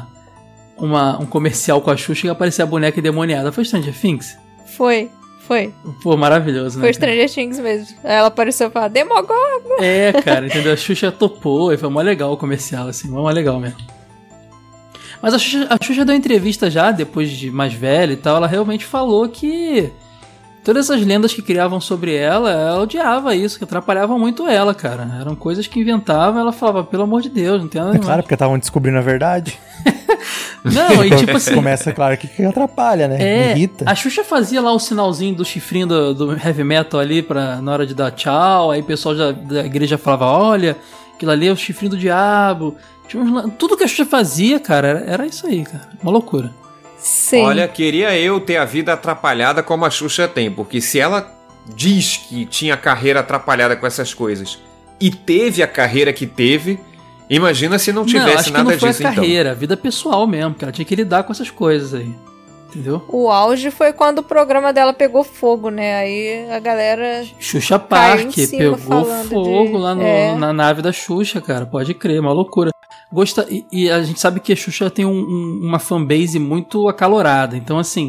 um comercial com a Xuxa e aparecia a boneca endemoniada. Foi Stranger Things? Foi. Pô, maravilhoso, né? Foi Stranger Things mesmo. Ela apareceu e falou, Demogorgon! Cara, entendeu? A Xuxa topou e foi mó legal o comercial, assim, mó legal mesmo. Mas a Xuxa deu entrevista já, depois de mais velha e tal, ela realmente falou que todas essas lendas que criavam sobre ela odiava isso, que atrapalhavam muito ela, cara. Eram coisas que inventava, ela falava, pelo amor de Deus, não tem nada. Claro, porque estavam descobrindo a verdade. Não, e tipo assim... Começa, claro, que atrapalha, né? Irrita. A Xuxa fazia lá o sinalzinho do chifrinho do heavy metal ali na hora de dar tchau, aí o pessoal da igreja falava, olha, aquilo ali é o chifrinho do diabo. Tudo que a Xuxa fazia, cara, era isso aí, cara. Uma loucura. Sim. Olha, queria eu ter a vida atrapalhada como a Xuxa tem, porque se ela diz que tinha carreira atrapalhada com essas coisas e teve a carreira que teve, imagina se não tivesse nada disso, então. Não foi a carreira, a vida pessoal mesmo, que ela tinha que lidar com essas coisas aí, entendeu? O auge foi quando o programa dela pegou fogo, né? Aí a galera... Xuxa Park pegou fogo lá na nave da Xuxa, cara, pode crer, uma loucura. E a gente sabe que a Xuxa tem uma fanbase muito acalorada. Então, assim,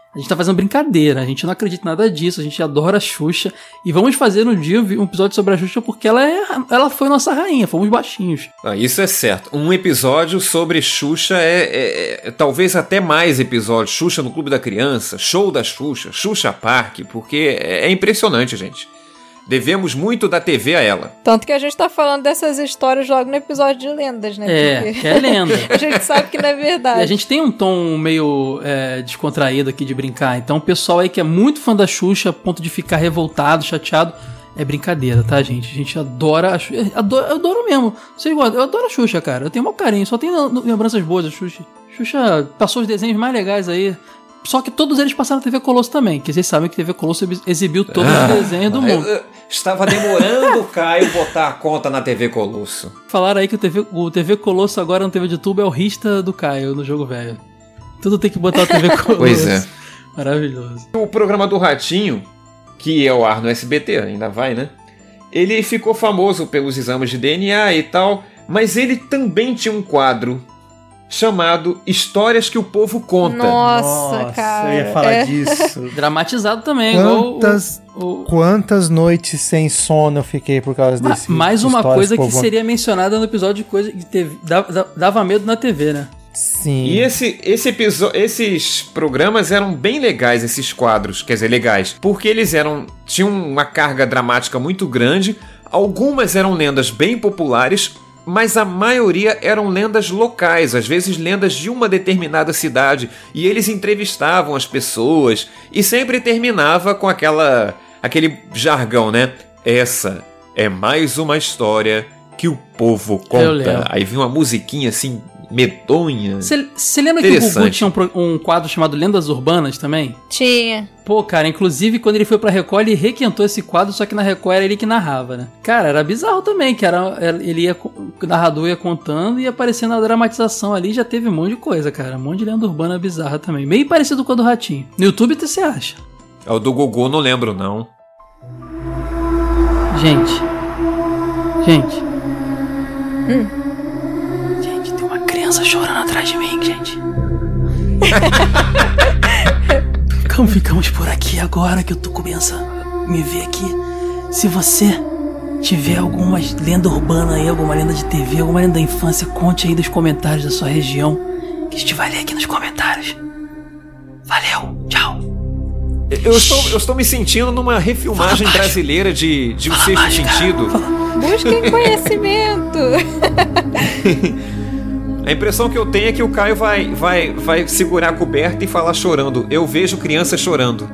A gente tá fazendo brincadeira, a gente não acredita em nada disso, a gente adora a Xuxa. E vamos fazer um dia um episódio sobre a Xuxa porque ela foi nossa rainha, fomos baixinhos. Isso é certo. Um episódio sobre Xuxa é talvez até mais episódios. Xuxa no Clube da Criança, Show da Xuxa, Xuxa Park, porque é impressionante, gente. Devemos muito da TV a ela. Tanto que a gente tá falando dessas histórias logo no episódio de lendas, né? Porque é lenda. A gente sabe que não é verdade. E a gente tem um tom meio descontraído aqui de brincar. Então o pessoal aí que é muito fã da Xuxa, a ponto de ficar revoltado, chateado, é brincadeira, tá, gente? A gente adora a Xuxa. Eu adoro mesmo. Vocês gostam? Eu adoro a Xuxa, cara. Eu tenho um carinho. Só tenho lembranças boas da Xuxa. Xuxa passou os desenhos mais legais aí. Só que todos eles passaram na TV Colosso também, que vocês sabem que a TV Colosso exibiu todos os desenhos do mundo. Estava demorando o Caio botar a conta na TV Colosso. Falaram aí que o TV Colosso agora no TV de tubo é o Rista do Caio no jogo velho. Tudo tem que botar a TV Colosso. Pois é. Maravilhoso. O programa do Ratinho, que é o ar no SBT, ainda vai, né? Ele ficou famoso pelos exames de DNA e tal, mas ele também tinha um quadro chamado Histórias que o Povo Conta. Nossa, cara. Eu ia falar disso. Dramatizado também. Quantas noites sem sono eu fiquei por causa desse. Mais uma coisa que seria mencionada no episódio de coisa que dava medo na TV, né? Sim. E esses programas eram bem legais, esses quadros, quer dizer, legais, porque eles tinham uma carga dramática muito grande, algumas eram lendas bem populares, mas a maioria eram lendas locais, às vezes lendas de uma determinada cidade, e eles entrevistavam as pessoas, e sempre terminava com aquele jargão, né? Essa é mais uma história que o povo conta. Aí vinha uma musiquinha assim, medonha. Você lembra que o Gugu tinha um quadro chamado Lendas Urbanas também? Tinha. Pô, cara, inclusive quando ele foi pra Record, ele requentou esse quadro, só que na Record era ele que narrava, né? Cara, era bizarro também, que o narrador ia contando e aparecendo a dramatização ali, já teve um monte de coisa, cara. Um monte de lenda urbana bizarra também. Meio parecido com a do Ratinho. No YouTube você acha? O do Gugu não lembro, não. Gente, tem uma criança chorando atrás de mim, gente. Ficamos por aqui agora que eu tô começando a me ver aqui. Se você tiver alguma lenda urbana aí, alguma lenda de TV, alguma lenda da infância, conte aí nos comentários da sua região, que a gente vai ler aqui nos comentários. Valeu, tchau. Eu estou me sentindo numa refilmagem brasileira de O Sexto Sentido. Busquem conhecimento. A impressão que eu tenho é que o Caio vai segurar a coberta e falar chorando. Eu vejo criança chorando.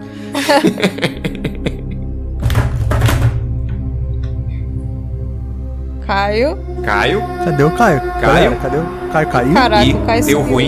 Caio? Cadê o Caio? Caio? Cadê o Caio? Caiu? Caraca, o Caio deu subiu. ruim.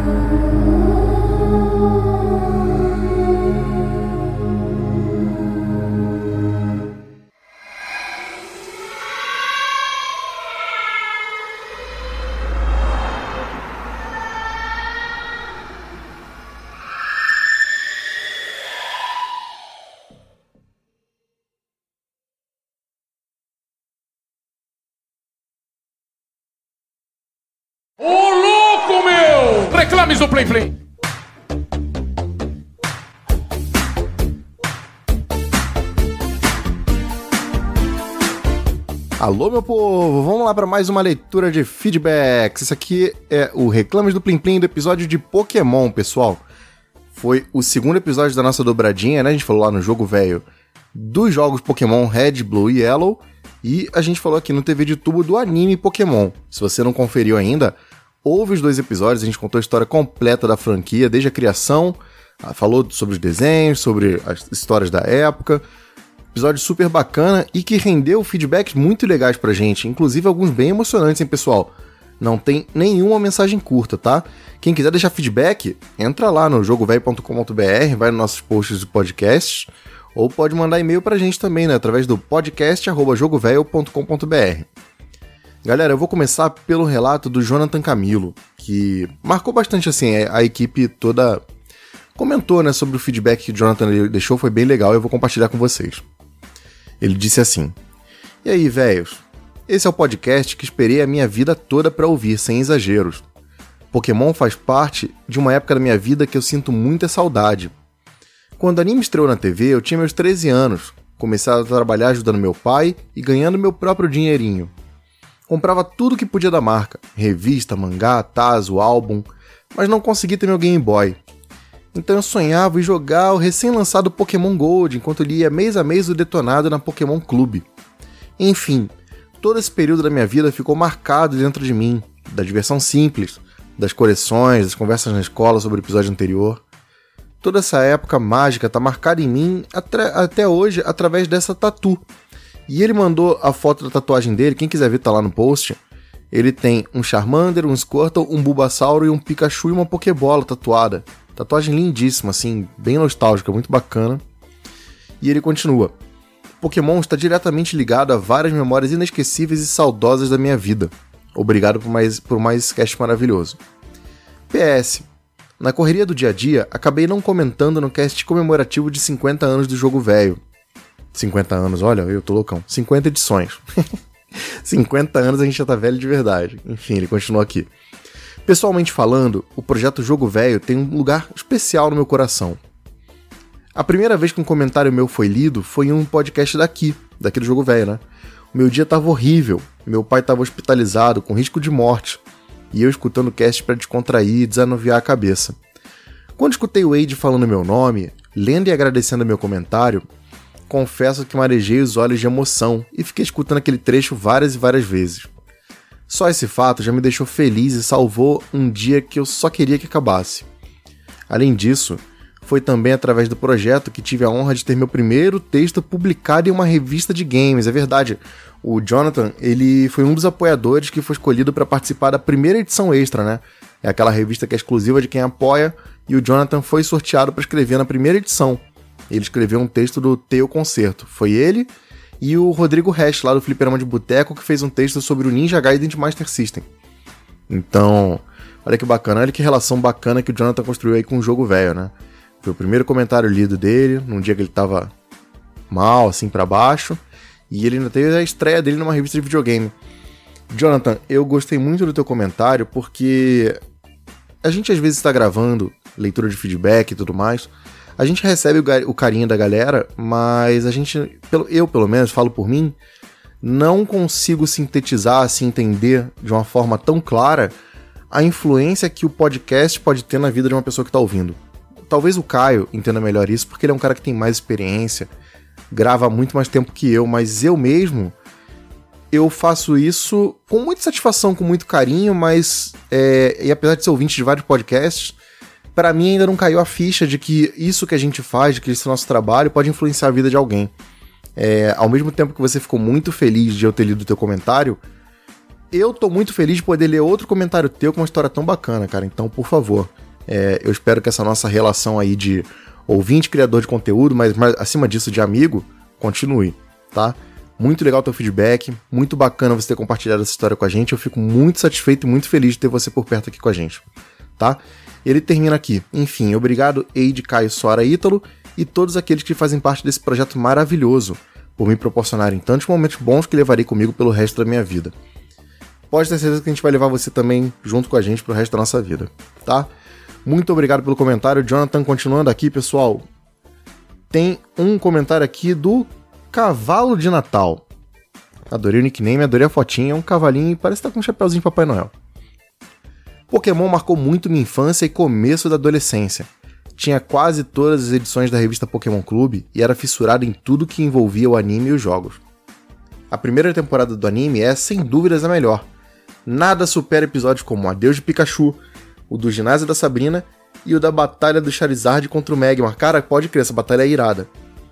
Ô louco, meu! Reclames do Plim Plim! Alô, meu povo! Vamos lá para mais uma leitura de feedbacks. Esse aqui é o Reclames do Plim Plim do episódio de Pokémon, pessoal. Foi o segundo episódio da nossa dobradinha, né? A gente falou lá no Jogo Velho dos jogos Pokémon Red, Blue e Yellow. E a gente falou aqui no TV de tubo do anime Pokémon. Se você não conferiu ainda, ouve os 2 episódios. A gente contou a história completa da franquia, desde a criação, falou sobre os desenhos, sobre as histórias da época. Episódio super bacana e que rendeu feedbacks muito legais pra gente, inclusive alguns bem emocionantes, hein, pessoal? Não tem nenhuma mensagem curta, tá? Quem quiser deixar feedback, entra lá no jogovelho.com.br, vai nos nossos posts do podcast, ou pode mandar e-mail pra gente também, né? Através do podcast@jogovelho.com.br. Galera, eu vou começar pelo relato do Jonathan Camilo, que marcou bastante, assim, a equipe toda comentou, né, sobre o feedback que o Jonathan deixou, foi bem legal, eu vou compartilhar com vocês. Ele disse assim: "E aí, velhos? Esse é o podcast que esperei a minha vida toda pra ouvir, sem exageros. Pokémon faz parte de uma época da minha vida que eu sinto muita saudade. Quando o anime estreou na TV, eu tinha meus 13 anos. Começava a trabalhar ajudando meu pai e ganhando meu próprio dinheirinho. Comprava tudo que podia da marca, revista, mangá, tazo, álbum, mas não consegui ter meu Game Boy. Então eu sonhava em jogar o recém-lançado Pokémon Gold, enquanto lia mês a mês o detonado na Pokémon Clube. Enfim, todo esse período da minha vida ficou marcado dentro de mim, da diversão simples, das coleções, das conversas na escola sobre o episódio anterior. Toda essa época mágica tá marcada em mim até hoje através dessa tatu. E ele mandou a foto da tatuagem dele, quem quiser ver tá lá no post. Ele tem um Charmander, um Squirtle, um Bulbasauro e um Pikachu e uma Pokébola tatuada. Tatuagem lindíssima, assim, bem nostálgica, muito bacana. E ele continua: Pokémon está diretamente ligado a várias memórias inesquecíveis e saudosas da minha vida. Obrigado por mais esse cast maravilhoso. PS. Na correria do dia a dia, acabei não comentando no cast comemorativo de 50 anos do jogo velho. 50 anos, olha, eu tô loucão. 50 edições. 50 anos a gente já tá velho de verdade. Enfim, ele continua aqui. Pessoalmente falando, o projeto Jogo Velho tem um lugar especial no meu coração. A primeira vez que um comentário meu foi lido foi em um podcast daqui do Jogo Velho, né? O meu dia tava horrível, meu pai tava hospitalizado, com risco de morte, e eu escutando o cast pra descontrair e desanuviar a cabeça. Quando escutei o Wade falando meu nome, lendo e agradecendo meu comentário, confesso que marejei os olhos de emoção e fiquei escutando aquele trecho várias e várias vezes. Só esse fato já me deixou feliz e salvou um dia que eu só queria que acabasse. Além disso, foi também através do projeto que tive a honra de ter meu primeiro texto publicado em uma revista de games. É verdade, o Jonathan, ele foi um dos apoiadores que foi escolhido para participar da primeira edição extra, né? É aquela revista que é exclusiva de quem apoia, e o Jonathan foi sorteado para escrever na primeira edição. Ele escreveu um texto do Teu Concerto. Foi ele e o Rodrigo Hash, lá do Fliperama de Boteco, que fez um texto sobre o Ninja Gaiden de Master System. Então, olha que bacana, olha que relação bacana que o Jonathan construiu aí com o Jogo Velho, né? Foi o primeiro comentário lido dele, num dia que ele tava mal, assim, pra baixo, e ele ainda teve a estreia dele numa revista de videogame. Jonathan, eu gostei muito do teu comentário, porque a gente às vezes está gravando leitura de feedback e tudo mais, a gente recebe o carinho da galera, mas a gente, eu pelo menos, falo por mim, não consigo sintetizar, assim, entender de uma forma tão clara a influência que o podcast pode ter na vida de uma pessoa que está ouvindo. Talvez o Caio entenda melhor isso, porque ele é um cara que tem mais experiência, grava há muito mais tempo que eu, mas eu mesmo, eu faço isso com muita satisfação, com muito carinho, mas, e apesar de ser ouvinte de vários podcasts, pra mim ainda não caiu a ficha de que isso que a gente faz, de que esse nosso trabalho pode influenciar a vida de alguém. Ao mesmo tempo que você ficou muito feliz de eu ter lido o teu comentário, eu tô muito feliz de poder ler outro comentário teu com uma história tão bacana, cara. Então, por favor, eu espero que essa nossa relação aí de ouvinte, criador de conteúdo, mas acima disso de amigo, continue, tá? Muito legal o teu feedback, muito bacana você ter compartilhado essa história com a gente, eu fico muito satisfeito e muito feliz de ter você por perto aqui com a gente, tá? Ele termina aqui. Enfim, obrigado Eide, Caio, Sora, Ítalo e todos aqueles que fazem parte desse projeto maravilhoso, por me proporcionarem tantos momentos bons que levarei comigo pelo resto da minha vida. Pode ter certeza que a gente vai levar você também junto com a gente pro resto da nossa vida, tá? Muito obrigado pelo comentário, Jonathan. Continuando aqui, pessoal, tem um comentário aqui do Cavalo de Natal. Adorei o nickname, adorei a fotinha, é um cavalinho e parece estar com um chapeuzinho de Papai Noel. Pokémon marcou muito minha infância e começo da adolescência. Tinha quase todas as edições da revista Pokémon Clube e era fissurado em tudo que envolvia o anime e os jogos. A primeira temporada do anime é, sem dúvidas, a melhor. Nada supera episódios como o Adeus de Pikachu, o do Ginásio da Sabrina e o da Batalha do Charizard contra o Magmar. Cara, pode crer, essa batalha é irada.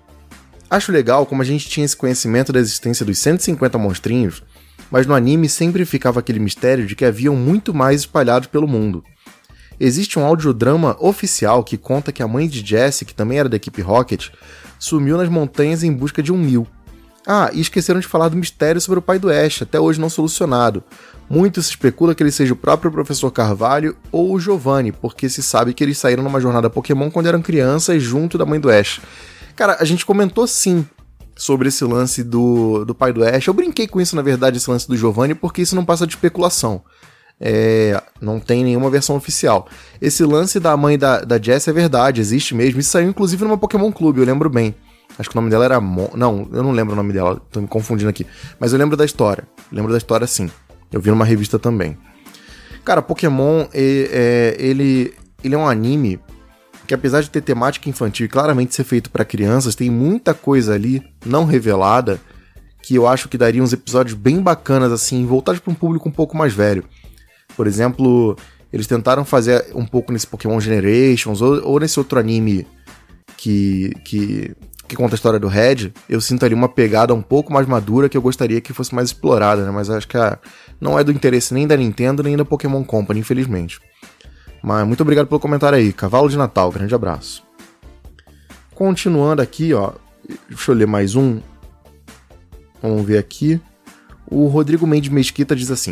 Acho legal como a gente tinha esse conhecimento da existência dos 150 monstrinhos, mas no anime sempre ficava aquele mistério de que haviam muito mais espalhados pelo mundo. Existe um audiodrama oficial que conta que a mãe de Jessie, que também era da equipe Rocket, sumiu nas montanhas em busca de um Mew. Ah, e esqueceram de falar do mistério sobre o pai do Ash, até hoje não solucionado. Muito se especula que ele seja o próprio Professor Carvalho ou o Giovanni, porque se sabe que eles saíram numa jornada Pokémon quando eram crianças junto da mãe do Ash. Cara, a gente comentou sim sobre esse lance do pai do Ash. Eu brinquei com isso, na verdade, esse lance do Giovanni, porque isso não passa de especulação. Não tem nenhuma versão oficial. Esse lance da mãe da Jessie é verdade, existe mesmo. Isso saiu inclusive numa Pokémon Clube, eu lembro bem. Acho que o nome dela era Não, eu não lembro o nome dela, tô me confundindo aqui. Mas eu lembro da história. Lembro da história sim. Eu vi numa revista também. Cara, Pokémon, ele é um anime que, apesar de ter temática infantil e claramente ser feito pra crianças, tem muita coisa ali não revelada que eu acho que daria uns episódios bem bacanas, assim, voltados pra um público um pouco mais velho. Por exemplo, eles tentaram fazer um pouco nesse Pokémon Generations ou nesse outro anime que conta a história do Red. Eu sinto ali uma pegada um pouco mais madura que eu gostaria que fosse mais explorada, né? Mas acho que não é do interesse nem da Nintendo nem da Pokémon Company, infelizmente. Mas muito obrigado pelo comentário aí. Cavalo de Natal, grande abraço. Continuando aqui, ó. Deixa eu ler mais um. Vamos ver aqui. O Rodrigo Mendes Mesquita diz assim: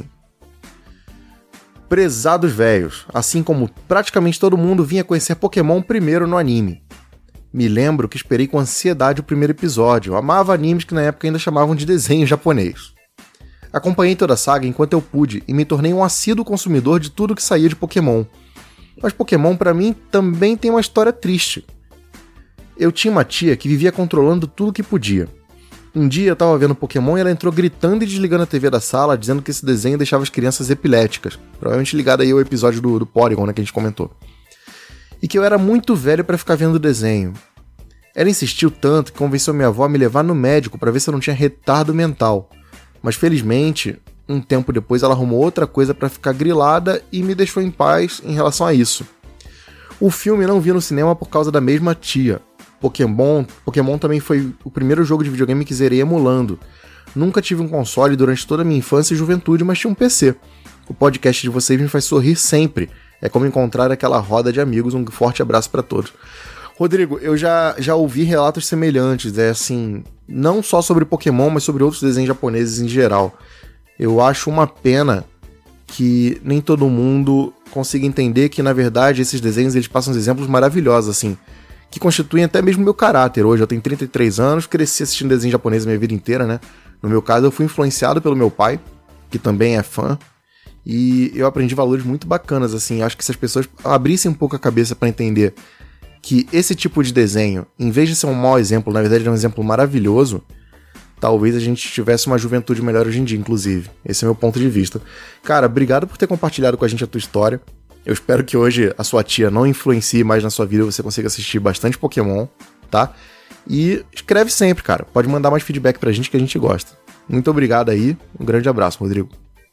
prezados velhos, assim como praticamente todo mundo vinha conhecer Pokémon primeiro no anime. Me lembro que esperei com ansiedade o primeiro episódio. Eu amava animes que na época ainda chamavam de desenho japonês. Acompanhei toda a saga enquanto eu pude e me tornei um assíduo consumidor de tudo que saía de Pokémon. Mas Pokémon pra mim também tem uma história triste. Eu tinha uma tia que vivia controlando tudo que podia. Um dia eu tava vendo Pokémon e ela entrou gritando e desligando a TV da sala, dizendo que esse desenho deixava as crianças epiléticas. Provavelmente ligado aí ao episódio do Porygon, né, que a gente comentou. E que eu era muito velho pra ficar vendo o desenho. Ela insistiu tanto que convenceu minha avó a me levar no médico pra ver se eu não tinha retardo mental. Mas felizmente, um tempo depois ela arrumou outra coisa pra ficar grilada e me deixou em paz em relação a isso. O filme não vi no cinema por causa da mesma tia. Pokémon também foi o primeiro jogo de videogame que zerei emulando. Nunca tive um console durante toda a minha infância e juventude, mas tinha um PC. O podcast de vocês me faz sorrir sempre. É como encontrar aquela roda de amigos. Um forte abraço pra todos. Rodrigo, eu já ouvi relatos semelhantes, assim, não só sobre Pokémon, mas sobre outros desenhos japoneses em geral. Eu acho uma pena que nem todo mundo consiga entender que, na verdade, esses desenhos eles passam exemplos maravilhosos, assim, que constituem até mesmo meu caráter. Hoje eu tenho 33 anos, cresci assistindo desenho japonês a minha vida inteira, né? No meu caso, eu fui influenciado pelo meu pai, que também é fã, e eu aprendi valores muito bacanas, assim. Acho que se as pessoas abrissem um pouco a cabeça para entender que esse tipo de desenho, em vez de ser um mau exemplo, na verdade é um exemplo maravilhoso, talvez a gente tivesse uma juventude melhor hoje em dia, inclusive. Esse é o meu ponto de vista. Cara, obrigado por ter compartilhado com a gente a tua história. Eu espero que hoje a sua tia não influencie mais na sua vida, você consiga assistir bastante Pokémon, tá? E escreve sempre, cara. Pode mandar mais feedback pra gente que a gente gosta. Muito obrigado aí. Um grande abraço, Rodrigo.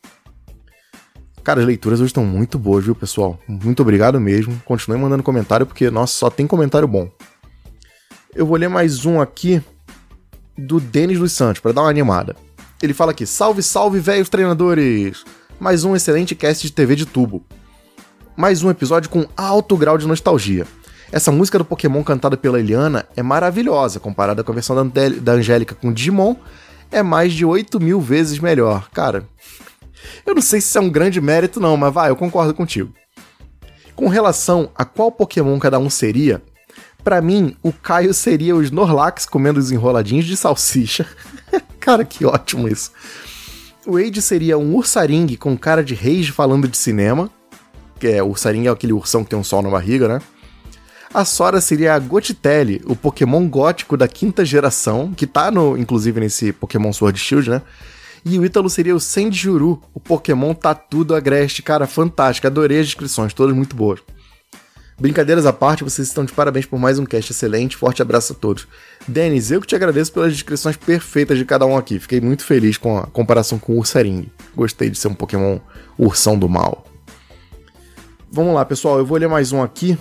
Cara, as leituras hoje estão muito boas, viu, pessoal? Muito obrigado mesmo. Continue mandando comentário, porque, nossa, só tem comentário bom. Eu vou ler mais um aqui do Denis dos Santos, para dar uma animada. Ele fala aqui: salve, salve, velhos treinadores! Mais um excelente cast de TV de tubo. Mais um episódio com alto grau de nostalgia. Essa música do Pokémon cantada pela Eliana é maravilhosa, comparada com a versão da Angélica com Digimon, é mais de 8.000 vezes melhor. Cara, eu não sei se isso é um grande mérito não, mas vai, eu concordo contigo. Com relação a qual Pokémon cada um seria, pra mim, o Caio seria o Snorlax comendo os enroladinhos de salsicha. Cara, que ótimo isso. O Wade seria um Ursaring com cara de Rage falando de cinema, que o Ursaring é aquele ursão que tem um sol na barriga, né? A Sora seria a Gothitelle, o Pokémon gótico da 5ª geração, que tá inclusive nesse Pokémon Sword Shield, né? E o Ítalo seria o Sandjuru, o Pokémon Tatu do Agreste. Cara, fantástico, adorei as descrições, todas muito boas. Brincadeiras à parte, vocês estão de parabéns por mais um cast excelente, forte abraço a todos. Denis, eu que te agradeço pelas descrições perfeitas de cada um aqui, fiquei muito feliz com a comparação com o Ursaring. Gostei de ser um Pokémon ursão do mal. Vamos lá, pessoal, eu vou ler mais um aqui.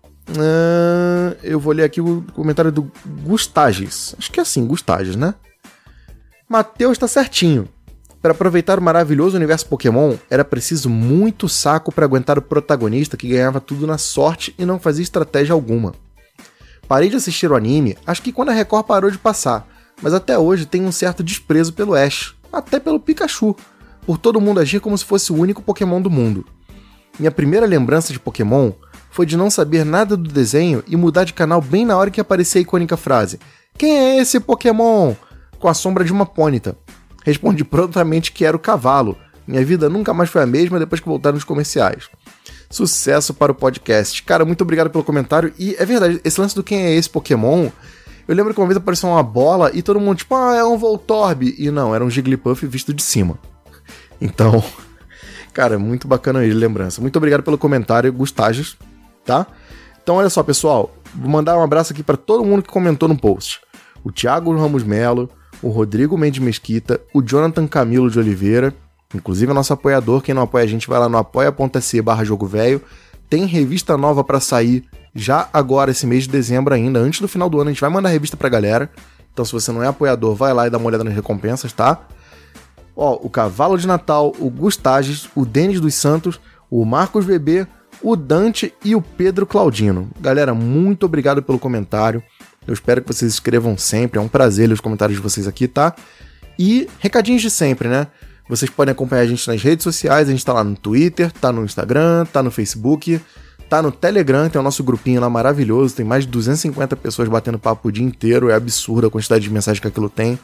Eu vou ler aqui o comentário do Gustages. Acho que é assim, Gustages, né? Matheus tá certinho. Para aproveitar o maravilhoso universo Pokémon, era preciso muito saco para aguentar o protagonista que ganhava tudo na sorte e não fazia estratégia alguma. Parei de assistir o anime, acho que quando a Record parou de passar, mas até hoje tenho um certo desprezo pelo Ash, até pelo Pikachu, por todo mundo agir como se fosse o único Pokémon do mundo. Minha primeira lembrança de Pokémon foi de não saber nada do desenho e mudar de canal bem na hora que aparecia a icônica frase: "Quem é esse Pokémon?", com a sombra de uma Ponyta. Respondi prontamente que era o cavalo, Minha vida nunca mais foi a mesma depois que voltaram os comerciais. Sucesso para o podcast. Cara, muito obrigado pelo comentário. E é verdade, esse lance do quem é esse Pokémon... Eu lembro que uma vez apareceu uma bola e todo mundo tipo, é um Voltorb. E não, era um Jigglypuff visto de cima. Então, cara, muito bacana aí, lembrança. Muito obrigado pelo comentário, Gustages, tá? Então, olha só, pessoal. Vou mandar um abraço aqui para todo mundo que comentou no post. O Thiago Ramos Melo, o Rodrigo Mendes Mesquita, o Jonathan Camilo de Oliveira, inclusive é nosso apoiador. Quem não apoia a gente vai lá no apoia.se/jogovelho. Tem revista nova para sair já agora, esse mês de dezembro ainda, antes do final do ano, a gente vai mandar a revista pra galera. Então, se você não é apoiador, vai lá e dá uma olhada nas recompensas, tá? Ó, o Cavalo de Natal, o Gustages, o Denis dos Santos, o Marcos VB, o Dante e o Pedro Claudino. Galera, muito obrigado pelo comentário. Eu espero que vocês escrevam sempre. É um prazer ler os comentários de vocês aqui, tá? E recadinhos de sempre, né? Vocês podem acompanhar a gente nas redes sociais. A gente tá lá no Twitter, tá no Instagram, tá no Facebook... Tá no Telegram, tem o nosso grupinho lá maravilhoso, tem mais de 250 pessoas batendo papo o dia inteiro, é absurda a quantidade de mensagens que aquilo tem.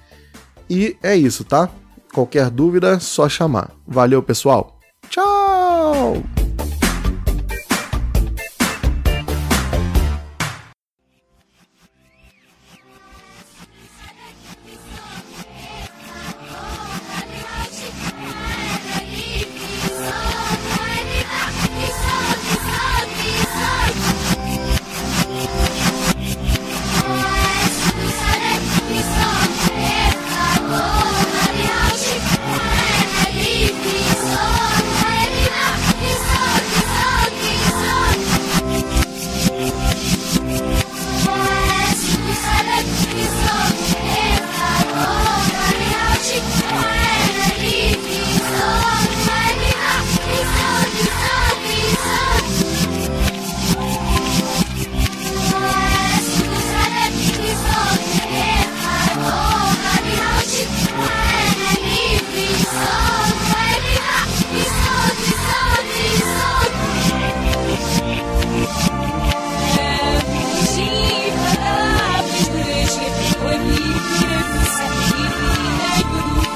E é isso, tá? Qualquer dúvida, só chamar. Valeu, pessoal! Tchau! When we live, we